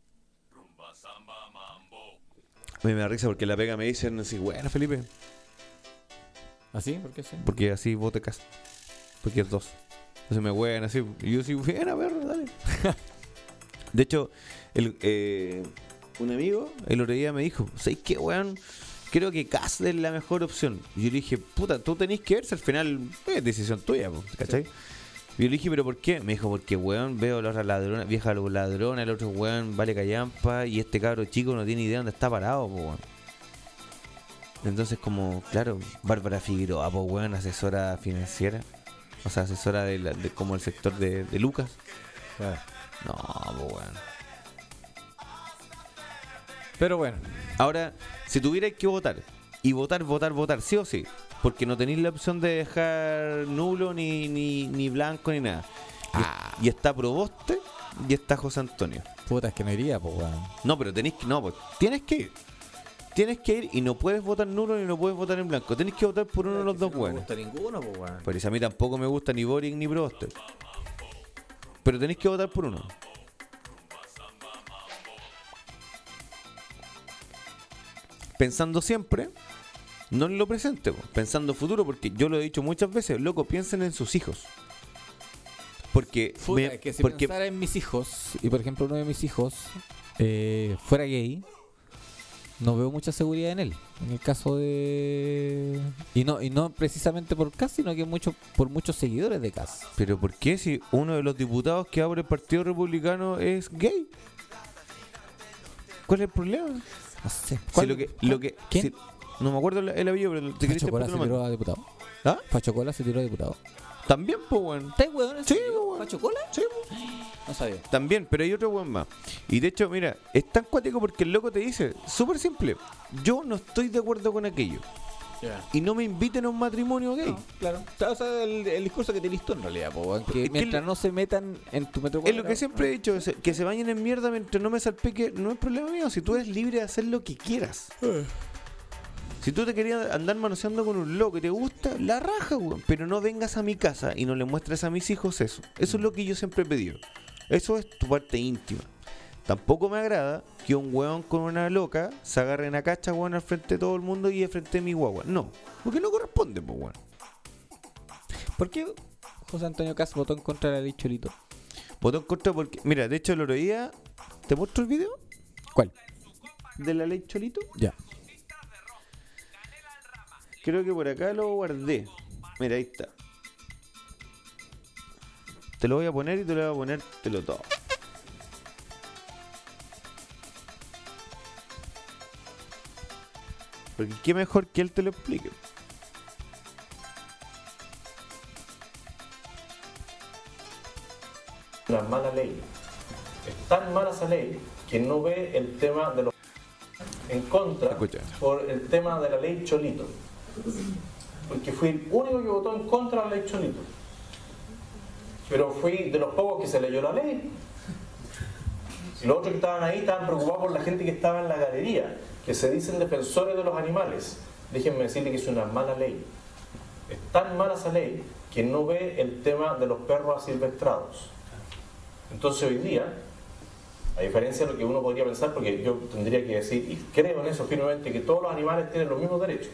A mí me da risa porque la pega me dicen así, bueno, Felipe, ¿Así? ¿Por qué sí? porque así vos te casas. Porque es dos. Entonces me huean así. Y yo sí, buena, perro, dale. De hecho, el, eh, un amigo el otro día me dijo, ¿sabes qué, weón? Creo que Cas es la mejor opción. Y yo le dije, puta, tú tenés que ver si al final es decisión tuya, po, ¿cachai? Y yo le dije, ¿pero por qué? Me dijo, porque, weón, veo a la otra ladrona, vieja ladrona, el otro weón vale callampa, y este cabro chico no tiene idea dónde está parado, po, weón. Entonces, como, claro, Bárbara Figueroa, po, weón, asesora financiera, o sea, asesora de, la- de como el sector de, de Lucas. Claro. No, po, weón. Pero bueno. Ahora, si tuvierais que votar, y votar, votar, votar, sí o sí, porque no tenéis la opción de dejar nulo, ni, ni, ni blanco, ni nada. Y, y está Proboste y está José Antonio. Puta, es que no iría, pues, weón. No, pero tenéis que, no, pues, tienes que ir. Tienes que ir y no puedes votar nulo ni no puedes votar en blanco. Tenés que votar por uno de los dos buenos. No me gusta ninguno, pues, weón. Por eso a mí tampoco me gusta ni Boric ni Proboste. Pero tenéis que votar por uno. Pensando siempre, no en lo presente, po, pensando futuro, porque yo lo he dicho muchas veces, loco, piensen en sus hijos. Porque, Puta, me- es que si porque pensara en mis hijos, y por ejemplo uno de mis hijos eh, fuera gay, no veo mucha seguridad en él. En el caso de... Y no y no precisamente por Cas, sino que mucho por muchos seguidores de Cas. Pero ¿por qué si uno de los diputados que abre el Partido Republicano es gay? ¿Cuál es el problema? No sé. Si ¿Cuál- lo que, cuál- lo que, ¿Quién? si- no me acuerdo el, el apellido, pero te querés Facho Cola después te se lo tiró mando. a diputado. ¿Ah? Facho Cola se tiró a diputado. También, pues, weón. ¿Estás weón? Sí, pues, weón. ¿Facho Cola? Sí, No sabía. También, pero hay otro weón más. Y de hecho, mira, es tan cuático porque el loco te dice, súper simple, yo no estoy de acuerdo con aquello. Y no me inviten a un matrimonio gay. Claro. O sea, el, el discurso que te listó en realidad, po, weón, que Es que mientras le- no se metan en tu metro Es lo que siempre he dicho, es que se bañen en mierda mientras no me salpique, no es problema mío, si tú eres libre de hacer lo que quieras. Si tú te querías andar manoseando con un loco que te gusta, la raja, weón. Pero no vengas a mi casa y no le muestres a mis hijos eso. Eso es lo que yo siempre he pedido. Eso es tu parte íntima. Tampoco me agrada que un weón con una loca se agarre en la cacha, weón, al frente de todo el mundo y al frente de mi guagua. No, porque no corresponde, pues, weón. ¿Por qué José Antonio Cas votó en contra de la ley Cholito? Votó en contra porque, mira, de hecho el otro día, ¿te muestro el video? ¿Cuál? ¿De la ley Cholito? Ya. Creo que por acá lo guardé. Mira, ahí está. te lo voy a poner y te lo voy a poner, te lo todo. Porque qué mejor que él te lo explique. Una mala ley. Es tan mala esa ley que no ve el tema de los en contra Escucha. por el tema de la ley Cholito. Porque fui el único que votó en contra de la ley Cholito. Pero fui de los pocos que se leyó la ley. Y los otros que estaban ahí estaban preocupados por la gente que estaba en la galería, que se dicen defensores de los animales. Déjenme decirle que es una mala ley. Es tan mala esa ley que no ve el tema de los perros asilvestrados. Entonces hoy día, a diferencia de lo que uno podría pensar, porque yo tendría que decir, y creo en eso firmemente, que todos los animales tienen los mismos derechos.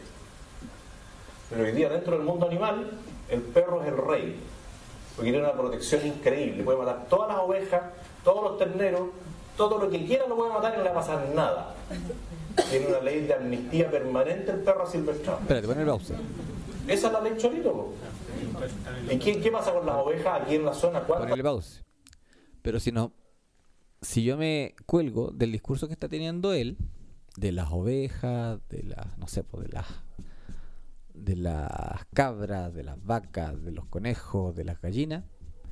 Pero hoy día dentro del mundo animal, el perro es el rey, porque tiene una protección increíble. Puede matar todas las ovejas, todos los terneros, todo lo que quiera lo puede matar y no le va a pasar nada. Tiene una ley de amnistía permanente el perro asilvestrado. Espérate, pon el Bowser. Esa es la ley Cholito, po. ¿Y qué, qué pasa con las ovejas aquí en la zona? Pon el Bowser. Pero si no, si yo me cuelgo del discurso que está teniendo él, de las ovejas, de las, no sé, pues de las de las cabras, de las vacas, de los conejos, de las gallinas,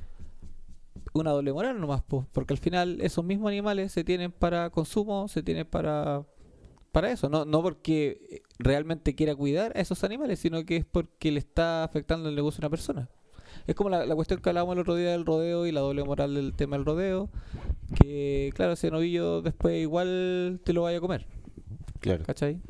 una doble moral nomás, pues, porque al final esos mismos animales se tienen para consumo, se tienen para para eso, no no porque realmente quiera cuidar a esos animales, sino que es porque le está afectando el negocio a una persona. Es como la, la cuestión que hablábamos el otro día del rodeo y la doble moral del tema del rodeo, que claro, ese novillo después igual te lo vaya a comer. Claro. ¿Cachai?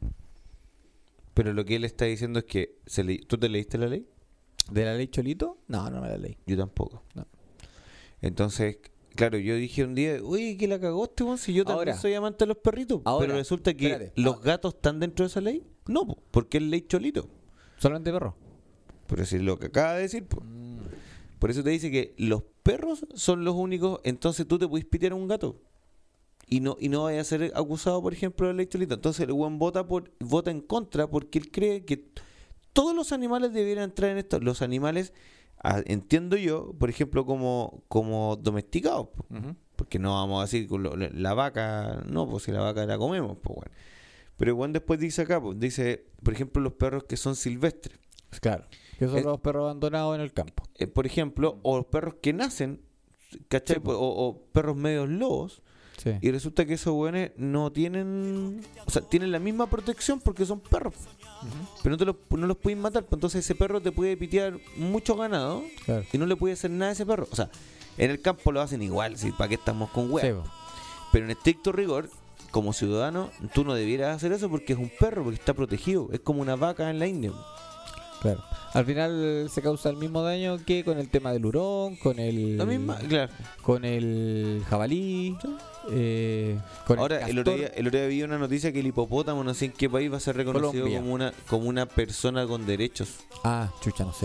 Pero lo que él está diciendo es que se le... ¿Tú te leíste la ley? ¿De la ley Cholito? No, no me la leí. Yo tampoco. No. Entonces, claro, yo dije un día, uy, que la cagó este weón, si yo también Ahora. soy amante de los perritos. Ahora. Pero resulta que Espérate. los Ah. gatos están dentro de esa ley. No, po, porque es ley Cholito. Solamente perro. Pero si es lo que acaba de decir, po. Por eso te dice que los perros son los únicos, entonces tú te puedes pitear a un gato. Y no, y no vaya a ser acusado, por ejemplo, de ley Cholito. Entonces el weón vota por, vota en contra porque él cree que todos los animales debieran entrar en esto. Los animales, ah, entiendo yo, por ejemplo, como, como domesticados. po. Uh-huh. Porque no vamos a decir, con lo- la, la vaca, no, pues si la vaca la comemos, pues bueno. Pero igual después dice acá, pues, dice, por ejemplo, los perros que son silvestres. Claro. Que son Eh, los perros abandonados en el campo. Eh, por ejemplo, o los perros que nacen, ¿cachai? Sí, po. o, o perros medios lobos. Sí. Y resulta que esos güeyes no tienen, o sea, tienen la misma protección porque son perros. Pero no, te los, no los pueden matar. Pues entonces ese perro te puede pitear mucho ganado Claro. y no le puede hacer nada a ese perro. O sea, en el campo lo hacen igual, ¿sí? ¿Para qué estamos con Sí, huevos? po. Pero en estricto rigor, como ciudadano, tú no debieras hacer eso porque es un perro, porque está protegido. Es como una vaca en la India. Claro. Al final se causa el mismo daño que con el tema del hurón, con el La misma, claro. con el jabalí, eh, con Ahora, el el otro, castor. día, el otro día vi una noticia que el hipopótamo, no sé en qué país, va a ser reconocido Colombia. como una como una persona con derechos. Ah, chucha, no sé.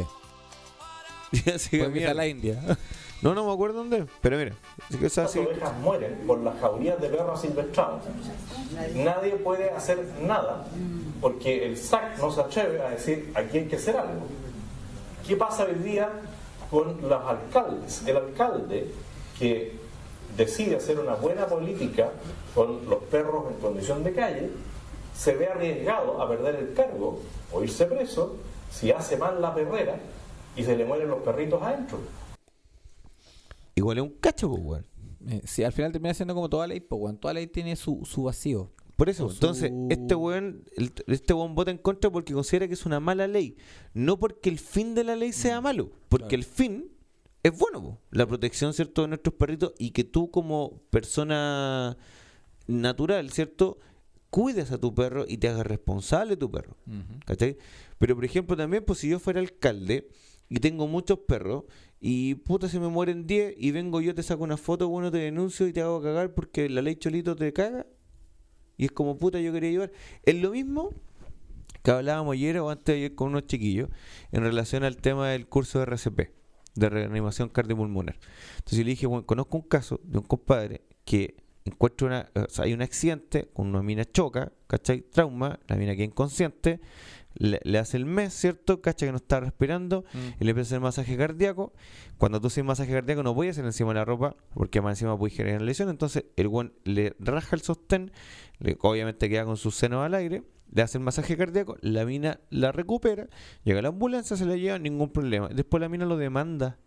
Ya se Puede que sea mierda. la India. No, no me acuerdo dónde, pero mira, es que es Las así. ovejas mueren por las jaurías de perros silvestrados. Nadie puede hacer nada porque el S A C no se atreve a decir aquí hay que hacer algo. ¿Qué pasa hoy día con los alcaldes? El alcalde que decide hacer una buena política con los perros en condición de calle se ve arriesgado a perder el cargo o irse preso si hace mal la perrera y se le mueren los perritos adentro. Igual es un cacho, pues, weón. Eh, sí, al final termina siendo como toda ley, pues, weón. Toda ley tiene su, su vacío. Por eso, Su- entonces, este weón, el- este weón vota en contra porque considera que es una mala ley. No porque el fin de la ley sea malo, porque Claro. el fin es bueno, po. La protección, ¿cierto?, de nuestros perritos y que tú como persona natural, ¿cierto?, cuides a tu perro y te hagas responsable de tu perro. Ujú. ¿Cachai? Pero, por ejemplo, también, pues si yo fuera alcalde y tengo muchos perros y puta se me mueren diez y vengo yo, te saco una foto, bueno, te denuncio y te hago cagar porque la ley Cholito te caga y es como puta yo quería llevar. Es lo mismo que hablábamos ayer o antes de ayer con unos chiquillos en relación al tema del curso de R C P, de reanimación cardiopulmonar. Entonces yo le dije, bueno, conozco un caso de un compadre que encuentra una, o sea, hay un accidente, una mina choca, ¿cachai? Trauma, la mina queda inconsciente, le, le hace el mes, ¿cierto? ¿Cachai? Que no está respirando Mm. y le empieza a hacer masaje cardíaco. Cuando tú haces masaje cardíaco no puedes hacer encima de la ropa porque más encima puedes generar lesión. Entonces el buen le raja el sostén, le, obviamente queda con sus senos al aire, le hace el masaje cardíaco, la mina la recupera, llega a la ambulancia, se la lleva, ningún problema. Después la mina lo demanda.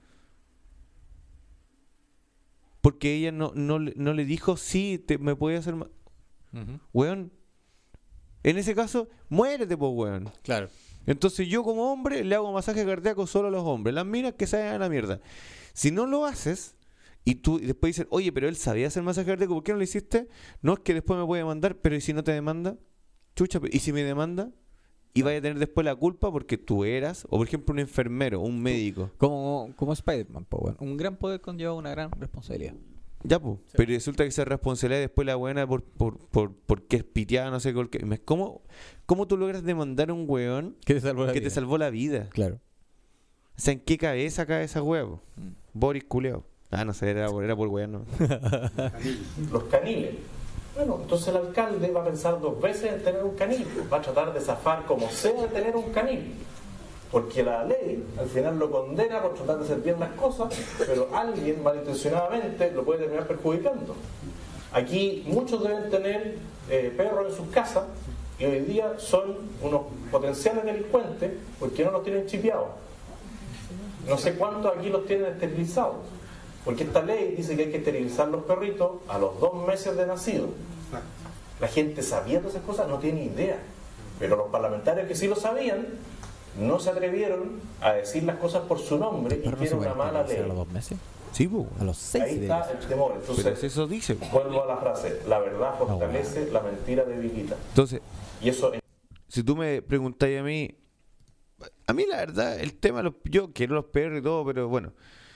Porque ella no, no, le- no le dijo, sí, te, me puede hacer... ma-". Ujú. Weón, en ese caso, muérete, pues, weón. Claro. Entonces yo como hombre le hago masaje cardíaco solo a los hombres. Las minas que se vayan a la mierda. Si no lo haces y tú y después dices, oye, pero él sabía hacer masaje cardíaco, ¿por qué no lo hiciste? No, es que después me puede demandar, pero ¿y si no te demanda? Chucha, ¿y si me demanda? Y vaya a tener después la culpa porque tú eras, o por ejemplo un enfermero, un médico. Como, como Spider-Man, po, weón. Un gran poder conlleva una gran responsabilidad. Ya, pues. Pero resulta que esa responsabilidad después la buena por, por, por, porque es piteada, no sé por qué. Me- ¿Cómo, ¿Cómo tú logras demandar a un weón Que te salvó la que vida. te salvó la vida? Claro. O sea, ¿en qué cabeza cae esa huevo? Boris Culeo. Ah, no sé, era, por- era por weón, no. Los caniles. Bueno, entonces el alcalde va a pensar dos veces en tener un canil, va a tratar de zafar como sea de tener un canil, porque la ley al final lo condena por tratar de hacer bien las cosas, pero alguien malintencionadamente lo puede terminar perjudicando. Aquí muchos deben tener eh, perros en sus casas y hoy día son unos potenciales delincuentes porque no los tienen chipeados. No sé cuántos aquí los tienen esterilizados. Porque esta ley dice que hay que esterilizar los perritos a los dos meses de nacido. La gente sabiendo esas cosas no tiene idea. Pero los parlamentarios que sí lo sabían no se atrevieron a decir las cosas por su nombre y que era una mala ley. ¿A los dos meses? Sí, pues. A los seis. Ahí está el temor. Entonces, Pero si eso dice. vuelvo a la frase, la verdad fortalece, la mentira debilita. Entonces, Y eso si tú me preguntáis a mí, a mí la verdad, el tema, los- yo quiero los perros y todo, pero bueno.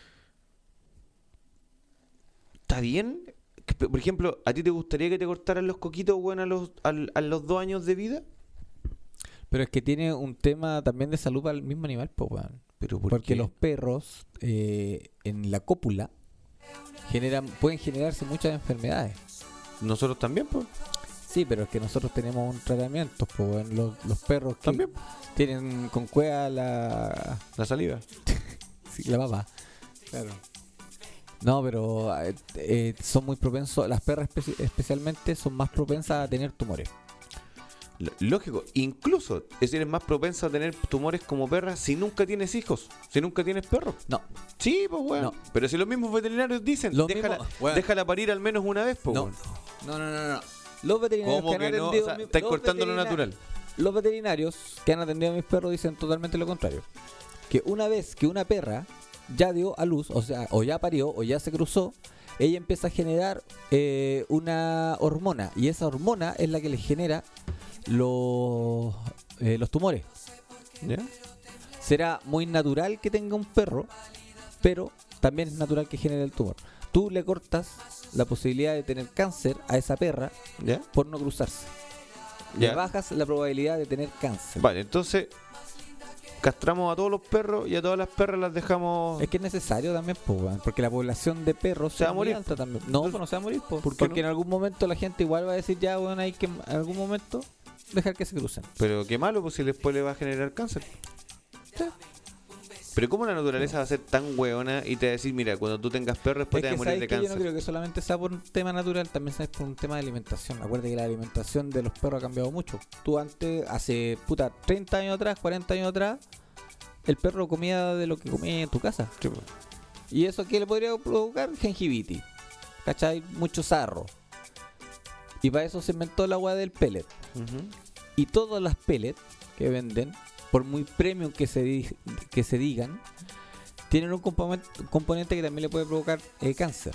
¿Está bien? Que, por ejemplo, ¿a ti te gustaría que te cortaran los coquitos, weón, a los, al- a los dos años de vida? Pero es que tiene un tema también de salud para el mismo animal, po, weón. ¿Pero por Porque qué? los perros eh, en la cópula generan, pueden generarse muchas enfermedades. Nosotros también, pues. Sí, pero es que nosotros tenemos un tratamiento, po, weón. Los, los perros que También. tienen con cueva la... La saliva. Sí, la papa. Claro. No, pero eh, eh, son muy propensos, las perras espe- especialmente son más propensas a tener tumores. L- Lógico, incluso es decir, eres más propenso a tener tumores como perra si nunca tienes hijos, si nunca tienes perros. No. Sí, pues weón. No. Pero si los mismos veterinarios dicen, Lo déjala, mismo, weón. déjala parir al menos una vez, pues No. weón. No, no, no, no. Los veterinarios ¿Cómo que han que no? atendido O sea, mi- estáis los cortando lo veterina- natural. Los veterinarios que han atendido a mis perros dicen totalmente lo contrario. Que una vez que una perra ya dio a luz, o sea, o ya parió, o ya se cruzó, ella empieza a generar eh, una hormona. Y esa hormona es la que le genera los, eh, los tumores. ¿Ya? Será muy natural que tenga un perro, pero también es natural que genere el tumor. Tú le cortas la posibilidad de tener cáncer a esa perra ¿Ya? por no cruzarse. Ya. Le bajas la probabilidad de tener cáncer. Vale, entonces castramos a todos los perros y a todas las perras las dejamos. Es que es necesario también, po, weón, porque la población de perros Se va a es muy morir, alta también. No, pues no se va a morir, po, ¿por qué porque no? en algún momento la gente igual va a decir, ya, bueno, hay que en algún momento dejar que se crucen. Pero qué malo, pues si después le va a generar cáncer. Pero ¿cómo la naturaleza va a ser tan hueona y te va a decir, mira, cuando tú tengas perros después Es te que vas a morir sabes de que yo cáncer? no creo que solamente sea por un tema natural, también sabes por un tema de alimentación. Acuérdate que la alimentación de los perros ha cambiado mucho. Tú antes, hace puta treinta años atrás, cuarenta años atrás, el perro comía de lo que comía en tu casa. Sí, pues. Y eso que le podría provocar gingivitis, ¿cachai? Mucho sarro. Y para eso se inventó la agua del pellet. Ujú. Y todas las pellets que venden, por muy premium que se, di- que se digan, tienen un componente, un componente que también le puede provocar eh, cáncer.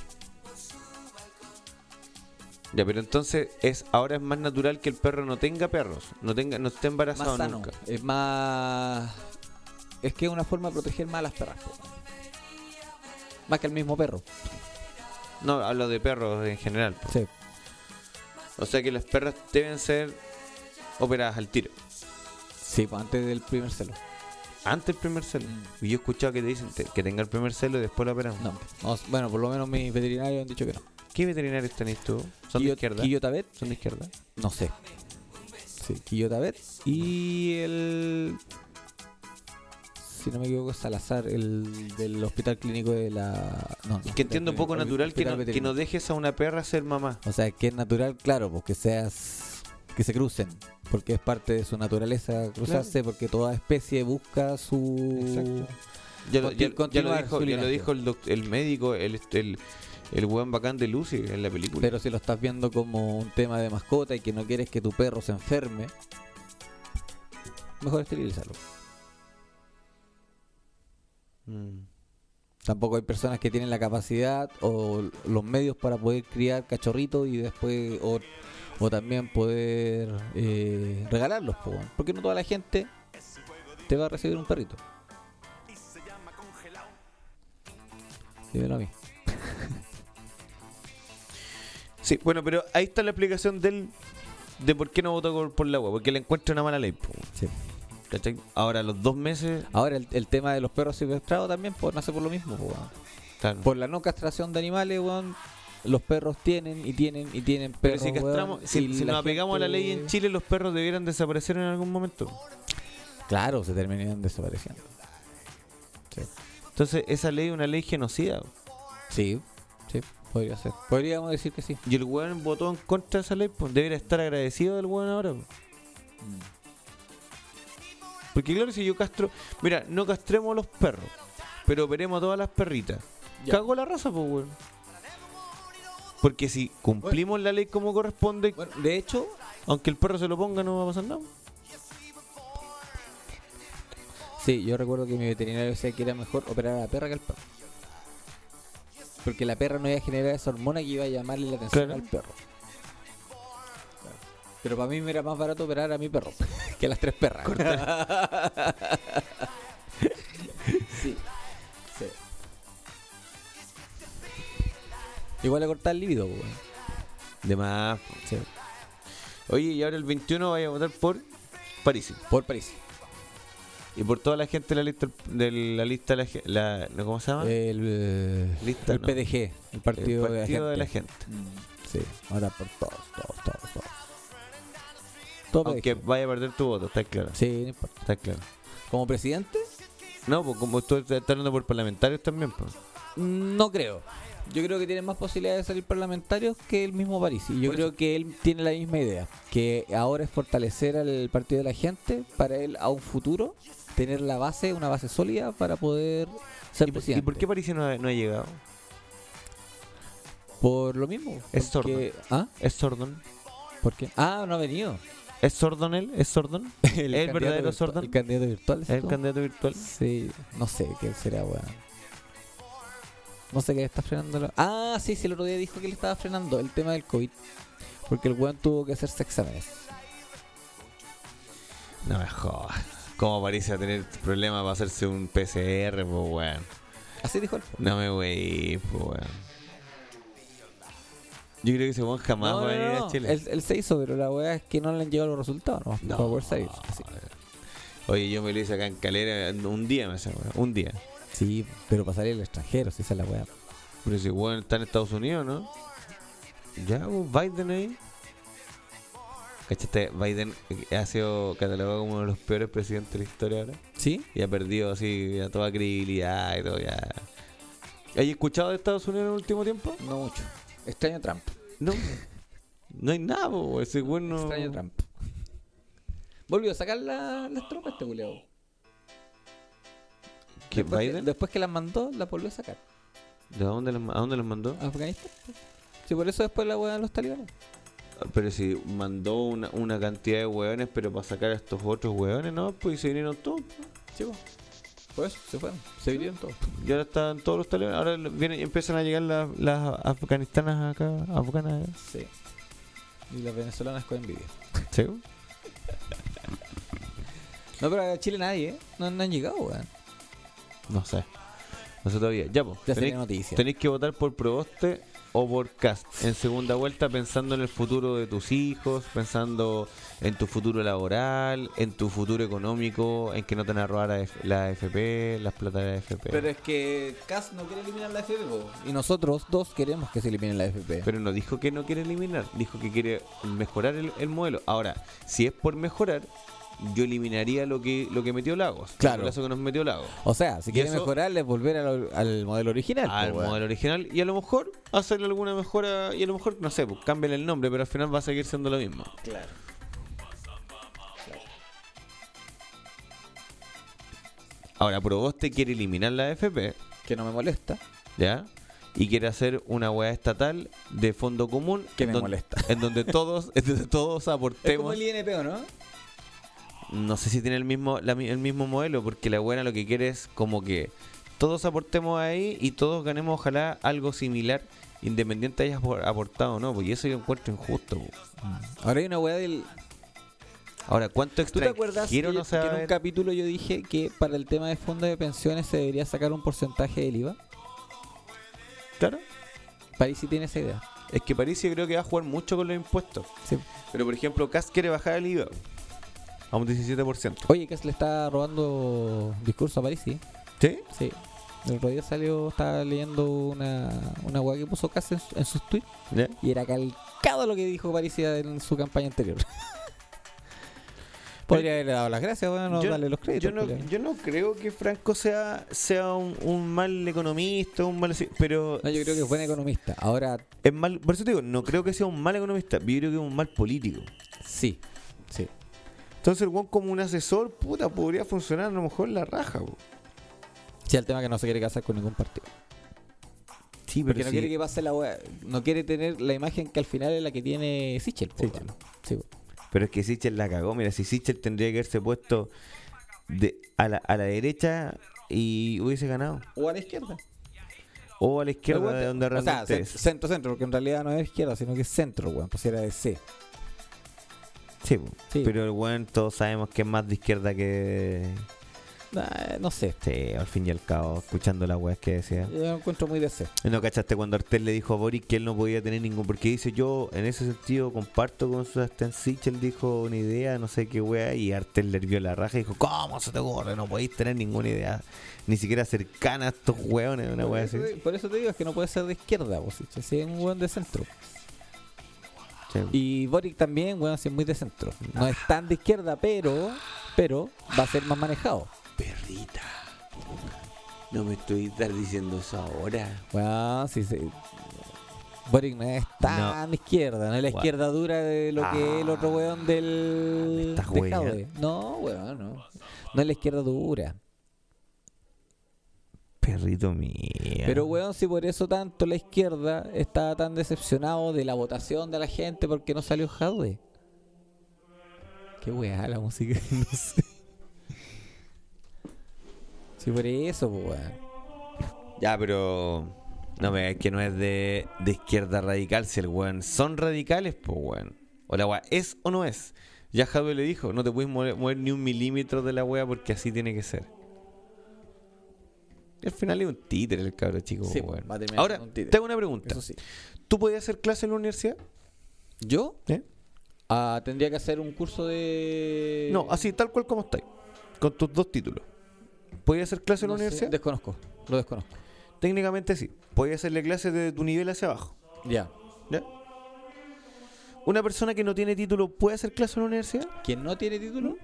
Ya, pero entonces es ahora es más natural que el perro no tenga perros, no tenga, no esté embarazado Más sano, nunca. es más... Es que es una forma de proteger más a las perras. po. Más que el mismo perro. No, hablo de perros en general. po. Sí. O sea que las perras deben ser operadas al tiro. Sí, pues antes del primer celo. Antes del primer celo. Y yo he escuchado que te dicen te- que tenga el primer celo y después lo operamos. No, no, bueno, por lo menos mis veterinarios han dicho que no. ¿Qué veterinarios tenés tú? ¿Son de Quillo- izquierda? Quillotabet. ¿Son de izquierda? No sé. Sí, Quillotabet. Y el... Si no me equivoco, es Salazar, el del hospital clínico de la... No, Es que entiendo poco natural que no, que no dejes a una perra ser mamá. O sea, que es natural, claro, porque seas... que se crucen, porque es parte de su naturaleza cruzarse, porque toda especie busca su... Exacto. Ya lo, conti- ya- ya lo continuar dijo, su ya lo linaje. dijo el, doc- el médico, el, el, el weón bacán de Lucy en la película. Pero si lo estás viendo como un tema de mascota y que no quieres que tu perro se enferme, mejor esterilizarlo. Mm. Tampoco hay personas que tienen la capacidad o los medios para poder criar cachorritos y después o, o también poder eh, regalarlos, po, weón. Porque no toda la gente te va a recibir un perrito. Dímelo a mí. Sí, bueno, pero ahí está la explicación del de por qué no votó por, por la agua, porque le encuentra una mala ley. Po. Sí. ¿Cachai? Ahora, los dos meses... Ahora el, el tema de los perros secuestrados también pues, nace por lo mismo, po, weón. Claro. Por la no castración de animales, weón. Los perros tienen y tienen y tienen Pero perros, si castramos, weón, si, y si la nos apegamos a la gente- ley en Chile, los perros debieran desaparecer en algún momento. Claro, se terminan desapareciendo. Sí. Entonces, esa ley es una ley genocida. Sí, sí, podría ser. Podríamos decir que sí. Y el weón votó en contra de esa ley, pues debería estar agradecido del weón ahora. Pues. Porque claro, si yo castro... Mira, no castremos a los perros, pero operemos a todas las perritas. Ya. Cago la raza, pues, weón. Porque si cumplimos la ley como corresponde, Bueno, de hecho, aunque el perro se lo ponga, no va a pasar nada. sí, yo recuerdo que mi veterinario decía que era mejor operar a la perra que al perro. Porque la perra no iba a generar esa hormona que iba a llamarle la atención Claro. al perro. Pero para mí me era más barato operar a mi perro que a las tres perras. Sí. Sí. Igual le cortar el líbido, weón. De más. Sí. Oye, y ahora el veintiuno vaya a votar por París. Por París. Y por toda la gente de la lista de la lista la, la, la- ¿cómo se llama? El, eh, Lista, el no. P D G, el Partido, El Partido de la de Gente. la Gente. Mm, sí, ahora por todos, todos, todos, todos. Todo Aunque P D G. vaya a perder tu voto, está claro. Sí, no importa. Está claro. ¿Como presidente? No, pues como tú estás hablando por parlamentarios también, pues. No creo. Yo creo que tiene más posibilidades de salir parlamentarios que el mismo París. Y yo Por creo que él tiene la misma idea. Que ahora es fortalecer al Partido de la Gente para él a un futuro tener la base, una base sólida para poder ser ¿Y, por- presidente. ¿Y por qué París no ha, no ha llegado? Por lo mismo. Es porque- ¿Ah? Es Sordon. ¿Por qué? Ah, no ha venido. ¿Es Sordon él? ¿Es Sordon? El ¿Es el candidato verdadero virtual- Sordon? El candidato virtual. ¿Es el ¿no? candidato virtual? Sí, no sé qué será, weón. No sé qué está frenando. la- Ah, sí, sí, el otro día dijo que le estaba frenando el tema del COVID. Porque el weón tuvo que hacerse exámenes. No me jodas. ¿Cómo París va a tener problemas para hacerse un P C R, pues, weón? Así dijo él. No me wey, pues, weón. Yo creo que ese weón jamás No, va a no, venir no. a Chile. Él, él se hizo, pero la weá es que no le han llegado los resultados, ¿no? No. Para poder salir. Así. Oye, yo me lo hice acá en Calera un día, me hace, weón. Un día. Sí, pero para salir al extranjero, si esa es la weá. Pero si weón está en Estados Unidos, ¿no? Ya, pues, Biden ahí. ¿Cachaste? Biden ha sido catalogado como uno de los peores presidentes de la historia ahora. ¿Sí? Y ha perdido así a toda credibilidad y todo ya. ¿Has escuchado de Estados Unidos en el último tiempo? No mucho. Extraño Trump. No. No hay nada, po, ese weón no. Extraño Trump. Volvió a sacar la- las tropas este culiao. ¿Qué, Después que- Biden? después que las mandó, las volvió a sacar. ¿De dónde las, a dónde las mandó? ¿A Afganistán? Sí, por eso después la weá de los talibanes. Pero si mandó una, una cantidad de hueones, pero para sacar a estos otros hueones, ¿no? Pues se vinieron todos. Sí, pues. Por eso, se fueron. Se vinieron todos. Y ahora están todos los talibanes. Ahora vienen, empiezan a llegar las, las afganistanas acá, afganas. Sí. Y las venezolanas con envidia. ¿Sí? No, pero a Chile nadie, ¿eh? No, no han llegado, weón. No sé. No sé todavía. Ya, pues. Ya sería Tenéis, noticia. tenéis que votar por Proboste o por Kast en segunda vuelta, pensando en el futuro de tus hijos, pensando en tu futuro laboral, en tu futuro económico, en que no te van a robar a F- la A F P, las plata de la A F P? Pero es que Kast no quiere eliminar la A F P, po. Y nosotros dos queremos que se elimine la A F P. Pero no dijo que no quiere eliminar, dijo que quiere mejorar el, el modelo. Ahora, si es por mejorar, yo eliminaría lo que lo que metió Lagos. Claro. El plazo que nos metió Lagos. O sea, si Y quieren eso- mejorar, es volver al, al modelo original. Al po, weón. modelo original y a lo mejor hacerle alguna mejora y a lo mejor, no sé, pues cambien el nombre, pero al final va a seguir siendo lo mismo. Claro. Ahora, Proboste quiere eliminar la A F P. Que no me molesta. ¿Ya? Y quiere hacer una weá estatal de fondo común. Que me don- molesta. En donde todos, en donde todos Es como aportemos. el I N P, ¿o no? No sé si tiene el mismo la mi- el mismo modelo, porque la buena lo que quiere es como que todos aportemos ahí y todos ganemos ojalá algo similar, independiente hayas apor- aportado o no, porque eso yo encuentro injusto. po. Ahora hay una weá del... Ahora, ¿cuánto ¿Tú te acuerdas que, extranjero no se va que a en un ver? capítulo yo dije que para el tema de fondos de pensiones se debería sacar un porcentaje del I V A? Claro. París sí tiene esa idea. Es que París yo creo que va a jugar mucho con los impuestos. Sí. Pero por ejemplo, Kast quiere bajar el I V A a un diecisiete por ciento. Oye, que se le está robando discurso a París, ¿sí? ¿Sí? Sí. El otro día salió, estaba leyendo una, una weá que puso Kast en, su- en sus tweets ¿Ya? y era calcado lo que dijo París en su campaña anterior. Podría haberle dado las gracias, bueno, no yo, darle los créditos. yo no, pero- yo no creo que Franco sea, sea un, un mal economista, un mal así, pero No, yo creo que es buen economista. Ahora, es mal, por eso te digo, no creo que sea un mal economista, yo creo que es un mal político. sí, sí. Entonces el weón como un asesor, puta, podría funcionar a lo mejor la raja, po. Sí, el tema es que no se quiere casar con ningún partido. Sí, pero Porque no sí. quiere que pase la weá. No quiere tener la imagen que al final es la que tiene Sichel. po, Sichel. weón. Sí, po. Pero es que Sichel la cagó. Mira, si Sichel tendría que haberse puesto de, a, la, a la derecha y hubiese ganado. O a la izquierda. O a la izquierda, Pero, de donde o sea, realmente cen- es. centro, centro, porque en realidad no es izquierda, sino que es centro, weón. Pues era de C. Sí, po. Sí. Pero el weón todos sabemos que es más de izquierda que... Ah, no sé. Sí, al fin y al cabo, escuchando las weas que decía. Yo lo encuentro muy de C. ¿No cachaste cuando Artel le dijo a Boric que él no podía tener ningún? Porque dice, yo en ese sentido comparto con Sebastián Sichel, dijo una idea, no sé qué wea, y Artel le hervió la raja y dijo, ¿cómo se te ocurre? No podéis tener ninguna idea, ni siquiera cercana a estos weones, una Por wea eso, así. te- por eso te digo, es que no puede ser de izquierda, pues, Sichel, sí, es un weón de centro. Sí. Y Boric también, weón, sí es muy de centro. No es tan de izquierda, pero, pero va a ser más manejado. Perrita, no me estoy estar diciendo eso ahora. Weón, sí, sí. Boric no es tan de izquierda, no es la Weón. izquierda dura de lo que es el otro weón del estás de weyando. Jadwe. No, weón, no. No es la izquierda dura. Perrito mío. Pero weón, si por eso tanto la izquierda estaba tan decepcionado de la votación de la gente porque no salió Jadwe. Qué weá la música, no sé. Sí, por eso, pues, weón. Ya, pero... No me es que no es de, de izquierda radical, si el weón son radicales, pues weón. O la weá es o no es. Ya Jadwe le dijo, no te puedes mover, mover ni un milímetro de la weá porque así tiene que ser. Y al final es un títere el cabro chico, Sí, weón. va a terminar Ahora, siendo un títere. te hago una pregunta. Eso sí. ¿Tú podías hacer clase en la universidad? ¿Yo? ¿Eh? Ah, tendría que hacer un curso de... No, así, tal cual como estáis. Con tus dos títulos. ¿Podías hacer clase en No la sé, universidad? desconozco, lo desconozco. Técnicamente sí. Podías hacerle clases de tu nivel hacia abajo. Ya. ¿Ya? ¿Una persona que no tiene título puede hacer clase en la universidad? ¿Quién no tiene título?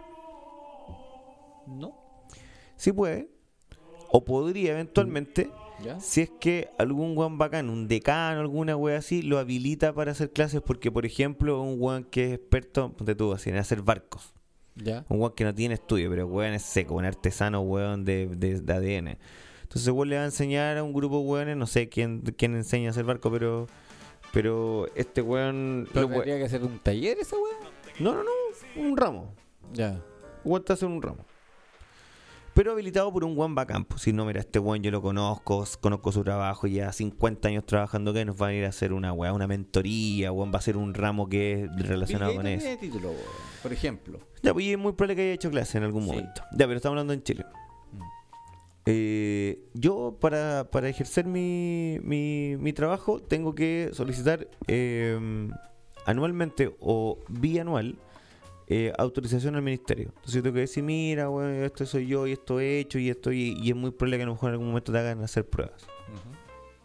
No. Sí puede. O podría eventualmente, ¿Ya? si es que algún weón bacán, un decano, alguna wea así, lo habilita para hacer clases. Porque, por ejemplo, un weón que es experto, ponte tú así, en hacer barcos. ¿Ya? Un weón que no tiene estudio, pero weón es seco, un artesano weón de, de, de A D N. Entonces weón le va a enseñar a un grupo de weones, no sé quién, quién enseña a hacer barco, pero pero este weón... ¿Pero lo we- tendría que hacer un taller esa weá? No, no, no, un ramo. Ya. Weón te hace un ramo. Pero habilitado por un weón bacán. Pues, si no, mira, este weón yo lo conozco, s- conozco su trabajo, ya cincuenta años trabajando que nos va a ir a hacer una weá, una mentoría, weón va a hacer un ramo que es relacionado Bill con Gates eso. no tiene título, weón, por ejemplo. Ya, pues y es muy probable que haya hecho clase en algún Sí. momento. Ya, pero estamos hablando en Chile. Eh, yo para, para ejercer mi, mi, mi trabajo tengo que solicitar eh, anualmente o bianual eh, autorización al ministerio. Entonces yo tengo que decir, mira, bueno, esto soy yo y esto he hecho y esto y, y es muy probable que a lo mejor en algún momento te hagan hacer pruebas. Ujú.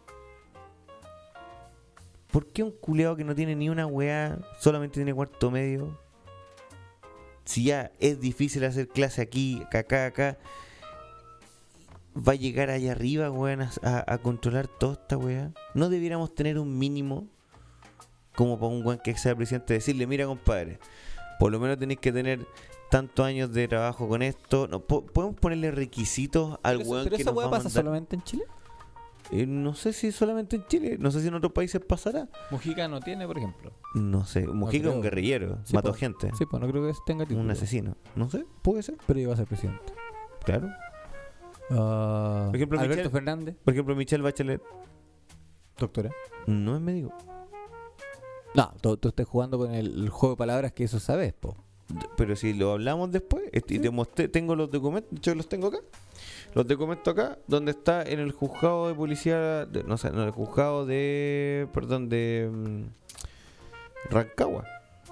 ¿Por qué un culeado que no tiene ni una weá solamente tiene cuarto medio? Si ya es difícil hacer clase aquí, acá, acá, va a llegar allá arriba, weón, a, a controlar toda esta weá. ¿No debiéramos tener un mínimo como para un weón que sea presidente decirle, mira compadre, por lo menos tenéis que tener tantos años de trabajo con esto? No, po- ¿podemos ponerle requisitos al Pero, eso- weón pero que esa nos weá va a pasa mandar? solamente en Chile. Eh, no sé si solamente en Chile, no sé si en otros países pasará. Mujica no tiene, por ejemplo. No sé, Mujica es un creo. guerrillero, Sí, mató pues. gente. Sí, pues no creo que tenga título. Un asesino. No sé, puede ser. Pero iba a ser presidente. Claro. Ah, Por ejemplo, Alberto Michelle, Fernández, por ejemplo, Michelle Bachelet doctora. no es médico. No, tú, tú estás jugando con el, el juego de palabras que eso sabes, po. Pero si lo hablamos después, este, y te mostré, tengo los documentos, de hecho los tengo acá. Los documentos acá, donde está en el juzgado de policía, de- no sé, no, el juzgado de, perdón, de mm, Rancagua.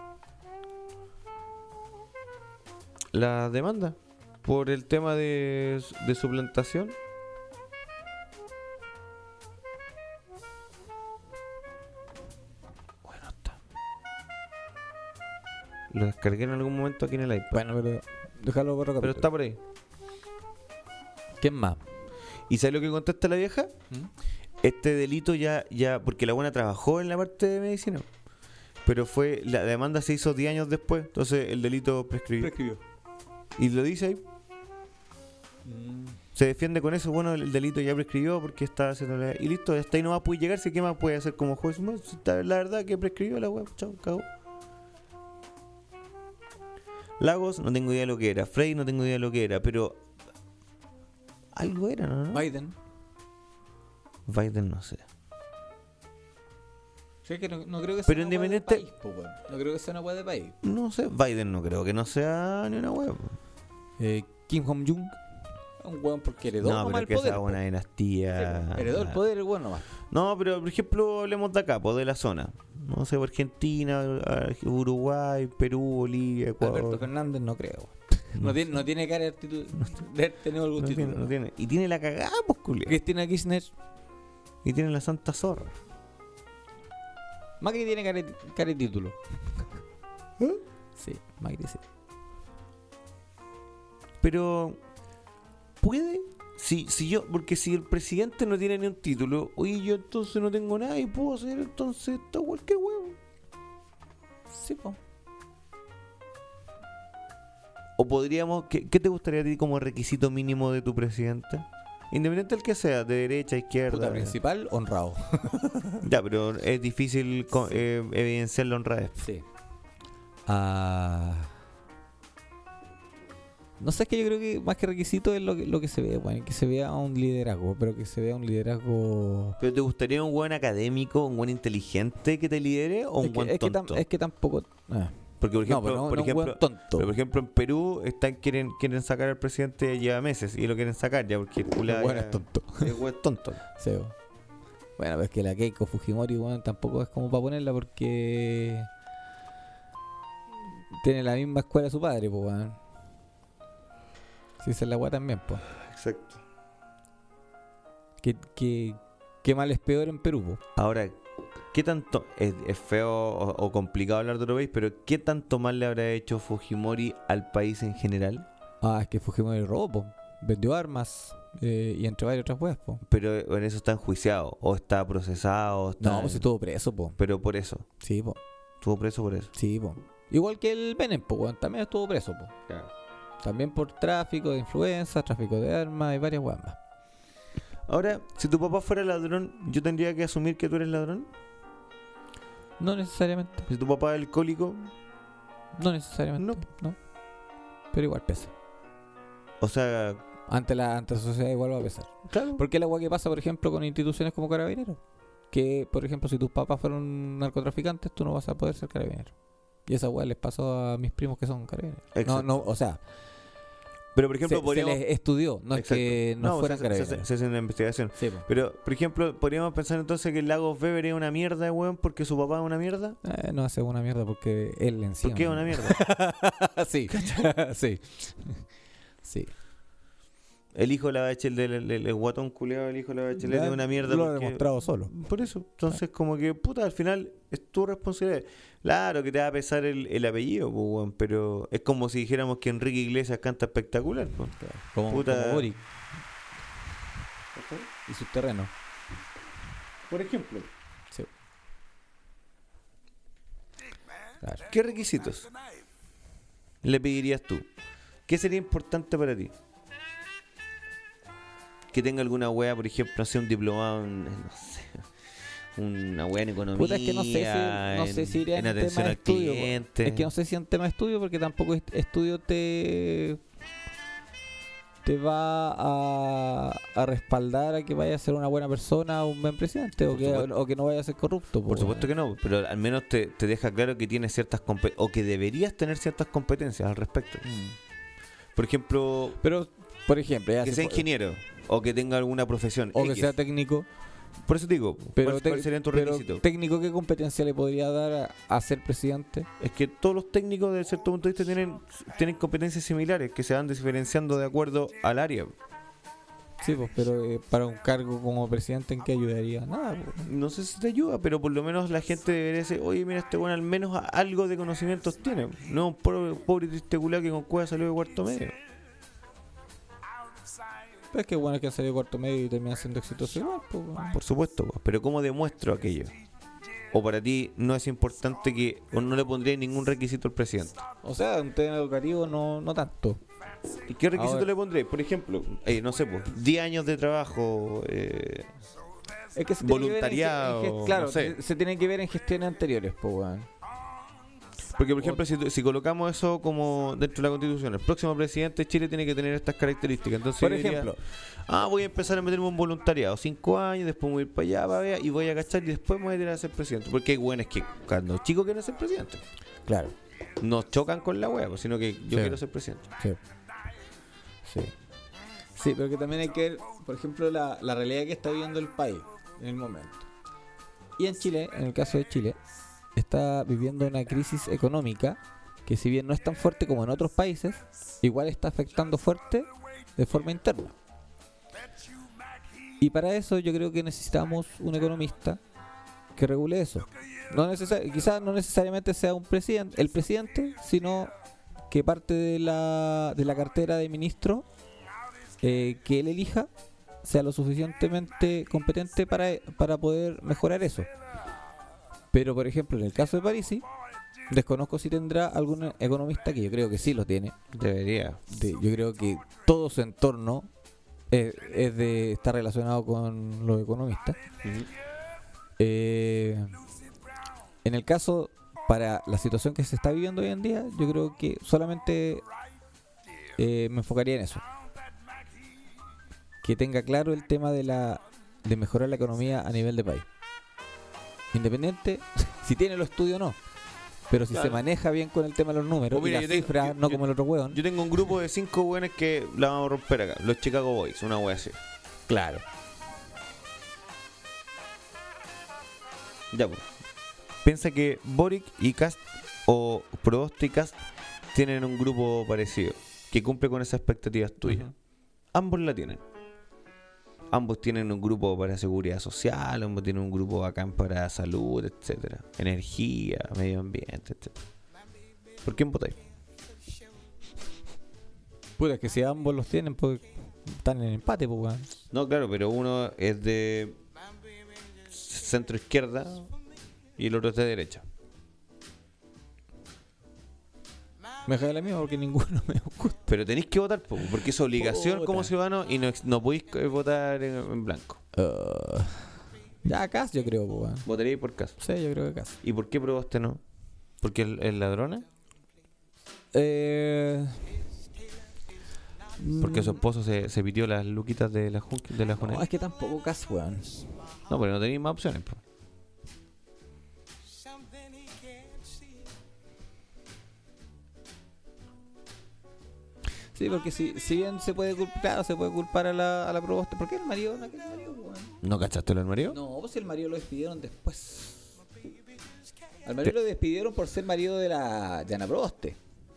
La demanda por el tema de, de suplantación. Bueno, está. Lo descargué en algún momento aquí en el iPad. Bueno, pero déjalo por acá. Pero está por ahí. ¿Quién más? ¿Y sabes lo que contesta la vieja? ¿Mm? Este delito ya, ya, porque la buena trabajó en la parte de medicina, pero fue, la demanda se hizo diez años después, entonces el delito prescribió. Prescribió. Y lo dice ahí, Mm. se defiende con eso, bueno, el delito ya prescribió porque está haciendo la... Y listo, hasta ahí no más puede llegarse, ¿qué más puede hacer como juez? Bueno, está- la verdad que prescribió la web, chao, cagó. Lagos, no tengo idea de lo que era. Frey, no tengo idea de lo que era, pero... algo era, ¿no? Biden. Biden, no sé. Sí, que no, no creo que sea Pero una hueá de independiente- país, po, weón. No creo que sea una hueá de país. No sé, Biden no creo que no sea ni una web. Eh, Kim Jong-un. Un weón porque heredó No, nomás pero el que poder. esa es po. una dinastía. Sí, po. Heredó el poder el weón nomás. No, pero por ejemplo, hablemos de acá, pues de la zona. No sé, Argentina, Ar- Uruguay, Perú, Bolivia, Ecuador. Alberto Fernández no creo. No, No tiene, no tiene cara de, actitud, de haber tenido algún No título. tiene, no tiene. Y tiene la cagada, pues, culiao. Cristina Kirchner. Y tiene la santa zorra. Macri tiene cara, de- cara de título. ¿Eh? Sí, Macri sí. Pero, ¿puede? Si, si yo, porque si el presidente no tiene ni un título, oye, yo entonces no tengo nada y puedo hacer entonces todo cualquier huevo. Sí, po. O podríamos, ¿qué, qué te gustaría a ti como requisito mínimo de tu presidente? Independiente del que sea, de derecha, izquierda. Puta principal, honrado. Ya, pero es difícil co- eh, evidenciar la honradez. Sí. Ah. No sé, es que yo creo que más que requisito es lo que, lo que se ve, bueno, que se vea un liderazgo, pero que se vea un liderazgo. ¿Pero te gustaría un buen académico, un buen inteligente que te lidere o un Es que, buen es, que tonto? tam- es que tampoco. ah. Porque por No, ejemplo, pero no- por no un ejemplo, buen tonto. pero por ejemplo en Perú están quieren quieren sacar al presidente lleva meses y lo quieren sacar ya porque el culá El weón ya- es tonto. El weón es tonto. Sí, bo. Bueno, pero es que la Keiko Fujimori, bueno, tampoco es como para ponerla porque tiene la misma escuela de su padre, pues, weón. Si esa es la weá también, pues. Exacto. ¿Qué, qué, qué mal es peor en Perú, pues? Ahora, ¿qué tanto es, es feo o, o complicado hablar de otro país, pero qué tanto mal le habrá hecho Fujimori al país en general? Ah, es que Fujimori robó, pues. Vendió armas eh, y entre varias otras weas, pues. Pero en eso está enjuiciado o está procesado, o está- No, pues estuvo preso, pues. pero por eso. Sí, pues. Estuvo preso por eso. Sí, pues. Igual que el Benem, pues, weón, también estuvo preso, pues. Claro. También por tráfico de influencia, tráfico de armas y varias weas más. Ahora, si tu papá fuera ladrón, ¿yo tendría que asumir que tú eres ladrón? No necesariamente. Si tu papá es alcohólico, No necesariamente. No. Pero igual pesa. o sea, Ante la, ante la sociedad igual va a pesar. claro. Porque la agua que pasa, por ejemplo, con instituciones como Carabineros. Que, por ejemplo, si tus papás fueron narcotraficantes, tú no vas a poder ser carabinero. Y esa agua les pasó a mis primos que son carabineros. No, Exacto. no, o sea, Pero por ejemplo, se, podríamos... se les estudió, no Exacto. es que no, no fueran se, se, se, carabineros. se hace una investigación. Sí, po. Pero, por ejemplo, podríamos pensar entonces que el Lagos Weber es una mierda de weón porque su papá es una mierda. Eh, no hace una mierda porque él encima. ¿Por qué es una mierda? sí, sí. Sí. El hijo de la Bachelet, el, el, el guatón culeado, el hijo de la Bachelet Ya es una mierda. lo ha porque- demostrado solo. Por eso, entonces como que, puta, al final es tu responsabilidad. Claro que te va a pesar el, el apellido, pues, weón, pero es como si dijéramos que Enrique Iglesias canta espectacular, pues. Como, Puta. como Boric. Y sus terrenos. Por ejemplo. Sí. Claro. ¿Qué requisitos le pedirías tú? ¿Qué sería importante para ti? Que tenga alguna wea, por ejemplo, no sé, un diplomado en, no sé, una wea en economía, Puta, es que no sé si, no en, sé si iría en en atención tema de al estudio. cliente. Es que no sé si en tema de estudio, porque tampoco est- estudio te te va a, a respaldar a que vaya a ser una buena persona o un buen presidente o Por que, supuesto. o que no vaya a ser corrupto. Por supuesto que no, pero al menos te, te deja claro que tienes ciertas compe- o que deberías tener ciertas competencias al respecto. Por ejemplo, Pero, por ejemplo, ya que se sea puede- ingeniero o que tenga alguna profesión o que X. sea técnico. Por eso te digo, Pero, ¿cuál, te- cuál serían tus pero requisitos? técnico, ¿qué competencia le podría dar a, a ser presidente? Es que todos los técnicos, de cierto punto de vista, tienen, tienen competencias similares que se van diferenciando de acuerdo al área. Sí, pues, pero eh, para un cargo como presidente, ¿en qué ayudaría? Nada, pues. No sé si te ayuda, pero por lo menos la gente debería decir, oye, mira, este bueno al menos a- algo de conocimientos tiene. No un pobre, pobre triste culá que con cueva salió de cuarto medio. Pero es que bueno que han salido cuarto medio y termina siendo exitoso igual, pues, bueno. Por supuesto, pues, pero ¿cómo demuestro aquello? O para ti no es importante que, o no le pondría ningún requisito al presidente. O sea, un tema educativo no, no tanto. ¿Y qué requisito Ahora- le pondré? Por ejemplo, eh, no sé, pues, diez años de trabajo, eh, Es que se tiene que ver en ge- en voluntariado, ge- claro, no sé. se, se tiene que ver en gestiones anteriores, pues, weón. Porque, por ejemplo, si, si colocamos eso como dentro de la Constitución, el próximo presidente de Chile tiene que tener estas características. Entonces, Por yo diría, ejemplo. ah, voy a empezar a meterme un voluntariado, cinco años, después voy a ir para allá, para allá, y voy a agachar y después me voy a tirar a ser presidente. Porque hay buenos que cuando chicos quieren ser presidente, Claro. no chocan con la wea, pues, sino que yo Sí. quiero ser presidente. Sí. Sí. Sí, pero que también hay que ver, por ejemplo, la, la realidad que está viviendo el país en el momento. Y en Chile, en el caso de Chile, está viviendo una crisis económica que, si bien no es tan fuerte como en otros países, igual está afectando fuerte de forma interna. Y para eso yo creo que necesitamos un economista que regule eso. No necesar- quizás no necesariamente sea un presidente, el presidente, sino que parte de la, de la cartera de ministro eh, que él elija sea lo suficientemente competente para, para poder mejorar eso. Pero, por ejemplo, en el caso de Parisi, desconozco si tendrá algún economista, que yo creo que sí lo tiene. Debería. De- yo creo que todo su entorno es, es de está relacionado con los economistas. Eh, en el caso, para la situación que se está viviendo hoy en día, yo creo que solamente eh, me enfocaría en eso. Que tenga claro el tema de la de mejorar la economía a nivel de país. Independiente si tiene los estudios o no. Pero si Claro. se maneja bien con el tema de los números Pues mira, y yo las tengo- cifras, yo- no yo- como el otro hueón. Yo tengo un grupo de cinco buenos que la vamos a romper acá. Los Chicago Boys, una wea así. Claro. Ya, pues. Piensa que Boric y Kast, o Proboste y Kast, tienen un grupo parecido, que cumple con esas expectativas tuyas. Ambos la tienen. Ambos tienen un grupo para seguridad social, ambos tienen un grupo bacán para salud, etcétera, energía, medio ambiente, etcétera. ¿Por quién votáis? Puta, es que si ambos los tienen, pues están en empate, pues, weón. No, claro, pero uno es de centro izquierda y el otro es de derecha. Me deja la misma porque ninguno me gusta. Pero tenéis que votar, po, porque es obligación Puta. como ciudadano y no, no podéis eh, votar en, en blanco. Uh, ya, Cas, yo creo, pues, weón. Votaréis por caso. Sí, yo creo que Cas. ¿Y por qué probaste no? ¿Porque el, el ladrona? Eh. Porque su esposo se, se pitió las luquitas de la Jun- de la No, Junet. es que tampoco Cas, weón. No, pero no tenéis más opciones, po. Sí, porque si, si bien se puede culpar, claro, se puede culpar a la, a la Proboste. ¿Por qué el marido? ¿No, el marido weón? ¿No cachaste lo del marido? No, pues el marido lo despidieron después. Al marido lo despidieron por ser marido de la Yana Proboste.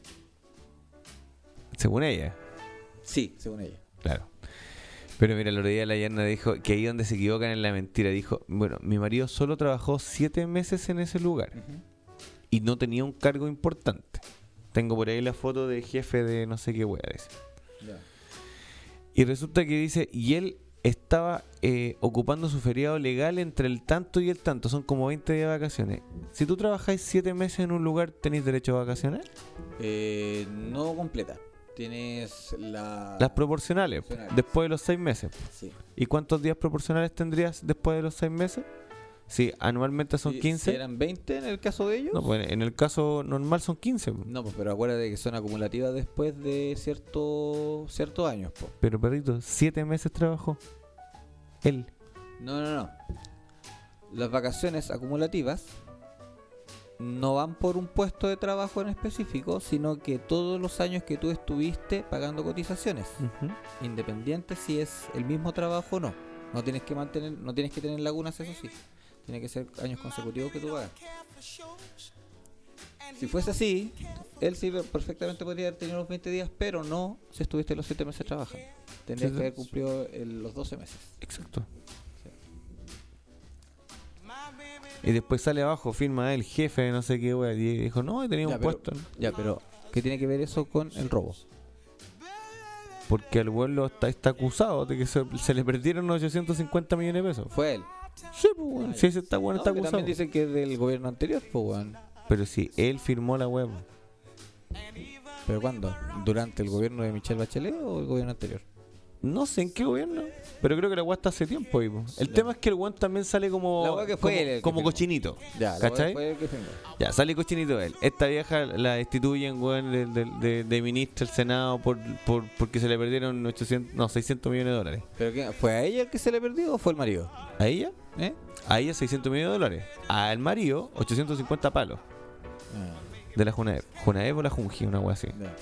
Según ella. Sí, según ella. Claro. Pero mira, el otro día la Yana dijo que ahí donde se equivocan en la mentira. Dijo, bueno, mi marido solo trabajó siete meses en ese lugar. Uh-huh. Y no tenía un cargo importante. Tengo por ahí la foto de jefe de no sé qué wea. Yeah. Y resulta que dice, y él estaba eh, ocupando su feriado legal entre el tanto y el tanto. Son como veinte días de vacaciones. Si tú trabajáis siete meses en un lugar, ¿tenéis derecho a vacaciones? Eh, no completa. Tienes la... Las proporcionales, proporcionales, después de los seis meses. Sí. ¿Y cuántos días proporcionales tendrías después de los seis meses? Si anualmente son quince. ¿Si eran veinte en el caso de ellos? No, pues en el caso normal son quince. Pues. No, pues pero acuérdate que son acumulativas después de cierto, ciertos años. Pues. Pero perrito, siete meses trabajó. Él. No, no, no. Las vacaciones acumulativas no van por un puesto de trabajo en específico, sino que todos los años que tú estuviste pagando cotizaciones, uh-huh. independiente si es el mismo trabajo o no. No tienes que mantener, no tienes que tener lagunas, eso sí. Tiene que ser años consecutivos que tú pagas. Si fuese así, él sí perfectamente podría haber tenido los veinte días, pero no si estuviste los siete meses trabajando. Tendrías sí, que haber cumplido el, los doce meses. Exacto. Y después sale abajo, firma el jefe de no sé qué wea, y dijo, no, tenía ya, un pero, puesto. Ya, pero ¿qué tiene que ver eso con el robo? Porque al vuelo está, está acusado de que se, se le perdieron ochocientos cincuenta millones de pesos. Fue él. Sí, pues, bueno. Si ese está bueno, no, está acusado. También dicen que es del gobierno anterior, pues, bueno. Pero si él firmó la web. ¿Pero cuándo? ¿Durante el gobierno de Michelle Bachelet o el gobierno anterior? No sé en qué gobierno, pero creo que la weá está hace tiempo ahí, po. El ya. tema es que el weón también sale como que fue como, él como que cochinito. Ya, ¿cachai? Fue el que ya, sale cochinito él. Esta vieja la destituyen, weón, de, de, de, de ministra del Senado por, por porque se le perdieron ochocientos, no, seiscientos millones de dólares. ¿Pero qué? ¿Fue a ella el que se le perdió o fue el marido? ¿A ella? ¿Eh? A ella seiscientos millones de dólares. Al marido ochocientos cincuenta palos. Ah. De la Junaev. Junaev o la Junji, una weá así. Ya.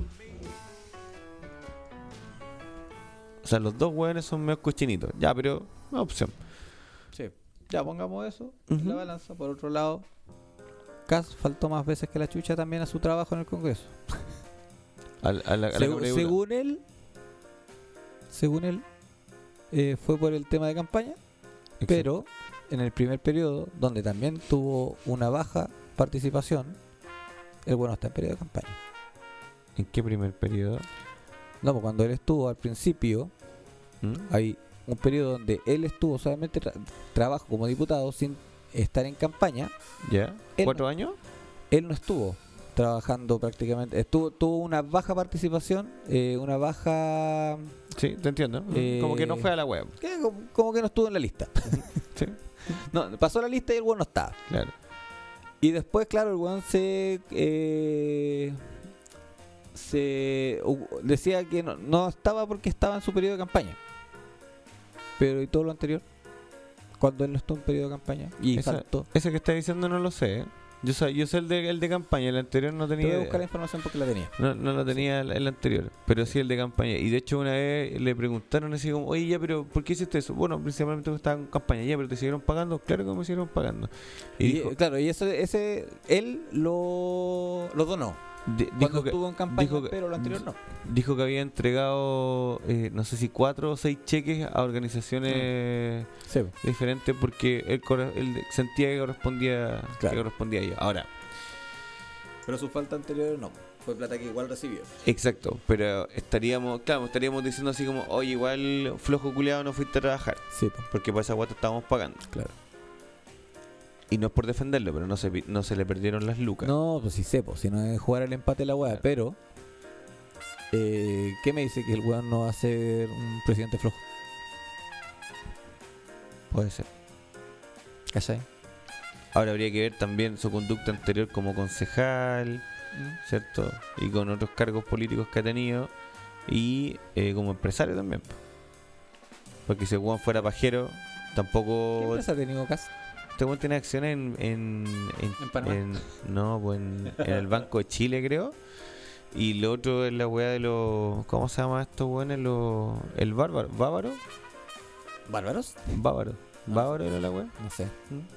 O sea, los dos hueones son medio cochinitos. Ya, pero una opción. Sí. Ya, pongamos eso uh-huh. en la balanza. Por otro lado, Kass faltó más veces que la chucha también a su trabajo en el Congreso. a, a la, a Segu- la según él, según él, eh, fue por el tema de campaña. Exacto. Pero en el primer periodo, donde también tuvo una baja participación, el bueno está en periodo de campaña. ¿En qué primer periodo? No, pues cuando él estuvo al principio, ¿Mm? hay un periodo donde él estuvo solamente tra- trabajo como diputado sin estar en campaña. ¿Ya? Él ¿Cuatro no, años? Él no estuvo trabajando prácticamente. Estuvo tuvo una baja participación, eh, una baja... Sí, te entiendo. Eh, como que no fue a la web. Que, como, como que no estuvo en la lista. Sí. No, pasó la lista y el weón no estaba. Claro. Y después, claro, el weón se... Eh, se uh, decía que no, no estaba porque estaba en su periodo de campaña. Pero ¿y todo lo anterior? Cuando él no estuvo en periodo de campaña y Esa, faltó. Ese que está diciendo no lo sé, ¿eh? Yo sé, yo sé el de, el de campaña, el anterior no tenía. Te voy a buscar idea. la información porque la tenía. No, no la tenía sí. el, el anterior, pero sí el de campaña. Y de hecho una vez le preguntaron así como, oye, ya, pero ¿por qué hiciste eso? Bueno, principalmente porque estaba en campaña, ya, pero ¿te siguieron pagando? Claro que me siguieron pagando. Y, y dijo, claro, y ese, ese él lo, lo donó. De, cuando dijo que, estuvo en campaña, dijo que, pero lo anterior no. Dijo que había entregado, eh, no sé si cuatro o seis cheques a organizaciones sí. diferentes porque él, él sentía que correspondía, claro. que correspondía a ellos. Ahora, pero su falta anterior no, fue plata que igual recibió. Exacto, pero estaríamos, claro, estaríamos diciendo así como, oye, igual flojo culiado no fuiste a trabajar. Sí. Porque por esa guata estábamos pagando. Claro. Y no es por defenderlo, pero no se no se le perdieron las lucas. No, pues sí sé, pues, si no es jugar el empate la weá, claro. Pero eh, ¿qué me dice que el weón no va a ser un presidente flojo? Puede ser. ¿Cachai? Ahora habría que ver también su conducta anterior como concejal, ¿Mm? ¿cierto? Y con otros cargos políticos que ha tenido. Y eh, como empresario también. Porque si el weón fuera pajero, tampoco... ¿Qué empresa ha tenido Kass? Este weón tiene acciones en... En, en, ¿En Panamá? En, no, pues en, en el Banco de Chile, creo. Y lo otro es la weá de los. ¿Cómo se llama esto, weón? Los, el bárbaro. ¿Bárbaro? ¿Bárbaros? Bárbaro. ¿Bárbaro era la weá? No sé.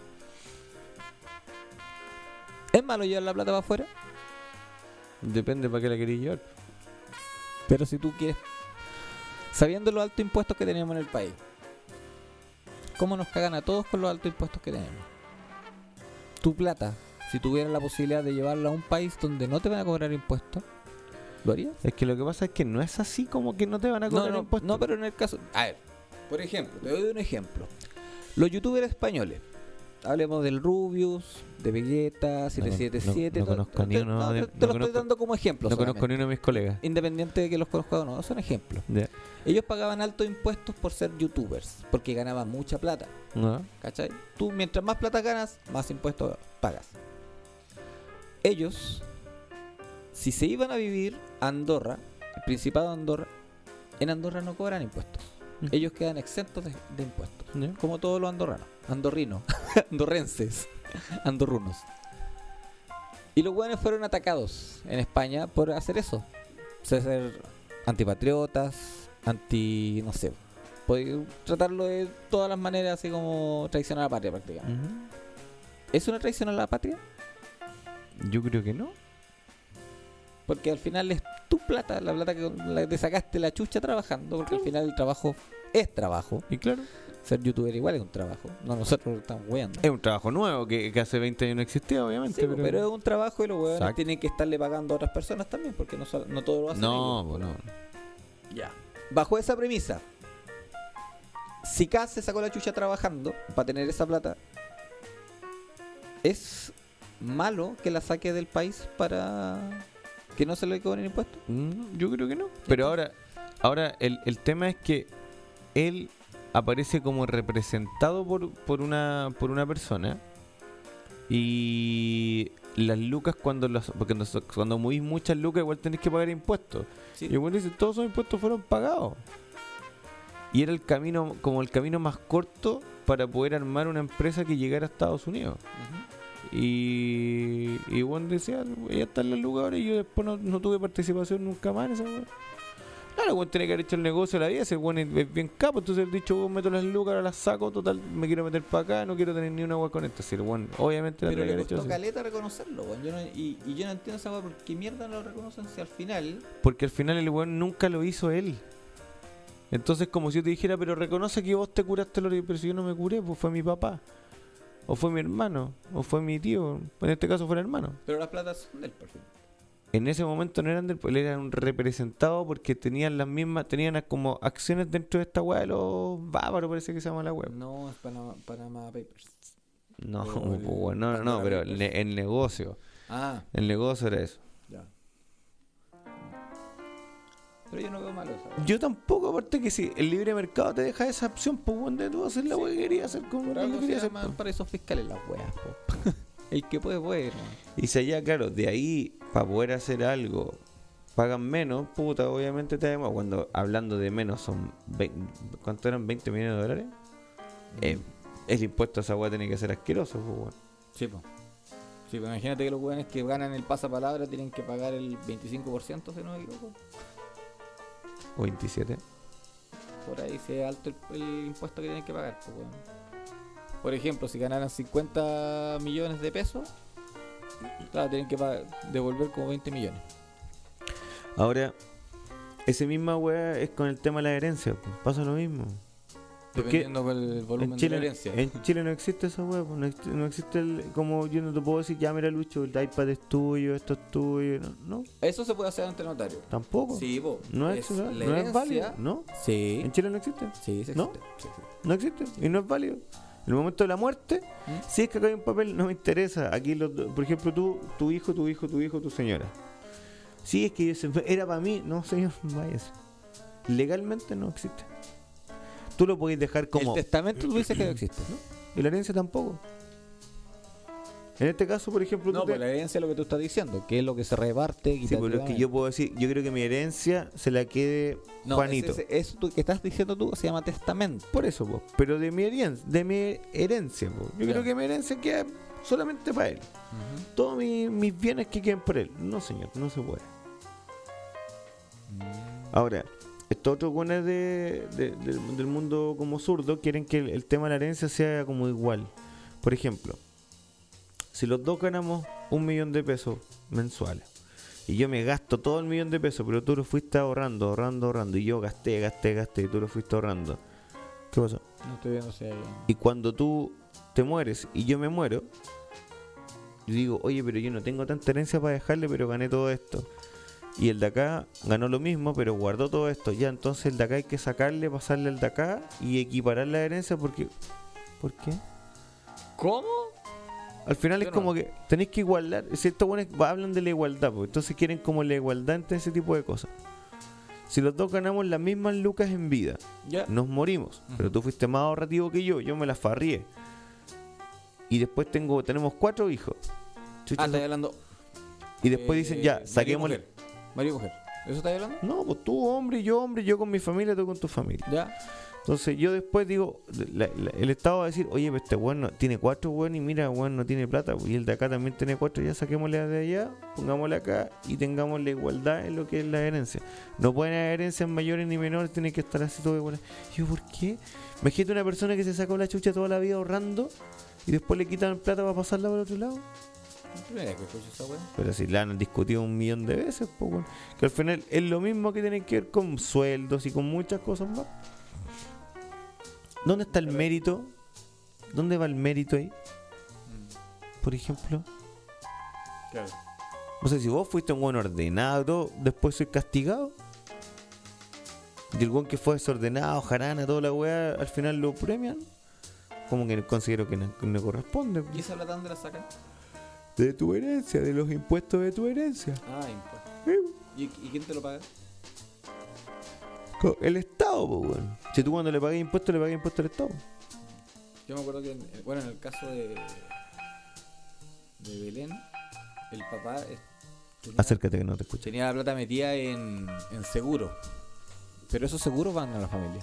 ¿Es malo llevar la plata para afuera? Depende para qué la queréis llevar. Pero si tú quieres, sabiendo los altos impuestos que tenemos en el país, ¿cómo nos cagan a todos con los altos impuestos que tenemos? Tu plata, si tuvieras la posibilidad de llevarla a un país donde no te van a cobrar impuestos, ¿lo harías? Es que lo que pasa es que no es así como que no te van a cobrar no, no, impuestos. No, pero en el caso... A ver, por ejemplo, te doy un ejemplo. Los youtubers españoles, hablemos del Rubius, de Vegeta, siete siete siete... No, no, no conozco ni uno no, de- te, te no lo conozco- estoy dando como ejemplo. No solamente. conozco ni uno de mis colegas. Independiente de que los conozca o no, son ejemplos. Ya. Ellos pagaban altos impuestos por ser youtubers, porque ganaban mucha plata. Ah. ¿Cachai? Tú, mientras más plata ganas, más impuestos pagas. Ellos, si se iban a vivir a Andorra, el Principado de Andorra, en Andorra no cobran impuestos. Mm. Ellos quedan exentos de, de impuestos. Ya. Como todos los andorranos. Andorrinos. Andorrenses. Andorrunos. Y los hueones fueron atacados en España por hacer eso. O sea, ser antipatriotas, anti... no sé. Podéis tratarlo de todas las maneras, así como traición a la patria prácticamente. Ujú. ¿Es una traición a la patria? Yo creo que no. Porque al final es tu plata, la plata que la que te sacaste la chucha trabajando, porque al final el trabajo es trabajo. Y claro, ser youtuber igual es un trabajo. No, nosotros estamos weando. es un trabajo nuevo que, que hace veinte años no existía, obviamente. Sí, pero... pero es un trabajo y los weones Exacto. tienen que estarle pagando a otras personas también, porque no, so- no todo lo hacen No, ellos. pues no. Ya. Bajo esa premisa, si K se sacó la chucha trabajando para tener esa plata, ¿es malo que la saque del país para que no se le cobren impuestos? Mm, yo creo que no. Pero ahora, ahora el, el tema es que él aparece como representado por, por una por una persona y las lucas cuando las porque nos- cuando movís muchas lucas igual tenés que pagar impuestos. Sí. Y igual dice, todos esos impuestos fueron pagados. Y era el camino, como el camino más corto para poder armar una empresa que llegara a Estados Unidos. Y, y bueno, decía, ya están las lucas ahora y yo después no, no tuve participación nunca más en esa weá. Claro, bueno, tenía que haber hecho el negocio de la vida, ese bueno es bien capo, entonces he dicho, bueno, meto las lucas, ahora las saco, total, me quiero meter para acá, no quiero tener ni una weá con esto. Así, bueno, obviamente la Pero tenía que le haber hecho costó así. caleta reconocerlo, weón. Yo no- y, y yo no entiendo esa weá, ¿por qué mierda no lo reconocen si al final... Porque al final el weón nunca lo hizo él. Entonces, como si yo te dijera, pero reconoce que vos te curaste el pero si yo no me curé, pues fue mi papá. O fue mi hermano, o fue mi tío. En este caso fue el hermano. Pero las platas son del perfil. En ese momento no eran del él era un representado porque tenían las mismas, tenían como acciones dentro de esta weá de los bávaros, parece que se llama la web. No, es Panama, Panama Papers. No, O el pues, bueno, no, no, no, Pandora pero Papers. el, ne- el negocio. Ah, El negocio era eso. ya. Pero yo no veo malo eso. Yo tampoco, aparte que si el libre mercado te deja esa opción, pues donde tú hacer la weá que querías hacer con Por donde algo se querías hacer. llaman pues. paraísos fiscales las weas, po. El que puede, puede, hermano. Y si allá, claro, de ahí, para poder hacer algo, pagan menos, puta, obviamente te damos. Cuando hablando de menos son, veinte, ¿cuánto eran? ¿veinte millones de dólares? Eh, el impuesto a esa weá tiene que ser asqueroso, pues, weón. Sí, po. Sí, pues imagínate que los weones que ganan el pasapalabra tienen que pagar el veinticinco por ciento, si no me equivoco. O veintisiete. Por ahí se es alto el, el impuesto que tienen que pagar, pues, weón. Por ejemplo, si ganaran cincuenta millones de pesos, claro, tienen que pagar- devolver como veinte millones. Ahora, ese misma weá es con el tema de la herencia, pues, pasa lo mismo. Porque Dependiendo del volumen en Chile, de la herencia. en Chile no existe esa weá, pues, no, ex- no existe el, como yo no te puedo decir, ya mira Lucho, el iPad es tuyo, esto es tuyo, no, no, Eso se puede hacer ante notario. tampoco. Sí, po. No es, Es no, la no es herencia. válido, ¿no? Sí. En Chile no existe. Sí, sí ¿No? existe. Sí, sí. No existe y no es válido. En el momento de la muerte, ¿Mm? si es que acá hay un papel, no me interesa. Aquí, los do- por ejemplo, tú, tu hijo, tu hijo, tu hijo, tu señora. Si es que se fue- era para mí, no, señor, váyase. Legalmente no existe. Tú lo podés dejar como. El testamento tú dices que no existe, ¿no? Y la herencia tampoco. En este caso, por ejemplo, No, tú te- pues la herencia es lo que tú estás diciendo, que es lo que se reparte. Sí, pero es que yo puedo decir, yo creo que mi herencia se la quede No, Juanito. ese- ese- eso tú- que estás diciendo tú se llama testamento. Por eso, po. Pero de mi herencia, de mi herencia, po. Yo Ya. creo que mi herencia queda solamente para él. Todos mi- mis bienes que queden por él. No, señor, no se puede. Ahora, estos otros buenos de, de, de- del mundo como zurdo quieren que el, el tema de la herencia sea como igual. Por ejemplo, si los dos ganamos un millón de pesos mensuales y yo me gasto todo el millón de pesos, pero tú lo fuiste ahorrando, ahorrando, ahorrando, y yo gasté, gasté, gasté, y tú lo fuiste ahorrando, ¿qué pasa? No estoy viendo si hay... Y cuando tú te mueres y yo me muero, yo digo, oye, pero yo no tengo tanta herencia para dejarle, pero gané todo esto. Y el de acá ganó lo mismo, pero guardó todo esto. Ya, entonces el de acá hay que sacarle, pasarle al de acá y equiparar la herencia porque... ¿Por qué? ¿Cómo? Al final Yo es no. como que tenéis que igualar. Si estos buenos hablan de la igualdad, pues, entonces quieren como la igualdad entre ese tipo de cosas. Si los dos ganamos las mismas lucas en vida, Ya. nos morimos. Pero tú fuiste más ahorrativo que yo, yo me las farrié. Y después tengo tenemos cuatro hijos. Chucha, Ah, estáis no- hablando... Y después eh, dicen, ya, marido y saquemos... mujer. Marido y mujer. ¿Eso estáis hablando? No, pues tú hombre, yo hombre, yo con mi familia, tú con tu familia. Ya. Entonces yo después digo, la- la- el Estado va a decir, oye, pues este weón no- tiene cuatro weón y mira, weón no tiene plata, y el de acá también tiene cuatro, ya saquémosle de allá, pongámosle acá y tengamos la igualdad en lo que es la herencia. No pueden haber herencias mayores ni menores, tienen que estar así todo igual. Y yo, ¿por qué? Imagínate una persona que se sacó la chucha toda la vida ahorrando y después le quitan plata para pasarla por otro lado. Primera vez que escucho esa weá. Pero si la han discutido un millón de veces, pues, weón. Que al final es lo mismo que tiene que ver con sueldos y con muchas cosas más. ¿Dónde está el mérito? ¿Dónde va el mérito ahí? Por ejemplo. Claro. No sé, si vos fuiste un buen ordenado, todo, después soy castigado. Y el buen que fue desordenado, jarana, toda la weá, al final lo premian. Como que considero que no, que no corresponde. ¿Y esa plata dónde la sacan? De tu herencia, de los impuestos de tu herencia. Ah, impuestos. ¿Y, ¿Y quién te lo paga? Co- El Estado, pues, weón. Si tú cuando le pagas impuestos, le pagas impuestos al Estado. Yo me acuerdo que, en- bueno, en el caso de, de Belén, el papá es- tenía, Acércate que no te escucho. tenía la plata metida en, en seguro. Pero esos seguros van a la familia.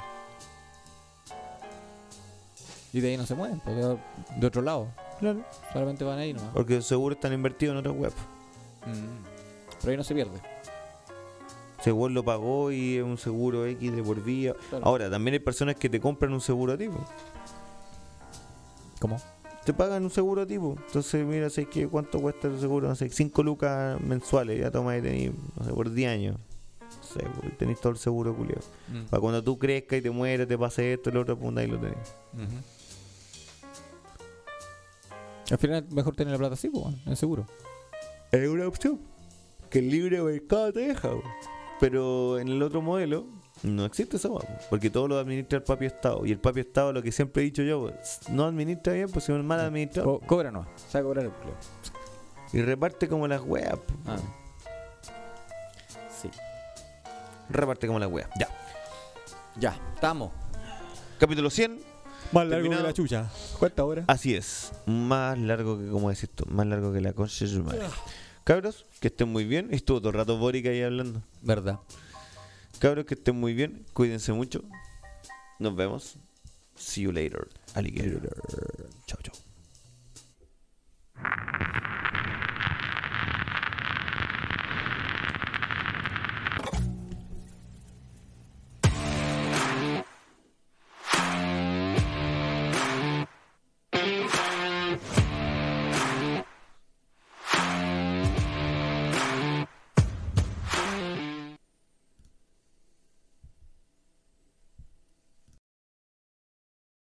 Y de ahí no se mueven, porque de otro lado. Claro. Solamente van ahí nomás. Porque los seguros están invertidos en otras web. Mm. Pero ahí no se pierde. Seguro lo pagó y es un seguro X de por vida. Claro. Ahora, también hay personas que te compran un seguro a ti, po. ¿Cómo? Te pagan un seguro a ti, po. Entonces, mira, sé que cuánto cuesta el seguro, no sé, cinco lucas mensuales, ya toma y tenés, no sé, por diez años. No sé, po, tenés todo el seguro culiado. Mm. Para cuando tú crezcas y te mueras, te pase esto, lo otro, pues ahí lo tenés. Ujú. Al final es mejor tener la plata así, pues, bueno, en seguro. Es una opción que el libre mercado te deja, po. Pero en el otro modelo no existe esa weá, po, porque todo lo administra el propio Estado. Y el propio Estado, lo que siempre he dicho yo, pues, no administra bien, pues si es mal administrado. Co- cobra no, se va a cobrar el empleo. Y reparte como las weas. po. Ah. Sí. Reparte como las weas. Ya. Ya, estamos. Capítulo cien. Más largo terminado. que la chucha. ¿Cuántas horas? Así es. Más largo que, como decís tú, más largo que la concha de su madre. Cabros, que estén muy bien. Estuvo todo el rato Boric ahí hablando. Verdad. Cabros, que estén muy bien. Cuídense mucho. Nos vemos. See you later. Alligator. Chao, chao.